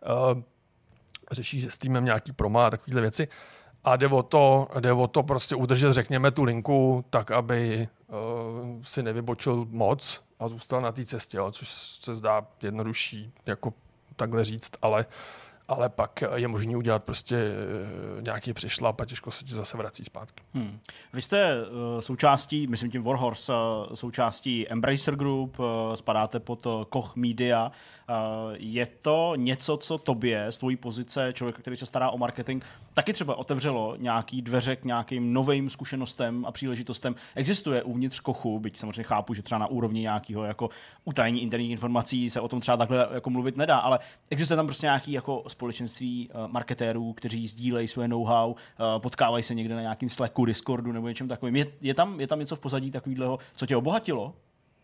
Řeší s týmem nějaký promo a takovéhle věci. A jde o to prostě udržet, řekněme, tu linku tak, aby si nevybočil moc a zůstal na té cestě, jo, což se zdá jednodušší jako takhle říct, ale pak je možné udělat prostě nějaký přešlap a těžko se ti zase vrací zpátky. Vy jste součástí, myslím tím Warhorse, součástí Embracer Group, spadáte pod Koch Media. Je to něco, co tobě z tvojí pozice člověka, který se stará o marketing, taky třeba otevřelo nějaký dveře k nějakým novým zkušenostem a příležitostem? Existuje uvnitř Kochu, byť samozřejmě chápu, že třeba na úrovni nějakého jako utajení interních informací se o tom třeba takhle jako mluvit nedá, ale existuje tam prostě nějaký jako společenství marketérů, kteří sdílejí své know-how, potkávají se někde na nějakém Slacku, Discordu nebo něčem takovým. Je tam něco v pozadí takového, co tě obohatilo?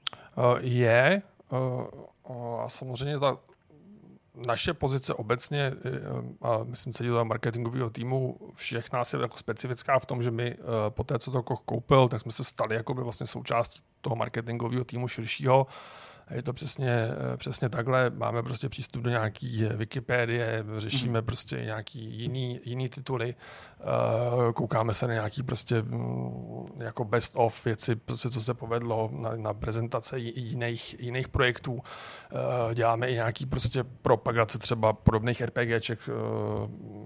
A samozřejmě ta naše pozice obecně, a myslím se, že do marketingového týmu, všech nás je jako specifická v tom, že my po té, co to Koch koupil, tak jsme se stali jakoby vlastně součástí toho marketingového týmu širšího. Je to přesně takhle. Máme prostě přístup do nějaký Wikipedie, řešíme prostě nějaký jiný tituly, koukáme se na nějaký prostě jako best of věci, prostě co se povedlo na prezentace jiných projektů. Děláme i nějaký prostě propagace třeba podobných RPGček,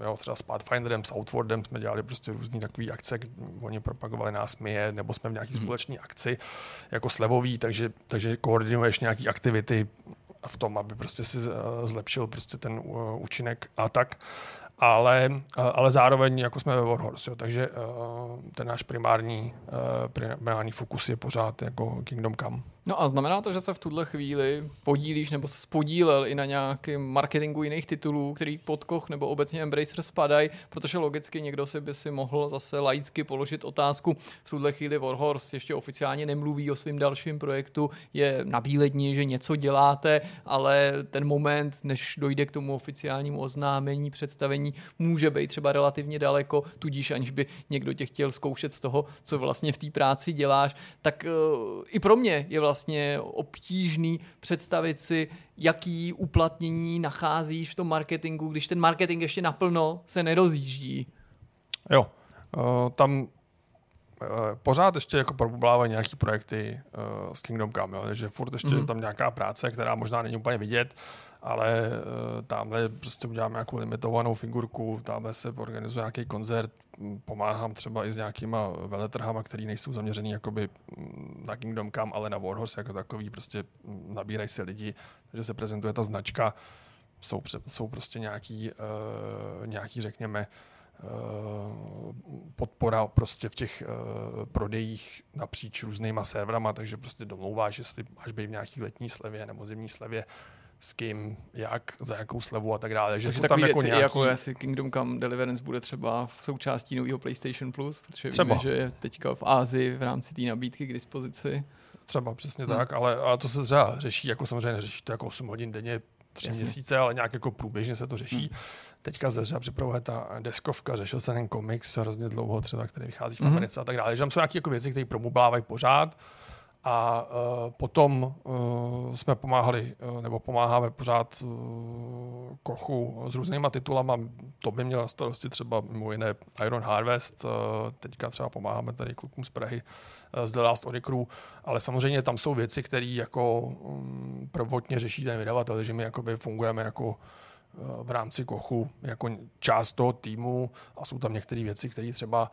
jo, třeba s Pathfinderem, s Outwardem jsme dělali prostě různý takový akce, oni propagovali nás my, nebo jsme v nějaký společné akci jako slevový, takže koordinuješ nějaký aktivity v tom, aby prostě si zlepšil prostě ten účinek a tak. Ale zároveň jako jsme ve Warhorse, jo, takže ten náš primární fokus je pořád jako Kingdom Come. No a znamená to, že se v tuhle chvíli podílíš nebo se spodílel i na nějakém marketingu jiných titulů, který pod Koch nebo obecně Embracer spadají, protože logicky někdo by si mohl zase laicky položit otázku. V tuhle chvíli Warhorse ještě oficiálně nemluví o svém dalším projektu, je nabíledni, že něco děláte, ale ten moment, než dojde k tomu oficiálnímu oznámení, představení, může být třeba relativně daleko, tudíž aniž by někdo tě chtěl zkoušet z toho, co vlastně v té práci děláš, tak i pro mě je vlastně obtížný představit si, jaký uplatnění nacházíš v tom marketingu, když ten marketing ještě naplno se nerozjíždí. Jo, tam pořád ještě jako probublávají nějaký projekty s Kingdom Come, jo, takže furt ještě je tam nějaká práce, která možná není úplně vidět, ale tamhle prostě udělám nějakou limitovanou figurku, tamhle se organizuje nějaký koncert, pomáhám třeba i s nějakýma veletrhama, který nejsou zaměřený jakoby na Kingdom Come, ale na Warhorse jako takový, prostě nabírají se lidi, takže se prezentuje ta značka, jsou prostě nějaký řekněme, podpora prostě v těch prodejích napříč různýma serverama, takže prostě domlouváš, jestli máš být v nějaký letní slevě nebo zimní slevě, s kým, jak, za jakou slevu a tak dále. Takže takový věci, nějaký... jako jestli Kingdom Come Deliverance bude třeba v součástí nového PlayStation Plus, protože víme, že je teďka v Ázii v rámci té nabídky k dispozici. Třeba přesně tak, ale to se třeba řeší, jako samozřejmě neřeší to jako 8 hodin denně, 3 měsíce, ale nějak jako průběžně se to řeší. Teďka se třeba připravuje ta deskovka, řešil se ten komiks hrozně dlouho třeba, který vychází v Americe a tak dále. Takže tam jsou nějaké jako věci, které promublávají pořád. A potom jsme pomáhali, nebo pomáháme pořád Kochu s různýma titulama. To by měl na starosti třeba mimo jiné Iron Harvest. Teďka třeba pomáháme tady klukům z Prahy z The Last Order, ale samozřejmě tam jsou věci, které jako prvotně řeší ten vydavatel, takže my jakoby fungujeme jako v rámci Kochu jako část toho týmu a jsou tam některé věci, které třeba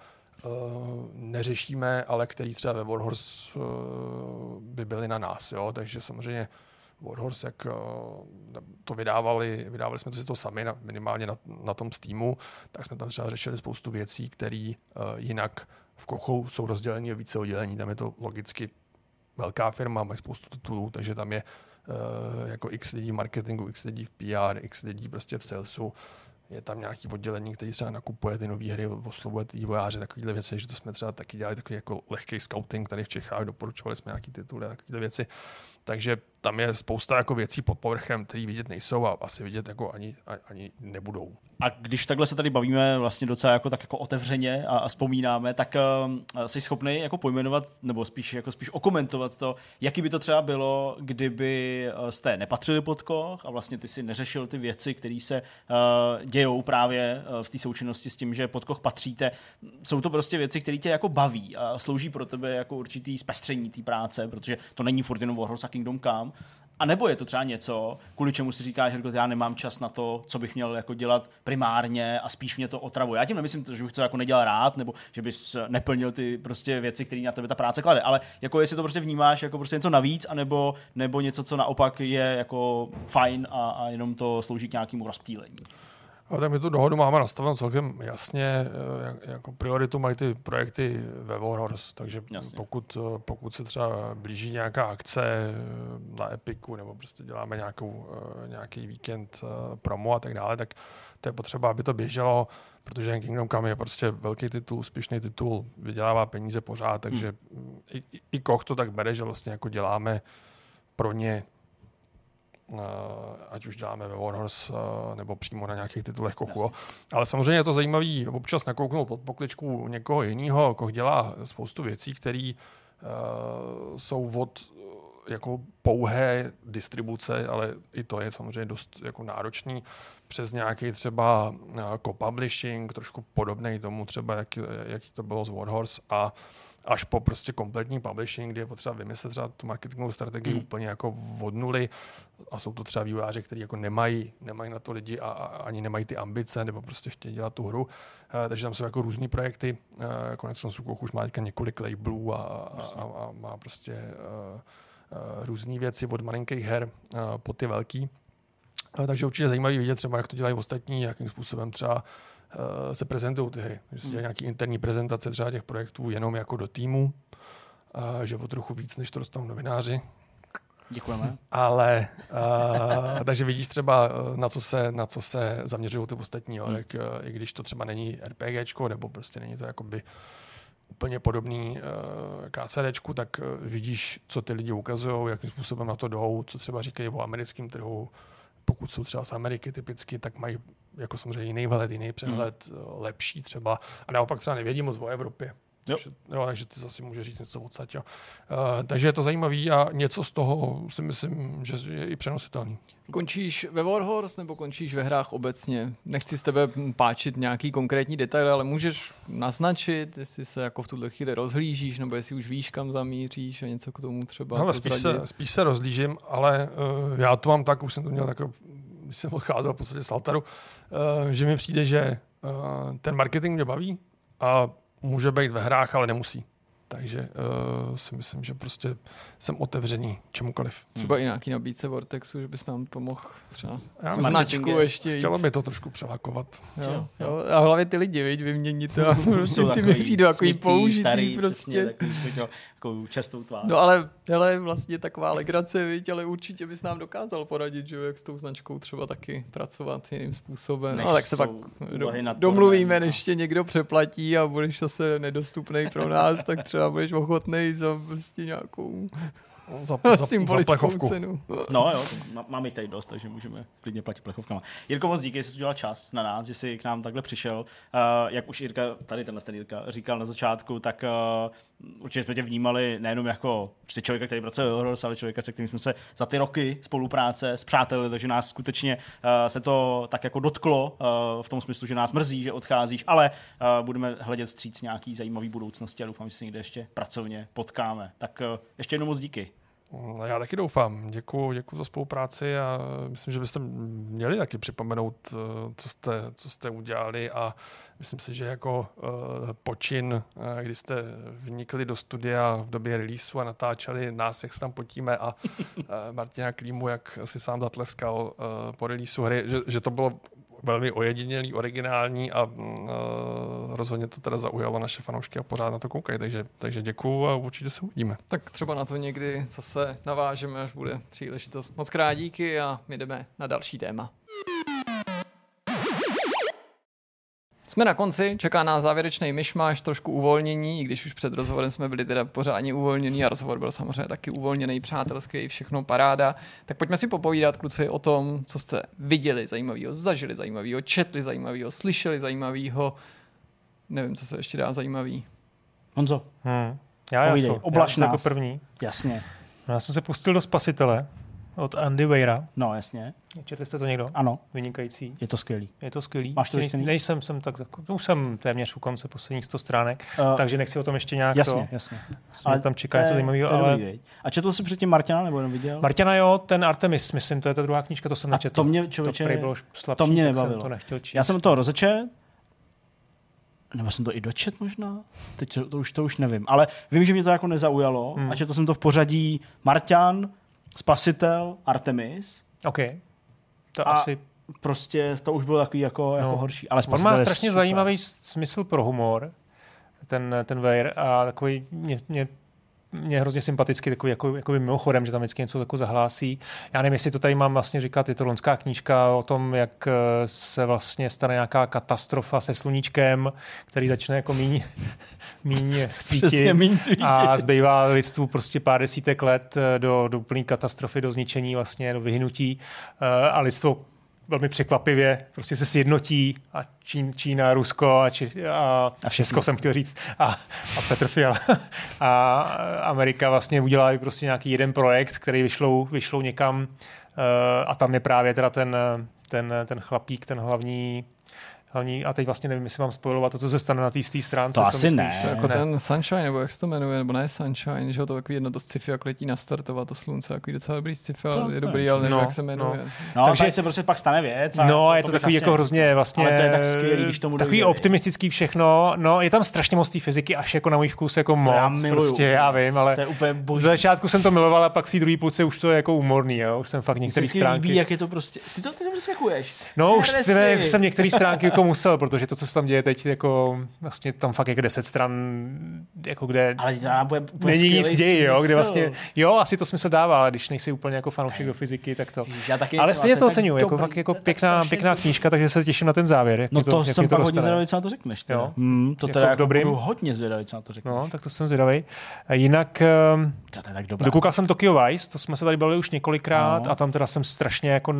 neřešíme, ale který třeba ve Warhorse by byly na nás. Jo? Takže samozřejmě Warhorse, jak to vydávali jsme to si to sami, minimálně na tom Steamu, tak jsme tam třeba řešili spoustu věcí, které jinak v Kochu jsou rozdělení o více oddělení. Tam je to logicky velká firma, mají spoustu titulů, takže tam je jako x lidí v marketingu, x lidí v PR, x lidí prostě v salesu. Je tam nějaký oddělení, který třeba nakupuje ty nové hry, oslovuje ty vývojáře, takovéhle věci, že to jsme třeba taky dělali takový jako lehký scouting tady v Čechách, doporučovali jsme nějaký tituly a takovéhle věci. Takže tam je spousta jako věcí pod povrchem, které vidět nejsou a asi vidět jako ani nebudou. A když takhle se tady bavíme vlastně docela jako tak jako otevřeně a vzpomínáme, tak jsi schopný jako pojmenovat nebo spíš okomentovat to, jaký by to třeba bylo, kdyby jste nepatřili pod Koch a vlastně ty si neřešil ty věci, které se dějou právě v té součinnosti s tím, že pod Koch patříte. Jsou to prostě věci, které tě jako baví a slouží pro tebe jako určitý zpestření té práce, protože to není furt jenom Warhorse a Kingdom Come. A nebo je to třeba něco, kvůli čemu si říkáš, že já nemám čas na to, co bych měl jako dělat primárně a spíš mě to otravuje. Já tím nemyslím, že bych to jako nedělal rád, nebo že bys neplnil ty prostě věci, které na tebe ta práce klade, ale jako jestli to prostě vnímáš jako prostě něco navíc, nebo něco, co naopak je jako fajn a jenom to slouží k nějakému rozptýlení. A tak my tu dohodu máme nastavenou celkem jasně, jako prioritu mají ty projekty ve Warhorse, takže pokud se třeba blíží nějaká akce na Epiku nebo prostě děláme nějaký víkend promo a tak dále, tak to je potřeba, aby to běželo, protože Kingdom Come je prostě velký titul, úspěšný titul, vydělává peníze pořád, takže i Koch to tak bere, že vlastně jako děláme pro ně, ať už děláme ve Warhorse nebo přímo na nějakých titulech Kochu. Jasně. Ale samozřejmě je to zajímavý občas nakouknout pod pokličku někoho jiného. Koch dělá spoustu věcí, které jsou od jako pouhé distribuce, ale i to je samozřejmě dost jako náročný, přes nějaký třeba co-publishing, trošku podobný tomu třeba, jaký to bylo z Warhorse a až po prostě kompletní publishing, kdy je potřeba vymyslet třeba tu marketingovou strategii úplně jako od nuly a jsou to třeba vývojáři, kteří jako nemají na to lidi a ani nemají ty ambice nebo prostě chtějí dělat tu hru. Takže tam jsou jako různý projekty. Konec konců Koch už má několik labelů a má prostě různé věci od malinkých her po ty velký. Takže určitě zajímavý vidět třeba, jak to dělají ostatní, jakým způsobem třeba se prezentují ty hry. Že se dělají nějaký interní prezentace třeba těch projektů jenom jako do týmu, že o trochu víc, než to dostanou novináři. Děkujeme. Ale takže vidíš třeba, na co se zaměřují ty ostatní. Jak, i když to třeba není RPGčko, nebo prostě není to jakoby úplně podobný KCDčku, tak vidíš, co ty lidi ukazují, jakým způsobem na to jdou, co třeba říkají o americkém trhu. Pokud jsou třeba z Ameriky typicky, tak mají jako samozřejmě jiný vhled, jiný přehled, lepší třeba. A naopak třeba nevědí moc o Evropě. Takže ty zase může říct něco odsaď. Takže je to zajímavý a něco z toho si myslím, že je i přenositelný. Končíš ve Warhorse nebo končíš ve hrách obecně? Nechci z tebe páčit nějaký konkrétní detaily, ale můžeš naznačit, jestli se jako v tuhle chvíli rozhlížíš, nebo jestli už víš, kam zamíříš a něco k tomu třeba. Ale spíš se rozhlížím, ale já to mám tak, už jsem to měl tak, když jsem odcházel v podstatě z Altaru, že mi přijde, že ten marketing mě baví a může být ve hrách, ale nemusí. Takže si myslím, že prostě jsem otevřený čemukoliv. Třeba i nějaký nabídce Vortexu, že bys nám pomohl třeba značku ještě víc. Chtělo by to trošku přelakovat. Jo. A hlavně ty lidi, vyměnit to. Prostě ty mi přijde takový použitý starý, prostě. Takovou častou tvář. No ale vlastně taková legrace, viď, ale určitě bys nám dokázal poradit, že jak s tou značkou třeba taky pracovat jiným způsobem. No tak se pak domluvíme, než tě někdo přeplatí a budeš zase nedostupný pro nás, tak třeba budeš ochotnej za prostě nějakou symbolickou cenu. No jo, máme jich tady dost, takže můžeme klidně platit plechovkama. Jirko, moc díky, že jsi udělal čas na nás, že jsi k nám takhle přišel. Jak už Jirka, tady tenhle Jirka říkal na začátku, tak určitě jsme tě vnímali nejenom jako člověka, který pracuje ve Warhorse, ale člověka, se kterým jsme se za ty roky spolupráce spřátelili, takže nás skutečně se to tak jako dotklo v tom smyslu, že nás mrzí, že odcházíš, ale budeme hledět vstříc nějaký zajímavý budoucnosti a doufám, že se někde ještě pracovně potkáme. Tak ještě jednou moc díky. Já taky doufám. Děkuju za spolupráci a myslím, že byste měli taky připomenout, co jste udělali a myslím si, že jako počin, kdy jste vnikli do studia v době releaseu a natáčeli nás, jak se tam potíme a Martina Klímu, jak si sám zatleskal po releaseu hry, že to bylo velmi ojedinělý, originální a rozhodně to teda zaujalo naše fanoušky a pořád na to koukají, takže děkuju a určitě se uvidíme. Tak třeba na to někdy zase navážeme, až bude příležitost. Moc krát díky a my jdeme na další téma. Jsme na konci, čeká nás závěrečný myšmaš, trošku uvolnění, i když už před rozhovorem jsme byli teda pořádně uvolnění a rozhovor byl samozřejmě taky uvolněný, přátelský, všechno paráda. Tak pojďme si popovídat, kluci, o tom, co jste viděli zajímavého, zažili zajímavého, četli zajímavého, slyšeli zajímavého. Nevím, co se ještě dá zajímavý. Honzo, já jako první. Jasně. No, já jsem se pustil do Spasitele od Andy Weira. No, jasně. Četli jste to někdo? Ano. Vynikající. Je to skvělý. Máš to čtený? Nejsem, už jsem téměř u konce posledních 100 stránek, takže nechci o tom ještě nějak jasně. Ale tam čeká něco zajímavého. Ale... A četl jsi předtím Martina, nebo jenom viděl? Martina jo, ten Artemis, myslím, to je ta druhá knížka, to jsem nečetl. To mě, člověče, to bylo slabší, to mě nebavilo. To nechtěl číst. Já jsem to rozečet, nebo jsem to i dočet možná? Teď to už nevím. Ale vím, že mě to jako nezaujalo. A četl jsem to v pořadí Marťan, Spasitel, Artemis. OK. To asi... prostě to už bylo takový jako horší. Ale on má strašně zajímavý smysl pro humor, ten Weir, a takový mě hrozně sympaticky, takový jako mimochodem, že tam vždycky něco takového zahlásí. Já nevím, jestli to tady mám vlastně říkat, je to loňská knížka o tom, jak se vlastně stane nějaká katastrofa se sluníčkem, který začne jako míň svítit a zbývá lidstvu prostě pár desítek let do úplné katastrofy, do zničení, vlastně do vyhnutí a lidstvo velmi překvapivě prostě se sjednotí a Čína, Rusko a Česko jsem chtěl říct a Petr Fiala a Amerika vlastně udělá prostě nějaký jeden projekt, který vyšlou někam a tam je právě teda ten chlapík, ten hlavní hlavní, a teď vlastně nevím, jestli mám spojovat to, co se stane na té stránce. To asi myslíš? ne. To je jako ten Sunshine, nebo jak se to jmenuje, nebo ne Sunshine, že to takový jedno to sci-fi, jak letí nastartovat to slunce, takový docela dobrý sci-fi, ale je dobrý, ale nevím, jak se jmenuje. No, takže se prostě pak stane věc. No, je to takový jako hrozně vlastně, ale to je tak skvělý, když tomu takový optimistický všechno. No, je tam strašně moc té fyziky, až jako na můj vkus jako moc. Já miluju. Prostě, já vím, ale to je úplně boží. Z začátku jsem to miloval, a pak v té druhé půlce už to je jako humorný, jo. Už jsem fakt některé stránky. Líbí, jak je to prostě. Ty to vyskakuješ. No, už jsem některé stránky jako musel, protože to, co se tam děje teď, jako vlastně tam fakt jako 10 stran, jako kde není nic ději, jo, kde vlastně, jo, asi to smysl dává, ale když nejsi úplně jako fanoušek do fyziky, tak to. Ale stejně to oceňuji, jako fakt jako pěkná knížka, takže se těším na ten závěr. No to jsem pak hodně zvědavý, co na to řekneš. To teda jako budu hodně zvědavý, co na to řekneš. No, tak to jsem zvědavý. Jinak dokoukal jsem Tokyo Vice, to jsme se tady bavili už několikrát a tam teda jsem strašně jako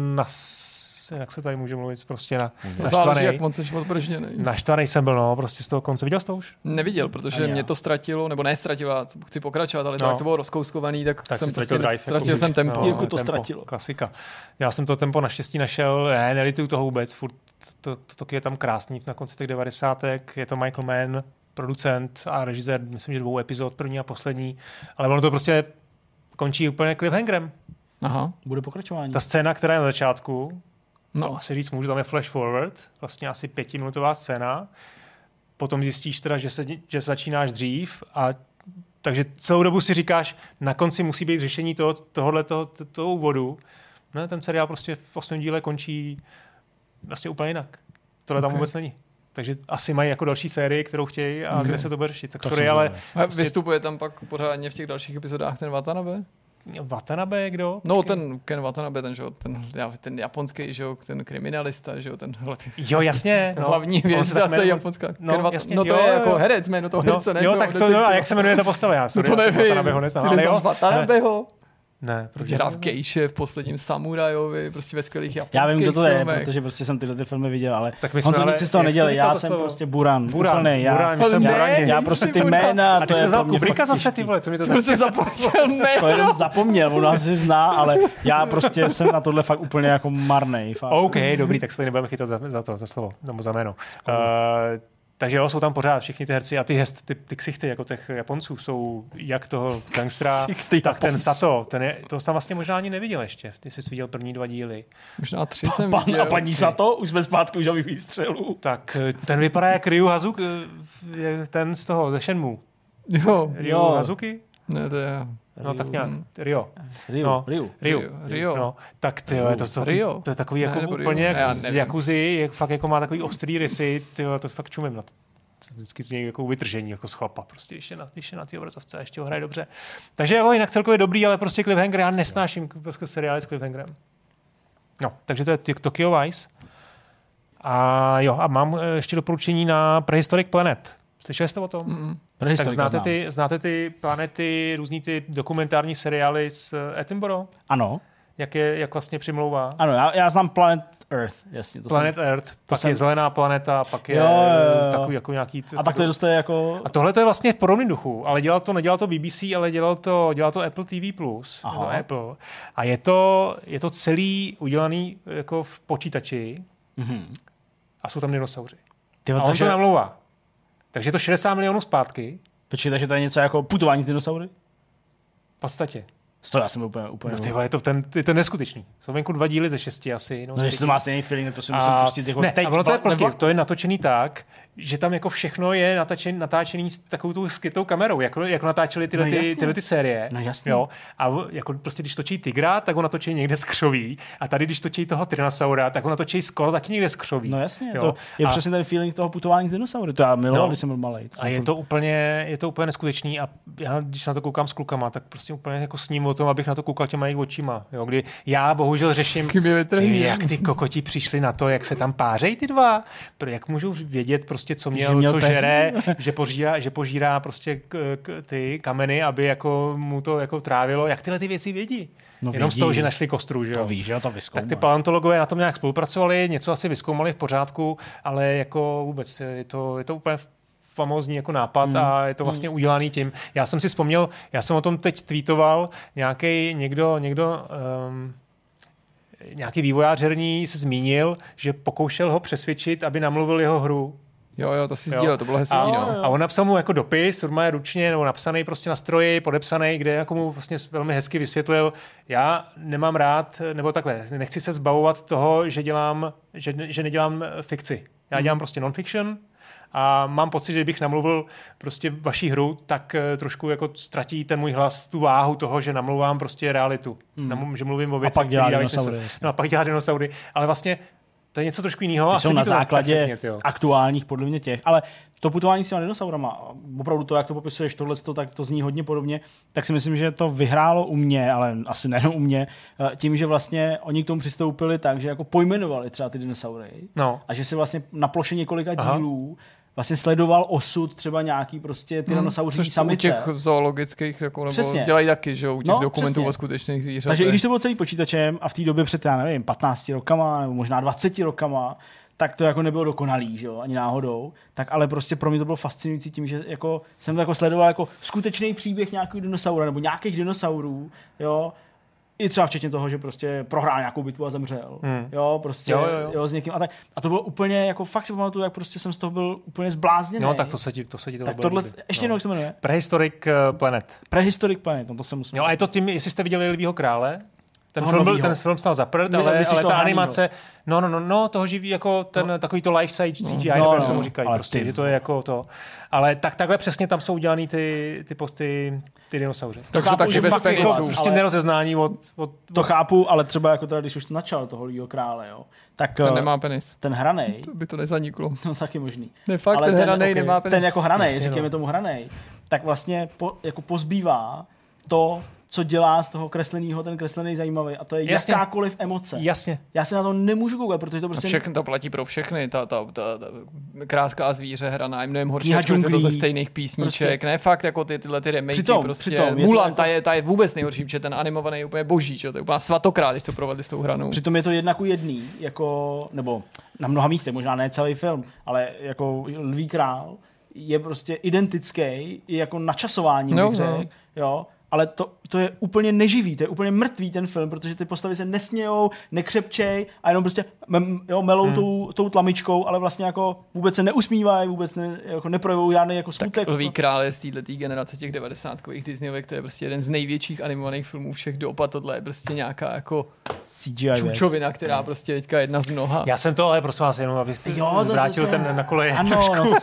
jak se tady může mluvit, prostě naštvaný. Záleží, jak moc jsi odbržděný. Naštvaný jsem byl, no, prostě z toho konce. Viděl jsi to už? Neviděl, protože mě to ztratilo, nebo ne ztratilo, chci pokračovat, ale to bylo rozkouskovaný, tak jsem prostě ztratil jsem tempo. Jirku to ztratilo. Klasika. Já jsem to tempo naštěstí našel, nelituju toho vůbec, furt to je tam krásný na konci těch 90. Je to Michael Mann, producent a režisér, myslím, že 2 epizod, první a poslední, ale ono to prostě končí úplně cliffhangerem. Aha. Bude pokračování. Ta scéna, která je na začátku, to asi říct můžu, tam je flash forward, vlastně asi 5minutová scéna. Potom zjistíš teda, že začínáš dřív a takže celou dobu si říkáš, na konci musí být řešení toho úvodu. No, ten seriál prostě v 8. díle končí vlastně úplně jinak. Tohle tam vůbec není. Takže asi mají jako další sérii, kterou chtějí a kde se to bude řešit. Tak sorry, ale prostě vystupuje tam pak pořádně v těch dalších epizodách ten Watanabe? Watanabe, kdo? No, ten Ken Watanabe, ten japonský, že jo, ten kriminalista, že jo, ten jo, jasně, no, hlavní hvězda japonská. No, jasně, no to je jako herec, jméno toho herce, ne? Jo, tak to, no, a jak se jmenuje ta postava? Já to nevím. Watanabeho neznám, ale jo. Watanabeho? Ne, protože hrál v Kejše, v posledním Samurajovi, prostě ve skvělých japonských filmech. Já vím, kdo to je, filmech. protože prostě jsem tyhle ty filmy viděl, ale tak my jsme nic si toho nedělali, já jsem prostě Buran. Já prostě ty jména. A ty jsi znal Kubricka zase, ty vole, co mi to prostě zapomněl jméno. To jenom zapomněl, on asi zná, ale já prostě jsem na tohle fakt úplně jako marnej. OK, dobrý, tak se tady nebudeme chytat za slovo, nebo za jméno. Takže jo, jsou tam pořád všichni ty herci a ty ksichty jako těch Japonců jsou jak toho gangstra, tak ten Sato, to jsi tam vlastně možná ani neviděl ještě. Ty jsi viděl první 2 díly. Možná 3 jsem viděl. A paní Sato, už jsme zpátky užavých výstřelů. Tak ten vypadá jak Ryu Hazuki, ten z toho, ze Shenmue. Ryu Hazuki? Ne, to je... No tak nějak, Rio. Rio. No, tak tyjo, to je takový jako úplně jak z Yakuzy, fakt jako má takový ostrý rysy, tyjo, to fakt čumím na to. Vždycky z něj jako vytržení, jako z chlapa, prostě, když je na té obrazovce a ještě ho hraje dobře. Takže jako jinak celkově dobrý, ale prostě cliffhanger, já nesnáším prostě seriály s cliffhangerem. No, takže to je Tokyo Vice. A jo, a mám ještě doporučení na Prehistoric Planet. Slyšeli jste o tom? Tak znáte ty planety, různý ty dokumentární seriály z Edinburgh? Ano. Jak vlastně přimlouvá? Ano, já znám Planet Earth, jasně. Planet Earth, pak je zelená planeta, pak je takový jako nějaký... A tak to je dost jako... A tohle to je vlastně v podobném duchu, ale nedělal to BBC, ale dělal to Apple TV+, nebo Apple. A je to celý udělaný jako v počítači a jsou tam dinosauři. A on to namlouvá. Takže je to 60 milionů zpátky. Počkej, takže to je něco jako putování s dinosaury? V podstatě. To já jsem úplně... No tyhle, je to neskutečný. Jsou venku 2 díly ze 6 asi. No jestli to má stejný feeling, to si musím pustit jako ne, teď. A ono to je prostě, to je natočený tak, že tam jako všechno je natáčený s takovou tu skytou kamerou, jako natáčeli tyhle ty série. No jasně. Jo? A jako prostě, když točí tygra, tak ho natočí někde z křoví. A tady, když točí toho tyrannosaura, tak ho natočí skoro taky někde z křoví. No jasně, to je přesně ten feeling toho putování s dinosaury. To já miloval, když jsem byl malej. A je to úplně neskutečný. A já, když na to koukám s klukama, tak prostě úplně jako sním o tom, abych na to koukal těma jejich očima. Jo? Kdy já bohužel řeším, jak ty kokoti přišli na to, jak se tam pářejí ty dva. Jak můžou vědět prostě, co měl žere, že požírá prostě ty kameny, aby jako mu to jako trávilo. Jak tyhle ty věci vědí? No jenom z toho, že našli kostru, že jo? To víš, že to vyzkoumali. Tak ty paleontologové na tom nějak spolupracovali, něco asi vyzkoumali v pořádku, ale jako vůbec je to úplně famózní jako nápad a je to vlastně udělaný tím. Já jsem si vzpomněl, já jsem o tom teď tweetoval, někdo nějaký vývojář herní se zmínil, že pokoušel ho přesvědčit, aby namluvil jeho hru. Jo, to si sdílel, to bylo hezký, no. A on napsal mu jako dopis, normálně ručně, nebo napsaný prostě na stroji, podepsaný, kde jako mu vlastně velmi hezky vysvětlil, já nemám rád, nebo takhle, nechci se zbavovat toho, že nedělám fikci. Já dělám prostě non-fiction a mám pocit, že bych namluvil prostě vaši hru, tak trošku jako ztratí ten můj hlas tu váhu toho, že namluvám prostě realitu. Že mluvím o věcech, které dávají smysl. No a pak dělá dinosaury. Ale vlastně to je něco trošku jiného. Ty jsou na základě aktuálních podle mě těch, ale to putování s těma dinosaurama, opravdu to, jak to popisuješ tohleto, tak to zní hodně podobně, tak si myslím, že to vyhrálo u mě, ale asi nejenom u mě, tím, že vlastně oni k tomu přistoupili tak, že jako pojmenovali třeba ty dinosaury a že si vlastně na ploše několika dílů vlastně sledoval osud třeba nějaký prostě tyrannosauří samice. U těch zoologických jako, nebo dělají taky, že u těch dokumentů o skutečných zvířatech. Takže i když to bylo celý počítačem a v té době před, já nevím, 15 rokama nebo možná 20 rokama, tak to jako nebylo dokonalý, že jo, ani náhodou. Tak ale prostě pro mě to bylo fascinující tím, že jako jsem to jako sledoval jako skutečný příběh nějakého dinosaura nebo nějakých dinosaurů, jo. I třeba včetně toho, že prostě prohrál nějakou bitvu a zemřel. Jo, prostě jo, s někým a tak. A to bylo úplně jako fakt si pamatuju, jak prostě jsem z toho byl úplně zblázněný. No, tak to se ti tak tohle ještě jednou, jak se jmenuje? Prehistoric Planet. Prehistoric Planet, no to jsem musel. Jo, a je to tím, jestli jste viděli Lvýho krále? Ten film stál za prd, ale ta animace, toho živí jako ten takový to life-size CGI, tomu říkají prostě, že to je jako to. Ale takhle přesně tam jsou udělaný ty dinosauři. Takže taky bez penisů. Prostě nerozeznání od... To chápu, ale třeba jako teda, když už načal toho Lvýho krále, jo, tak ten nemá penis. Ten hranej. To by to nezaniklo. No taky možný. Ne, fakt, ale ten hranej nemá penis. Ten jako hranej, říkáme tomu hranej, tak vlastně jako pozbývá to, co dělá z toho kresleného ten kreslený zajímavý. A to je jakákoliv emoce. Jasně. Já se na to nemůžu koukat, protože to prostě... Všechno to platí pro všechny. Ta Kráska a zvíře hraná je mnohem horší, ačkoliv je to ze stejných písniček. Prostě... Ne, fakt jako tyhle remakey. Přitom Mulan, jako... ta je vůbec nejhorší, protože ten animovaný je úplně boží. Čo? To je úplně svatokrát, když to provedli s tou hranou. Přitom je to 1:1, jako, nebo na mnoha místech, možná ne celý film, ale jako Lví král je prostě identický i jako načasování, bych řekl, jo. Ale to je úplně neživý, to je úplně mrtvý ten film, protože ty postavy se nesmějou, nekřepčej a jenom prostě melou tou tlamičkou, ale vlastně jako vůbec se neusmívají, vůbec jako neprojevují žádný jako smutek. Tak Lví král je z této generace těch 90kových Disneyovek, to je prostě jeden z největších animovaných filmů všech dob a tohle je prostě nějaká jako CGI čučovina, která prostě teďka je jedna z mnoha. Já jsem to ale prosím vás jenom, abyste vrátil ten na koleje. Ano,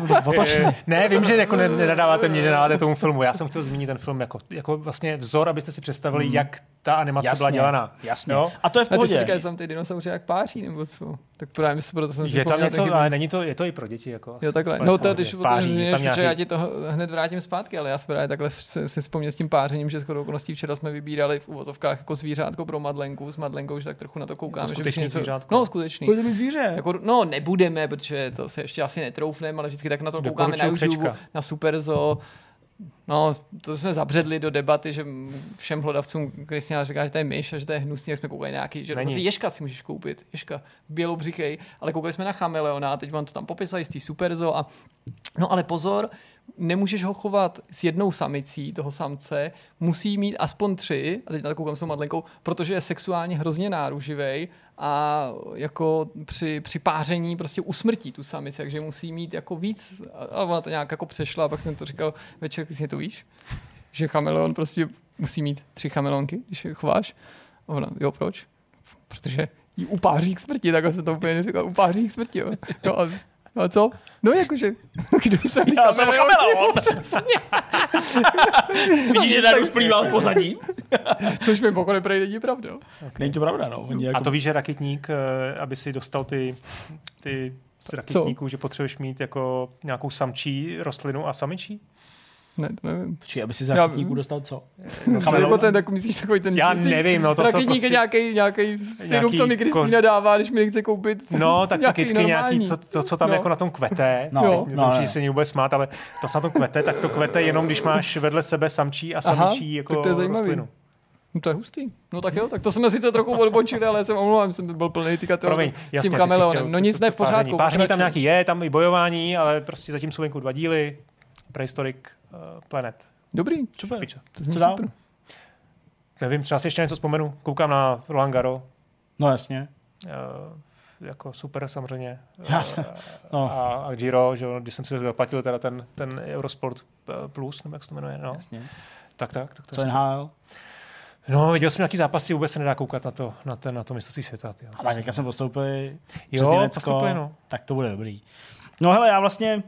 ne, vím, že jako nenadáváte mě, že nadáváte tomu filmu. Já jsem chtěl zmínit ten film jako vlastně vzor, abyste si představili, jak ta animace byla dělaná. Jasně. Jo? A to je v pohodě. A ty si říkal, že tam ty dinosauři jak páří, nebo co? Tak právě proto jsem si je tam něco, ale není to, je to i pro děti. Jako, jo, takhle. No to, když zmíníš, já ti to hned vrátím zpátky, ale já si právě takhle si vzpomněl s tím pářením, že shodou okolností včera jsme vybírali v uvozovkách jako zvířátko pro Madlenku, s Madlenkou, že tak trochu na to koukáme. Skutečný zvířátko. No, skutečný. Budeme zvíře. Jako, no, nebudeme, protože to se ještě asi netroufneme, ale vždycky tak na to koukáme na YouTube, na Superzo. No, to jsme zabředli do debaty, že všem hlodavcům Kristina říká, že to je myš a že to je hnusný, jak jsme koukali nějaký, že dokonce ježka si můžeš koupit, ježka bělobřichej, ale koukali jsme na chameleona a teď vám to tam popisají z té Superzo a no ale pozor, nemůžeš ho chovat s jednou samicí, toho samce, musí mít aspoň 3, a teď na to koukám s tou Madlenkou, protože je sexuálně hrozně náruživej a jako při páření prostě usmrtí tu samici, takže musí mít jako víc, ale ona to nějak jako přešla a pak jsem to říkal večer, když to víš, že chameleon prostě musí mít 3 chameleonky, když je chováš. Ona, jo, proč? Protože jí upáří k smrti, takhle se to úplně neříkal, upáří k smrti, jo. No a co? No jakože, když jsem já jsem chameleon. Vidíš, že tady usplýval v pozadí? Což mi pokud neprej není pravda. Okay. Není to pravda, no. A to víš, že raketník, aby si dostal ty z raketníků, že potřebuješ mít jako nějakou samčí rostlinu a samičí? Ne, to nevím. Počkej, aby si z raketníků dostal co? Nebo ten, tak myslíš takový ten... Já nevím, no to co raketník prostě... je nějaký syrup, co mi Kristýna dává, když mi nechce koupit. No, tak ty kytky nějaký, co tam jako na tom kvete. Nemůžeš se ní vůbec smát, ale to se na tom kvete, tak to kvete jenom, když máš vedle sebe samčí a samičí jako rostlinu. No to je hustý. No tak jo, tak to jsme sice trochu odbočili, ale jsem omlouvám, jsem byl plný tykatel s tím chameleonem. No nic, ne v pořádku. Páření tam nějaký je, tam i bojování, ale prostě zatím jsou venku 2 díly. Prehistoric Planet. Dobrý, super. Co dál? Nevím, třeba si ještě něco vzpomenu. Koukám na Roland Garros. No jasně. Jako super samozřejmě. No. A Giro, že když jsem si zaplatil teda ten Eurosport Plus, nebo jak se to jmenuje, no. Jasně. Tak. Co NHL? No, viděl jsem nějaký zápasy, vůbec se nedá koukat na to mistrovství světa. Tyjo. A teďka jsem postoupil přes Jo, Německo, postupili, no. Tak to bude dobrý. No hele, já vlastně,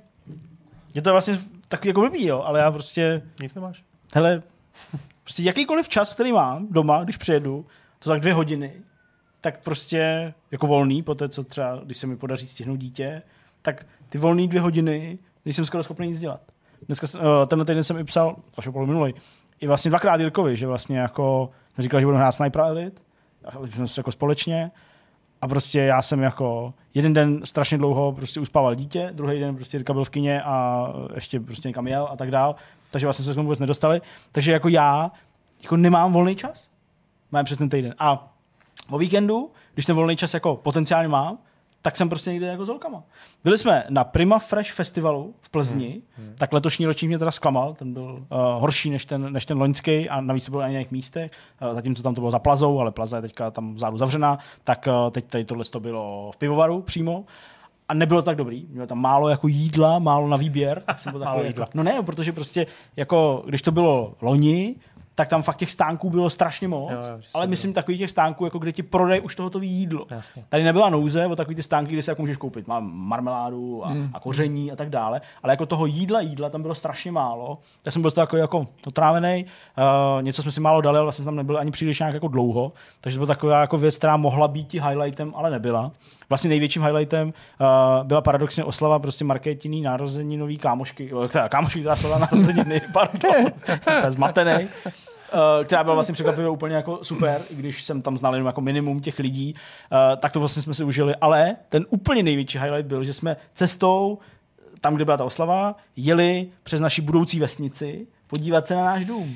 je to vlastně takový jako blbý, jo, ale já prostě, Nic nemáš? hele, prostě jakýkoliv čas, který mám doma, když přijedu, to tak 2 hodiny, tak prostě jako volný, po té, co třeba, když se mi podaří stihnout dítě, tak ty volný 2 hodiny nejsem skoro schopný nic dělat. Dneska, tenhle týden jsem i psal, vašeho polu minulej, i vlastně 2krát Jirkovi, že vlastně jako říkal, že budeme hrát Sniper Elite, jako společně, a prostě já jsem jako jeden den strašně dlouho prostě uspával dítě, druhý den prostě Jirka byl v kině a ještě prostě někam jel a tak dál, takže vlastně jsme se k tomu vůbec nedostali, takže jako já jako nemám volný čas, mám přes ten týden a o víkendu, když ten volný čas jako potenciálně mám, tak jsem prostě někde jako s holkama. Byli jsme na Prima Fresh festivalu v Plzni, tak letošní ročník mě teda zklamal, ten byl horší než ten loňský a navíc to bylo na nějakých místech, zatímco tam to bylo za Plazou, ale Plaza je teďka tam vzadu zavřená, tak teď tady tohle to bylo v pivovaru přímo. A nebylo tak dobrý, mělo tam málo jako jídla, málo na výběr. Tak jsem byl takový, jako, no ne, protože prostě jako, když to bylo loni, tak tam fakt těch stánků bylo strašně moc, ale myslím takových těch stánků, jako kde ti prodají už tohoto jídlo. Jasně. Tady nebyla nouze o takový ty stánky, kde se jako můžeš koupit. Mám marmeládu a koření a tak dále, ale jako toho jídla tam bylo strašně málo. Já jsem byl to jako otrávený, něco jsme si málo dali, ale vlastně tam nebyl ani příliš nějak jako dlouho, takže to byla taková jako věc, která mohla být tím highlightem, ale nebyla. Vlastně největším highlightem byla paradoxně oslava prostě Markétiny narozeninový kámošky, která slova narozeniny, pardon, zmatenej. Která byla vlastně překvapivě úplně jako super, i když jsem tam znal jenom jako minimum těch lidí, tak to vlastně jsme si užili. Ale ten úplně největší highlight byl, že jsme cestou, tam, kde byla ta oslava, jeli přes naši budoucí vesnici podívat se na náš dům.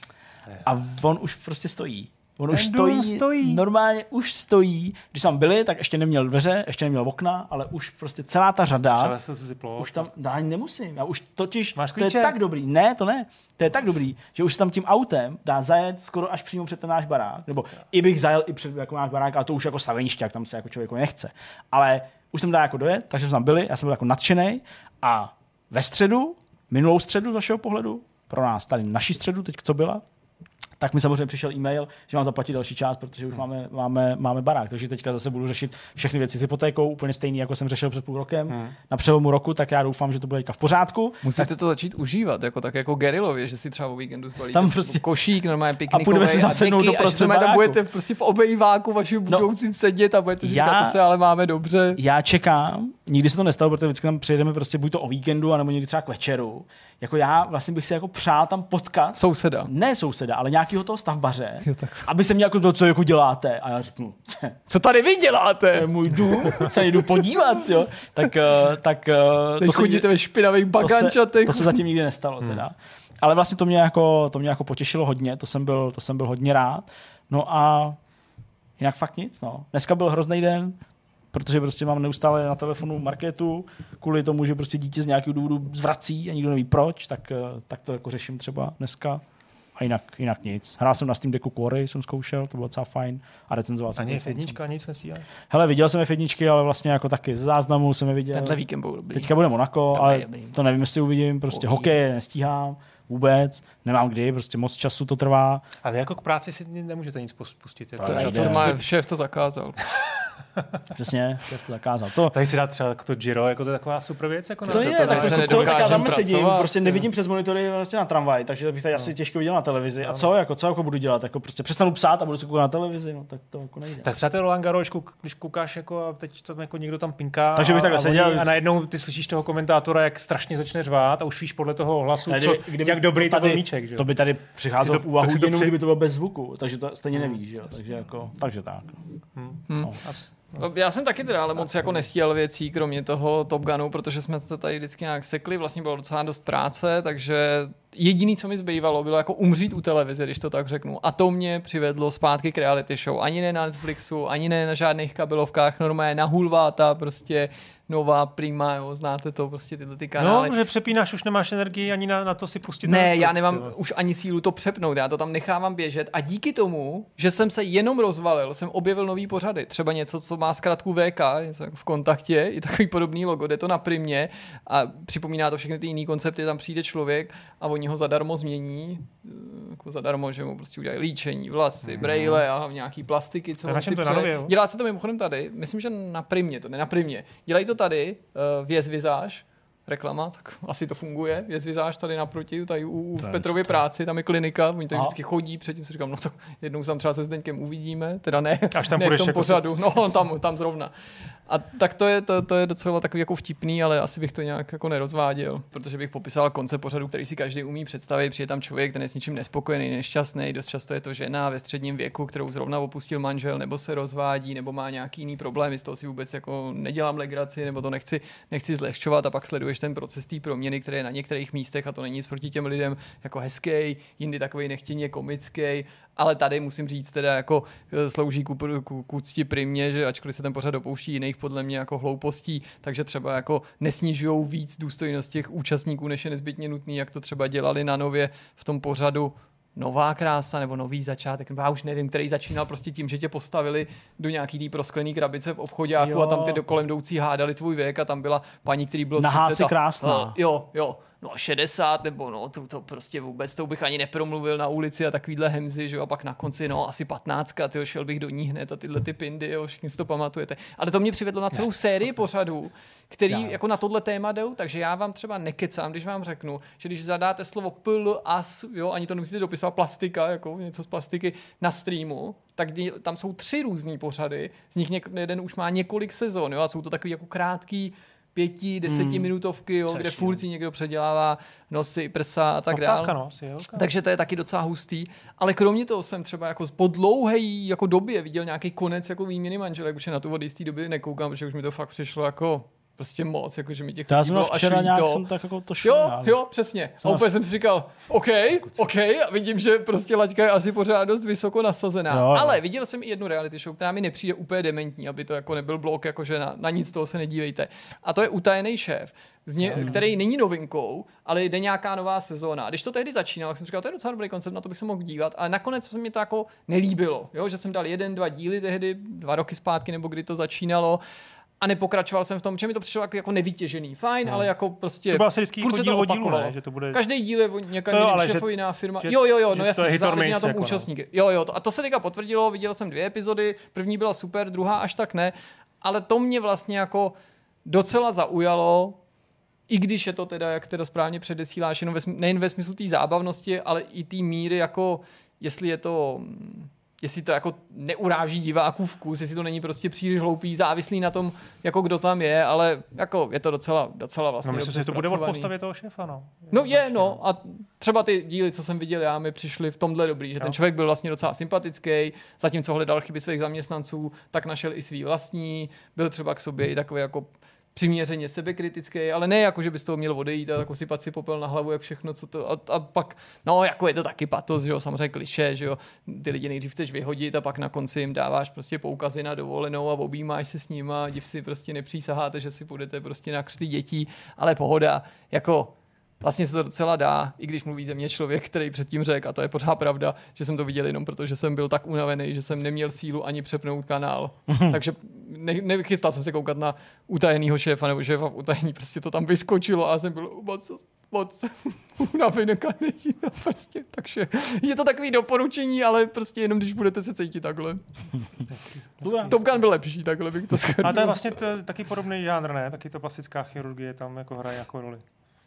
A on už prostě stojí. On už stojí, normálně už stojí. Když jsme byli, tak ještě neměl dveře, ještě neměl okna, ale už prostě celá ta řada. Už tam, ani nemusím. Já už totiž, to je tak dobrý. Ne, to ne. To je tak dobrý, že už se tam tím autem dá zajet skoro až přímo před ten náš barák. Nebo i bych zajel i před jako náš barák, ale to už jako staveniště, jak tam se jako člověk nechce. Ale už jsem dá jako dojet, takže jsme tam byli, já jsem byl jako nadšenej a ve středu, minulou středu z vašeho pohledu, pro nás tady naší středu, teď co byla, tak mi samozřejmě přišel e-mail, že mám zaplatit další část, protože už máme barák. Takže teďka zase budu řešit všechny věci s hypotékou, úplně stejný, jako jsem řešil před půl rokem. Na přelomu roku, tak já doufám, že to bude teďka v pořádku. Musíte to začít užívat, jako tak jako Gerilově, že si třeba o víkendu zbalíte tam prostě košík, normálně piknikový a půjdeme si zasednout do prostřed baráku. Budete prostě v obejváku vašim budoucím sedět a budete si říkat, to se ale máme dobře. Já čekám, nikdy se to nestalo, protože vždycky tam přijedeme prostě buď to o víkendu, anebo někdy třeba k večeru. Jako já vlastně bych si jako přál tam potkat souseda. Ne souseda, ale nějakého toho stavbaře, aby se mě jako to, co jako děláte. A já řeknu, co tady vy děláte? To je můj dům, se jdu podívat, jo. Tak to chodíte ve špinavých bagančatech. To se zatím nikdy nestalo teda. Ale vlastně to mě jako potěšilo hodně, to jsem byl hodně rád. No a jinak fakt nic, no. Dneska byl hrozný den, protože prostě mám neustále na telefonu Markétu, kvůli tomu, že prostě dítě z nějakého důvodu zvrací a nikdo neví proč, tak to jako řeším třeba dneska. A jinak nic. Hrál jsem na Steam Decku Quarry, jsem zkoušel, to bylo docela fajn a recenzoval jsem. Ani F1 nic nestíháš? Hele, viděl jsem F1, ale vlastně jako taky ze záznamu jsem je viděl. Tenhle víkend byl dobrý. Teďka bude Monaco, ale to nevím, jestli uvidím, prostě hokej nestíhám vůbec, nemám kdy, prostě moc času to trvá. A vy jako k práci si nemůžete nic pustit. Šéf to zakázal. Přesně, šéf to zakázal. Tady si dát třeba to Giro, jako to je taková super věc. Jako to je, tak prostě co, já tam sedím, prostě nevidím přes monitory vlastně na tramvaj, takže bych tady asi těžko viděl na televizi. A co jako budu dělat? Jako prostě přestanu psát a budu se koukat na televizi, no tak to jako nejde. Tak třeba ten Roland Garros, když koukáš jako a teď to jako někdo tam pinká. Takže bych takhle seděl a najednou ty slyšíš toho komentátora, jak strašně začne řvát a už víš podle toho hlasu, jak dobrý to byl míček, že? To by tady přicházelo v úvahu jenom, kdyby to bylo bez zvuku, takže to stejně nevíš, jo. Takže tak. Já jsem taky teda ale moc jako nestíhal věcí, kromě toho Top Gunu, protože jsme se tady vždycky nějak sekli, vlastně bylo docela dost práce, takže jediný, co mi zbývalo, bylo jako umřít u televize, když to tak řeknu. A to mě přivedlo zpátky k reality show. Ani ne na Netflixu, ani ne na žádných kabelovkách, normálně na Hulváta, prostě Nova, Prima, jo, znáte to, prostě tyhle ty kanály. No, že přepínáš, už nemáš energii ani na to si pustit. Ne, já nemám už ani sílu to přepnout, já to tam nechávám běžet a díky tomu, že jsem se jenom rozvalil, jsem objevil nový pořady, třeba něco, co má zkratku VK, něco jako v Kontaktě, je takový podobný logo, jde to na Primě a připomíná to všechny ty jiný koncepty, tam přijde člověk a oni ho zadarmo změní, jako zadarmo, že mu prostě udělají líčení, vlasy, brejle a nějaký plastiky, co on si přeje. Dělá se to mimochodem tady, myslím, že na Primě, to ne na Primě. Dělají to tady, Věz Vizáž, reklama, tak asi to funguje. Věz Vizáž tady naproti, tady v Petrově práci, tam je klinika, oni tady vždycky chodí, předtím si říkám, no tak jednou se tam třeba se Zdeňkem uvidíme, teda ne, až tam ne v tom jako pořadu, no tam zrovna. A tak to je docela takový jako vtipný, ale asi bych to nějak jako nerozváděl, protože bych popisoval koncept pořadu, který si každý umí představit. Přijde tam člověk, ten je s ničím nespokojený, nešťastný, dost často je to žena ve středním věku, kterou zrovna opustil manžel, nebo se rozvádí, nebo má nějaký jiný problémy, z toho si vůbec jako nedělám legraci, nebo to nechci zlehčovat a pak sleduješ ten proces té proměny, který je na některých místech a to není nic proti těm lidem jako hezký, jindy takový nechtěně komický. Ale tady musím říct, teda jako slouží k úcti Primě, že ačkoliv se ten pořad dopouští jiných podle mě jako hloupostí, takže třeba jako nesnižujou víc důstojnost těch účastníků, než je nezbytně nutný, jak to třeba dělali na Nově v tom pořadu Nová krása nebo Nový začátek, nebo já už nevím, který začínal prostě tím, že tě postavili do nějaký tý prosklený krabice v obchoďáku a tam ty kolem jdoucí hádali tvůj věk a tam byla paní, který bylo 30. Nahá si krásná. Jo. No 60, nebo no, to prostě vůbec, to bych ani nepromluvil na ulici a takovýhle hemzy, že jo, a pak na konci, no asi 15, tyjo, šel bych do ní hned a tyhle ty pindy, jo, všichni si to pamatujete. Ale to mě přivedlo na celou sérii pořadů, který jako na tohle téma jdou, takže já vám třeba nekecám, když vám řeknu, že když zadáte slovo PLAS, jo, ani to nemusíte dopisovat plastika, jako něco z plastiky na streamu, tak tam jsou 3 různý pořady, z nich jeden už má několik sezon, jo, a jsou to takový jako krátký 5-10 minutovky, jo, kde furt si někdo předělává nosy, prsa a tak dále. Takže to je taky docela hustý. Ale kromě toho jsem třeba jako po dlouhé jako době viděl nějaký konec jako výměny manželek, už na tu od jisté doby nekoukám, protože už mi to fakt přišlo jako prostě moc, jakože mi těch lidí bylo až líto. Jsem tak jako to šel, jo, přesně. A úplně jsem si říkal, OK, a vidím, že prostě laťka je asi pořád dost vysoko nasazená. Jo. Ale viděl jsem i jednu reality show, která mi nepřijde úplně dementní, aby to jako nebyl blok, jakože na nic toho se nedívejte. A to je Utajený šéf, který není novinkou, ale jde nějaká nová sezóna. A když to tehdy začínalo, tak jsem říkal, to je docela dobrý koncept, na to bych se mohl dívat, ale nakonec se mi to jako nelíbilo, jo? Že jsem dal 1-2 díly tehdy, 2 roky zpátky, nebo kdy to začínalo. A nepokračoval jsem v tom, že mi to přišlo jako nevytěžený. Fajn, ale jako prostě to byl asi vždycky díl od dílu, ne? Že to bude... Každý díl je nějaká jiná firma. Jo, no jasně, záleží na tom jako účastníky. Jo, a to se teďka potvrdilo, viděl jsem 2 epizody, první byla super, druhá až tak ne, ale to mě vlastně jako docela zaujalo, i když je to teda, jak teda správně předesíláš, jenom nejen ve smyslu té zábavnosti, ale i té míry, jako jestli to jako neuráží diváků vkus, jestli to není prostě příliš hloupý, závislý na tom, jako kdo tam je, ale jako je to docela vlastně. No myslím si, že to bude od postavy toho šéfa, no. No a třeba ty díly, co jsem viděl já, mi přišly v tomhle dobrý, že ten člověk byl vlastně docela sympatický, zatímco hledal chyby svých zaměstnanců, tak našel i svý vlastní, byl třeba k sobě i takový jako přiměřeně sebekritický, ale ne jako, že bys toho měl odejít a jako sypat si popel na hlavu, jak všechno, co to, a pak, no jako je to taky patos, že jo, samozřejmě klišé, že jo, ty lidi nejdřív chceš vyhodit a pak na konci jim dáváš prostě poukazy na dovolenou a objímáš se s nima a div si prostě nepřísaháte, že si půjdete prostě na křty dětí, ale pohoda, jako vlastně se to docela dá, i když mluví ze mě člověk, který předtím řekl, a to je pořád pravda, že jsem to viděl jenom proto, že jsem byl tak unavený, že jsem neměl sílu ani přepnout kanál. Takže nechystal jsem se koukat na Utajenýho šéfa nebo šéfa v utajení, prostě to tam vyskočilo a já jsem byl moc unavený prostě. Takže je to takový doporučení, ale prostě jenom když budete se cítit takhle. Top Gun byl lepší, takhle bych to shrnul. A to je vlastně taky podobný žánr, ne? Taky to plastická chirurgie tam jako hraje jako roli.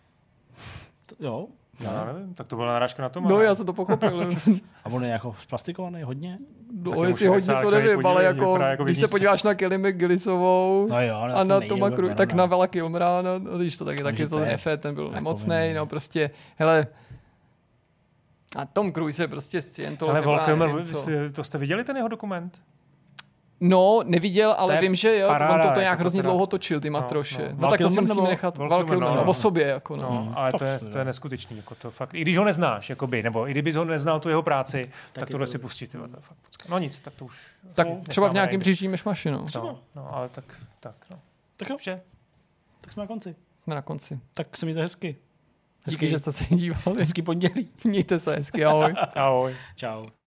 Jo. Já nevím, tak to byla narážka na to. No, já jsem to pochopil. A on je jako splastikovaný hodně? No, jestli hodně to nevím, ale jako když se podíváš na Kelly McGillisovou a na Toma Cruise, tak na Vala Kilmera, no, když to taky to nefé, ten byl nemocnej, no prostě, hele, a Tom Cruise je prostě scientolog. Ale Val Kilmer, to jste viděli ten jeho dokument? No, neviděl, ale vím, že jo, on to nějak hrozně dlouho točil, ty matroše. No tak to si musíme nechat. Val Kilmer, o sobě, jako no. Ale to je neskutečný, jako to fakt. I když ho neznáš, jakoby, nebo i kdybys ho neznal tu jeho práci, tak tohle si pustit, jo, to je fakt. No nic, tak to už. Tak třeba v nějakém příštím mešmaši, no. No, ale tak no. Tak jo. Tak jsme na konci. Jsme na konci. Tak se mějte hezky. Díky, že jste se dívali. Hezky pondělí. Mějte se hezky, ahoj. Ahoj. Čau.